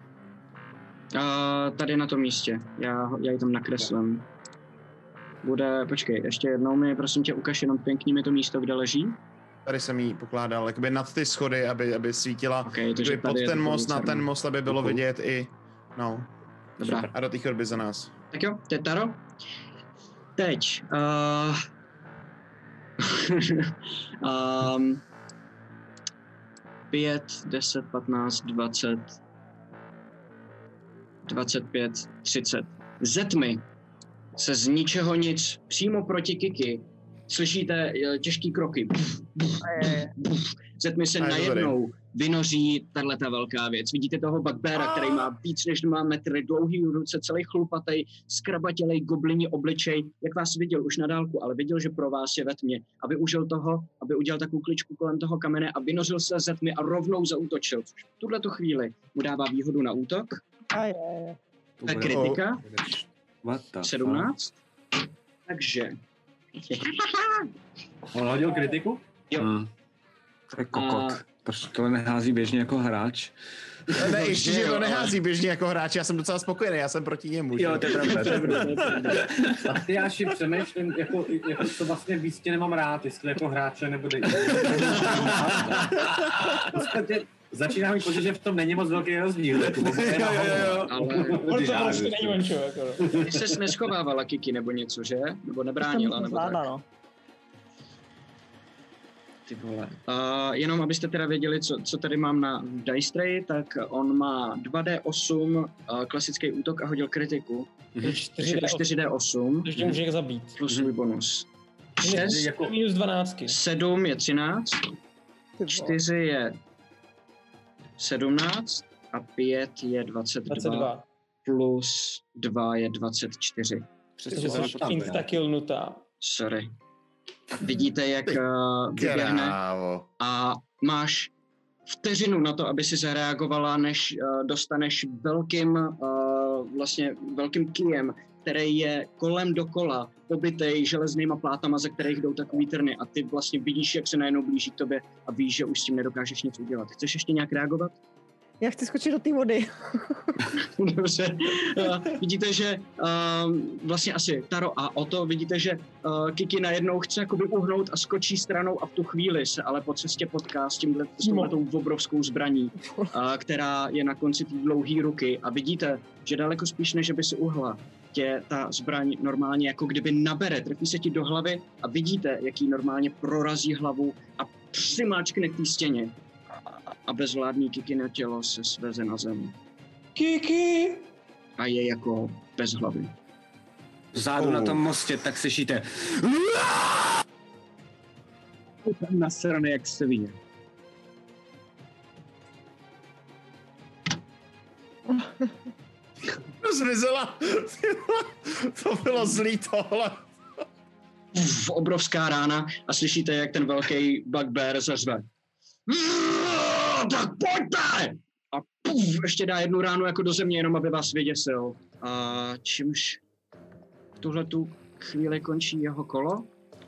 Speaker 4: Tady na tom místě. Já ji tam nakreslím. Počkej, ještě jednou mi, prosím tě, ukaž jenom pěkně mi to místo, kde leží.
Speaker 6: Tady jsem jí pokládal, jakoby nad ty schody, aby svítila pod ten most, na ten most, aby bylo vidět i,
Speaker 4: Dobrá.
Speaker 6: A do té chodby za nás.
Speaker 4: Tak jo, to je Taro. Teď, 5, 10, 15, 20, 25, 30. Ze tmy se z ničeho nic přímo proti Kiki slyšíte těžký kroky. Ze tmy se najednou vynoří tahleta velká věc. Vidíte toho bugbeara, který má víc než 2 metry, dlouhý ruce, celý chlupatej, skrabatělej gobliní obličej, jak vás viděl už na dálku, ale viděl, že pro vás je ve tmě. A využil toho, aby udělal takovou kličku kolem toho kamene a vynořil se ze tmy a rovnou zaútočil. Což v tuhletu chvíli mu dává výhodu na útok. To je kritika. 17. Takže.
Speaker 5: On hodil kritiku?
Speaker 4: Jo.
Speaker 2: To je kokot. Proč tohle nehází běžně jako hráč?
Speaker 6: Ne, ještě, že to nehází běžně jako hráč, já jsem docela spokojený, já jsem proti němu.
Speaker 2: Jo, to je pravda.
Speaker 5: A ty já si přemýšlím, jako to vlastně víc tě nemám rád, jestli jako hráče nebo začíná mi pocit, že v tom není moc velký rozdíl.
Speaker 4: Ale to prostě není on člověk. Ty ses neschovávala Kiki nebo něco, že? Nebo nebránila, nebo tak? Ty vole. Jenom abyste teda věděli, co tady mám na Dice Tray, tak on má 2D8 klasický útok a hodil kritiku. Takže to 4D8.
Speaker 3: Takže může zabít.
Speaker 4: Plus svůj bonus. 6
Speaker 3: jako minus 12.
Speaker 4: 7 je 13. 4 je 17 a 5 je 22. Plus 2 je 24.
Speaker 3: Přesně jsi insta-killnutá.
Speaker 4: Sorry. Vidíte, jak vyběhne a máš vteřinu na to, aby si zareagovala, než dostaneš velkým kijem, který je kolem dokola pobytej železnýma plátama, ze kterých jdou takový trny a ty vlastně vidíš, jak se najednou blíží k tobě a víš, že už s tím nedokážeš nic udělat. Chceš ještě nějak reagovat?
Speaker 7: Já chci skočit do té vody.
Speaker 4: Dobře. Vidíte, že vlastně asi Taro a Oto, vidíte, že Kiki najednou chce jakoby uhnout a skočí stranou a v tu chvíli se ale po cestě potká s touhletou obrovskou zbraní, která je na konci té dlouhé ruky a vidíte, že daleko spíš, než by si uhla, tě ta zbraň normálně jako kdyby nabere, trefí se ti do hlavy a vidíte, jak jí normálně prorazí hlavu a přimáčkne k té stěně. A bezvládný Kiki na tělo se sveze na zem.
Speaker 3: Kiki!
Speaker 4: A je jako bez hlavy.
Speaker 2: Vzadu na tom mostě, tak slyšíte.
Speaker 4: Tam nasraný jak svině.
Speaker 6: Zmizela. To bylo zlý tohle.
Speaker 4: Obrovská rána a slyšíte, jak ten velký bugbear zařve. Tak pojďte! A ještě dá jednu ránu jako do země, jenom aby vás vyděsil. A čímž v tuhletu chvíli končí jeho kolo.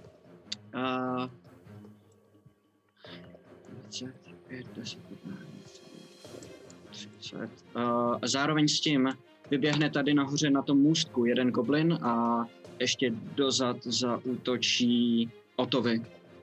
Speaker 4: 25, 10, 15, 30. A zároveň s tím vyběhne tady nahoře na tom můstku jeden goblin a ještě dozad zaútočí Otovi.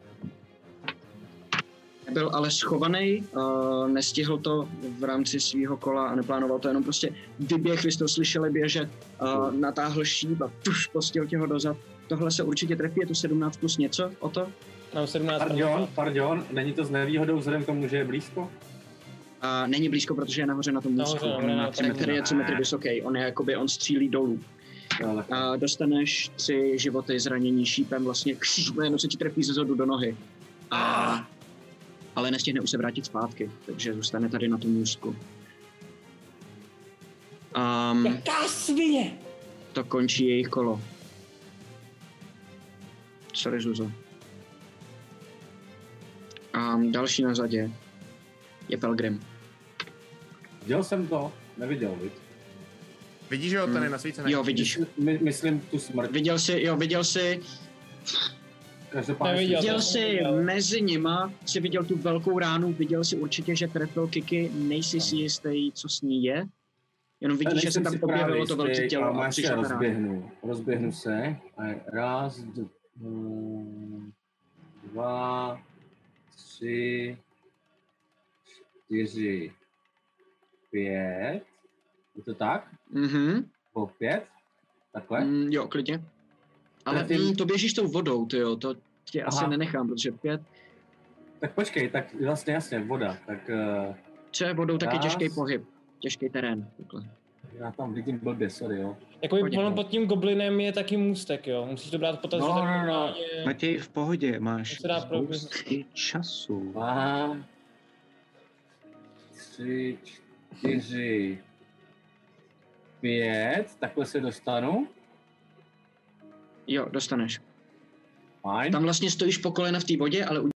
Speaker 4: Byl ale schovaný, nestihl to v rámci svého kola a neplánoval to, jenom prostě vyběh, vy jste ho slyšeli běžet, natáhl šíp a postil tě ho dozad. Tohle se určitě trefí, je to 17 plus něco, o to?
Speaker 3: Mám 17.
Speaker 5: Pardon, není to s nevýhodou vzhledem k tomu, že je blízko?
Speaker 4: Není blízko, protože je nahoře na tom můstku, který je 3 metry vysoký, on střílí dolů. Dostaneš 3 životy zranění šípem, vlastně jenom se ti trefí ze zodu do nohy. Ale nestihne už se vrátit zpátky, takže zůstane tady na tom můstku.
Speaker 3: Jaká svině!
Speaker 4: To končí jejich kolo. Sorry, Zuzo. A další na řadě je Pelgrim.
Speaker 5: Viděl jsem to, neviděl, viď?
Speaker 6: Vidíš, že jo, ten je nasvícený?
Speaker 4: Jo, vidíš.
Speaker 5: Myslím tu smrt.
Speaker 4: Viděl jsi. Viděl jsi mezi nima, si viděl tu velkou ránu, viděl si určitě, že trefil Kiki, nejsi si jistý, co s ní je. Jenom vidíš, že se tam objevilo to velké tělo a přišel
Speaker 5: rozběhnu se. Raz, dva, 3, 4, 5. Je to tak?
Speaker 4: Mhm.
Speaker 5: Po 5? Takhle?
Speaker 4: Jo, klidně. Ale to běžíš tou vodou, tyjo, to tě asi nenechám, protože 5...
Speaker 5: Tak počkej, tak vlastně jasně, voda, tak...
Speaker 4: Co je vodou, tak je těžký pohyb, těžký terén. Takhle.
Speaker 5: Já tam vidím blbě, sorry, jo.
Speaker 3: Jakoby ono pod tím goblinem je taky můstek, jo, musíš to brát potaz, že
Speaker 2: No. Matěj, v pohodě, máš spousty času.
Speaker 5: 2, 3, 4, 5, takhle se dostanu.
Speaker 4: Jo, dostaneš.
Speaker 5: Fajn.
Speaker 4: Tam vlastně stojíš po kolena v té vodě, ale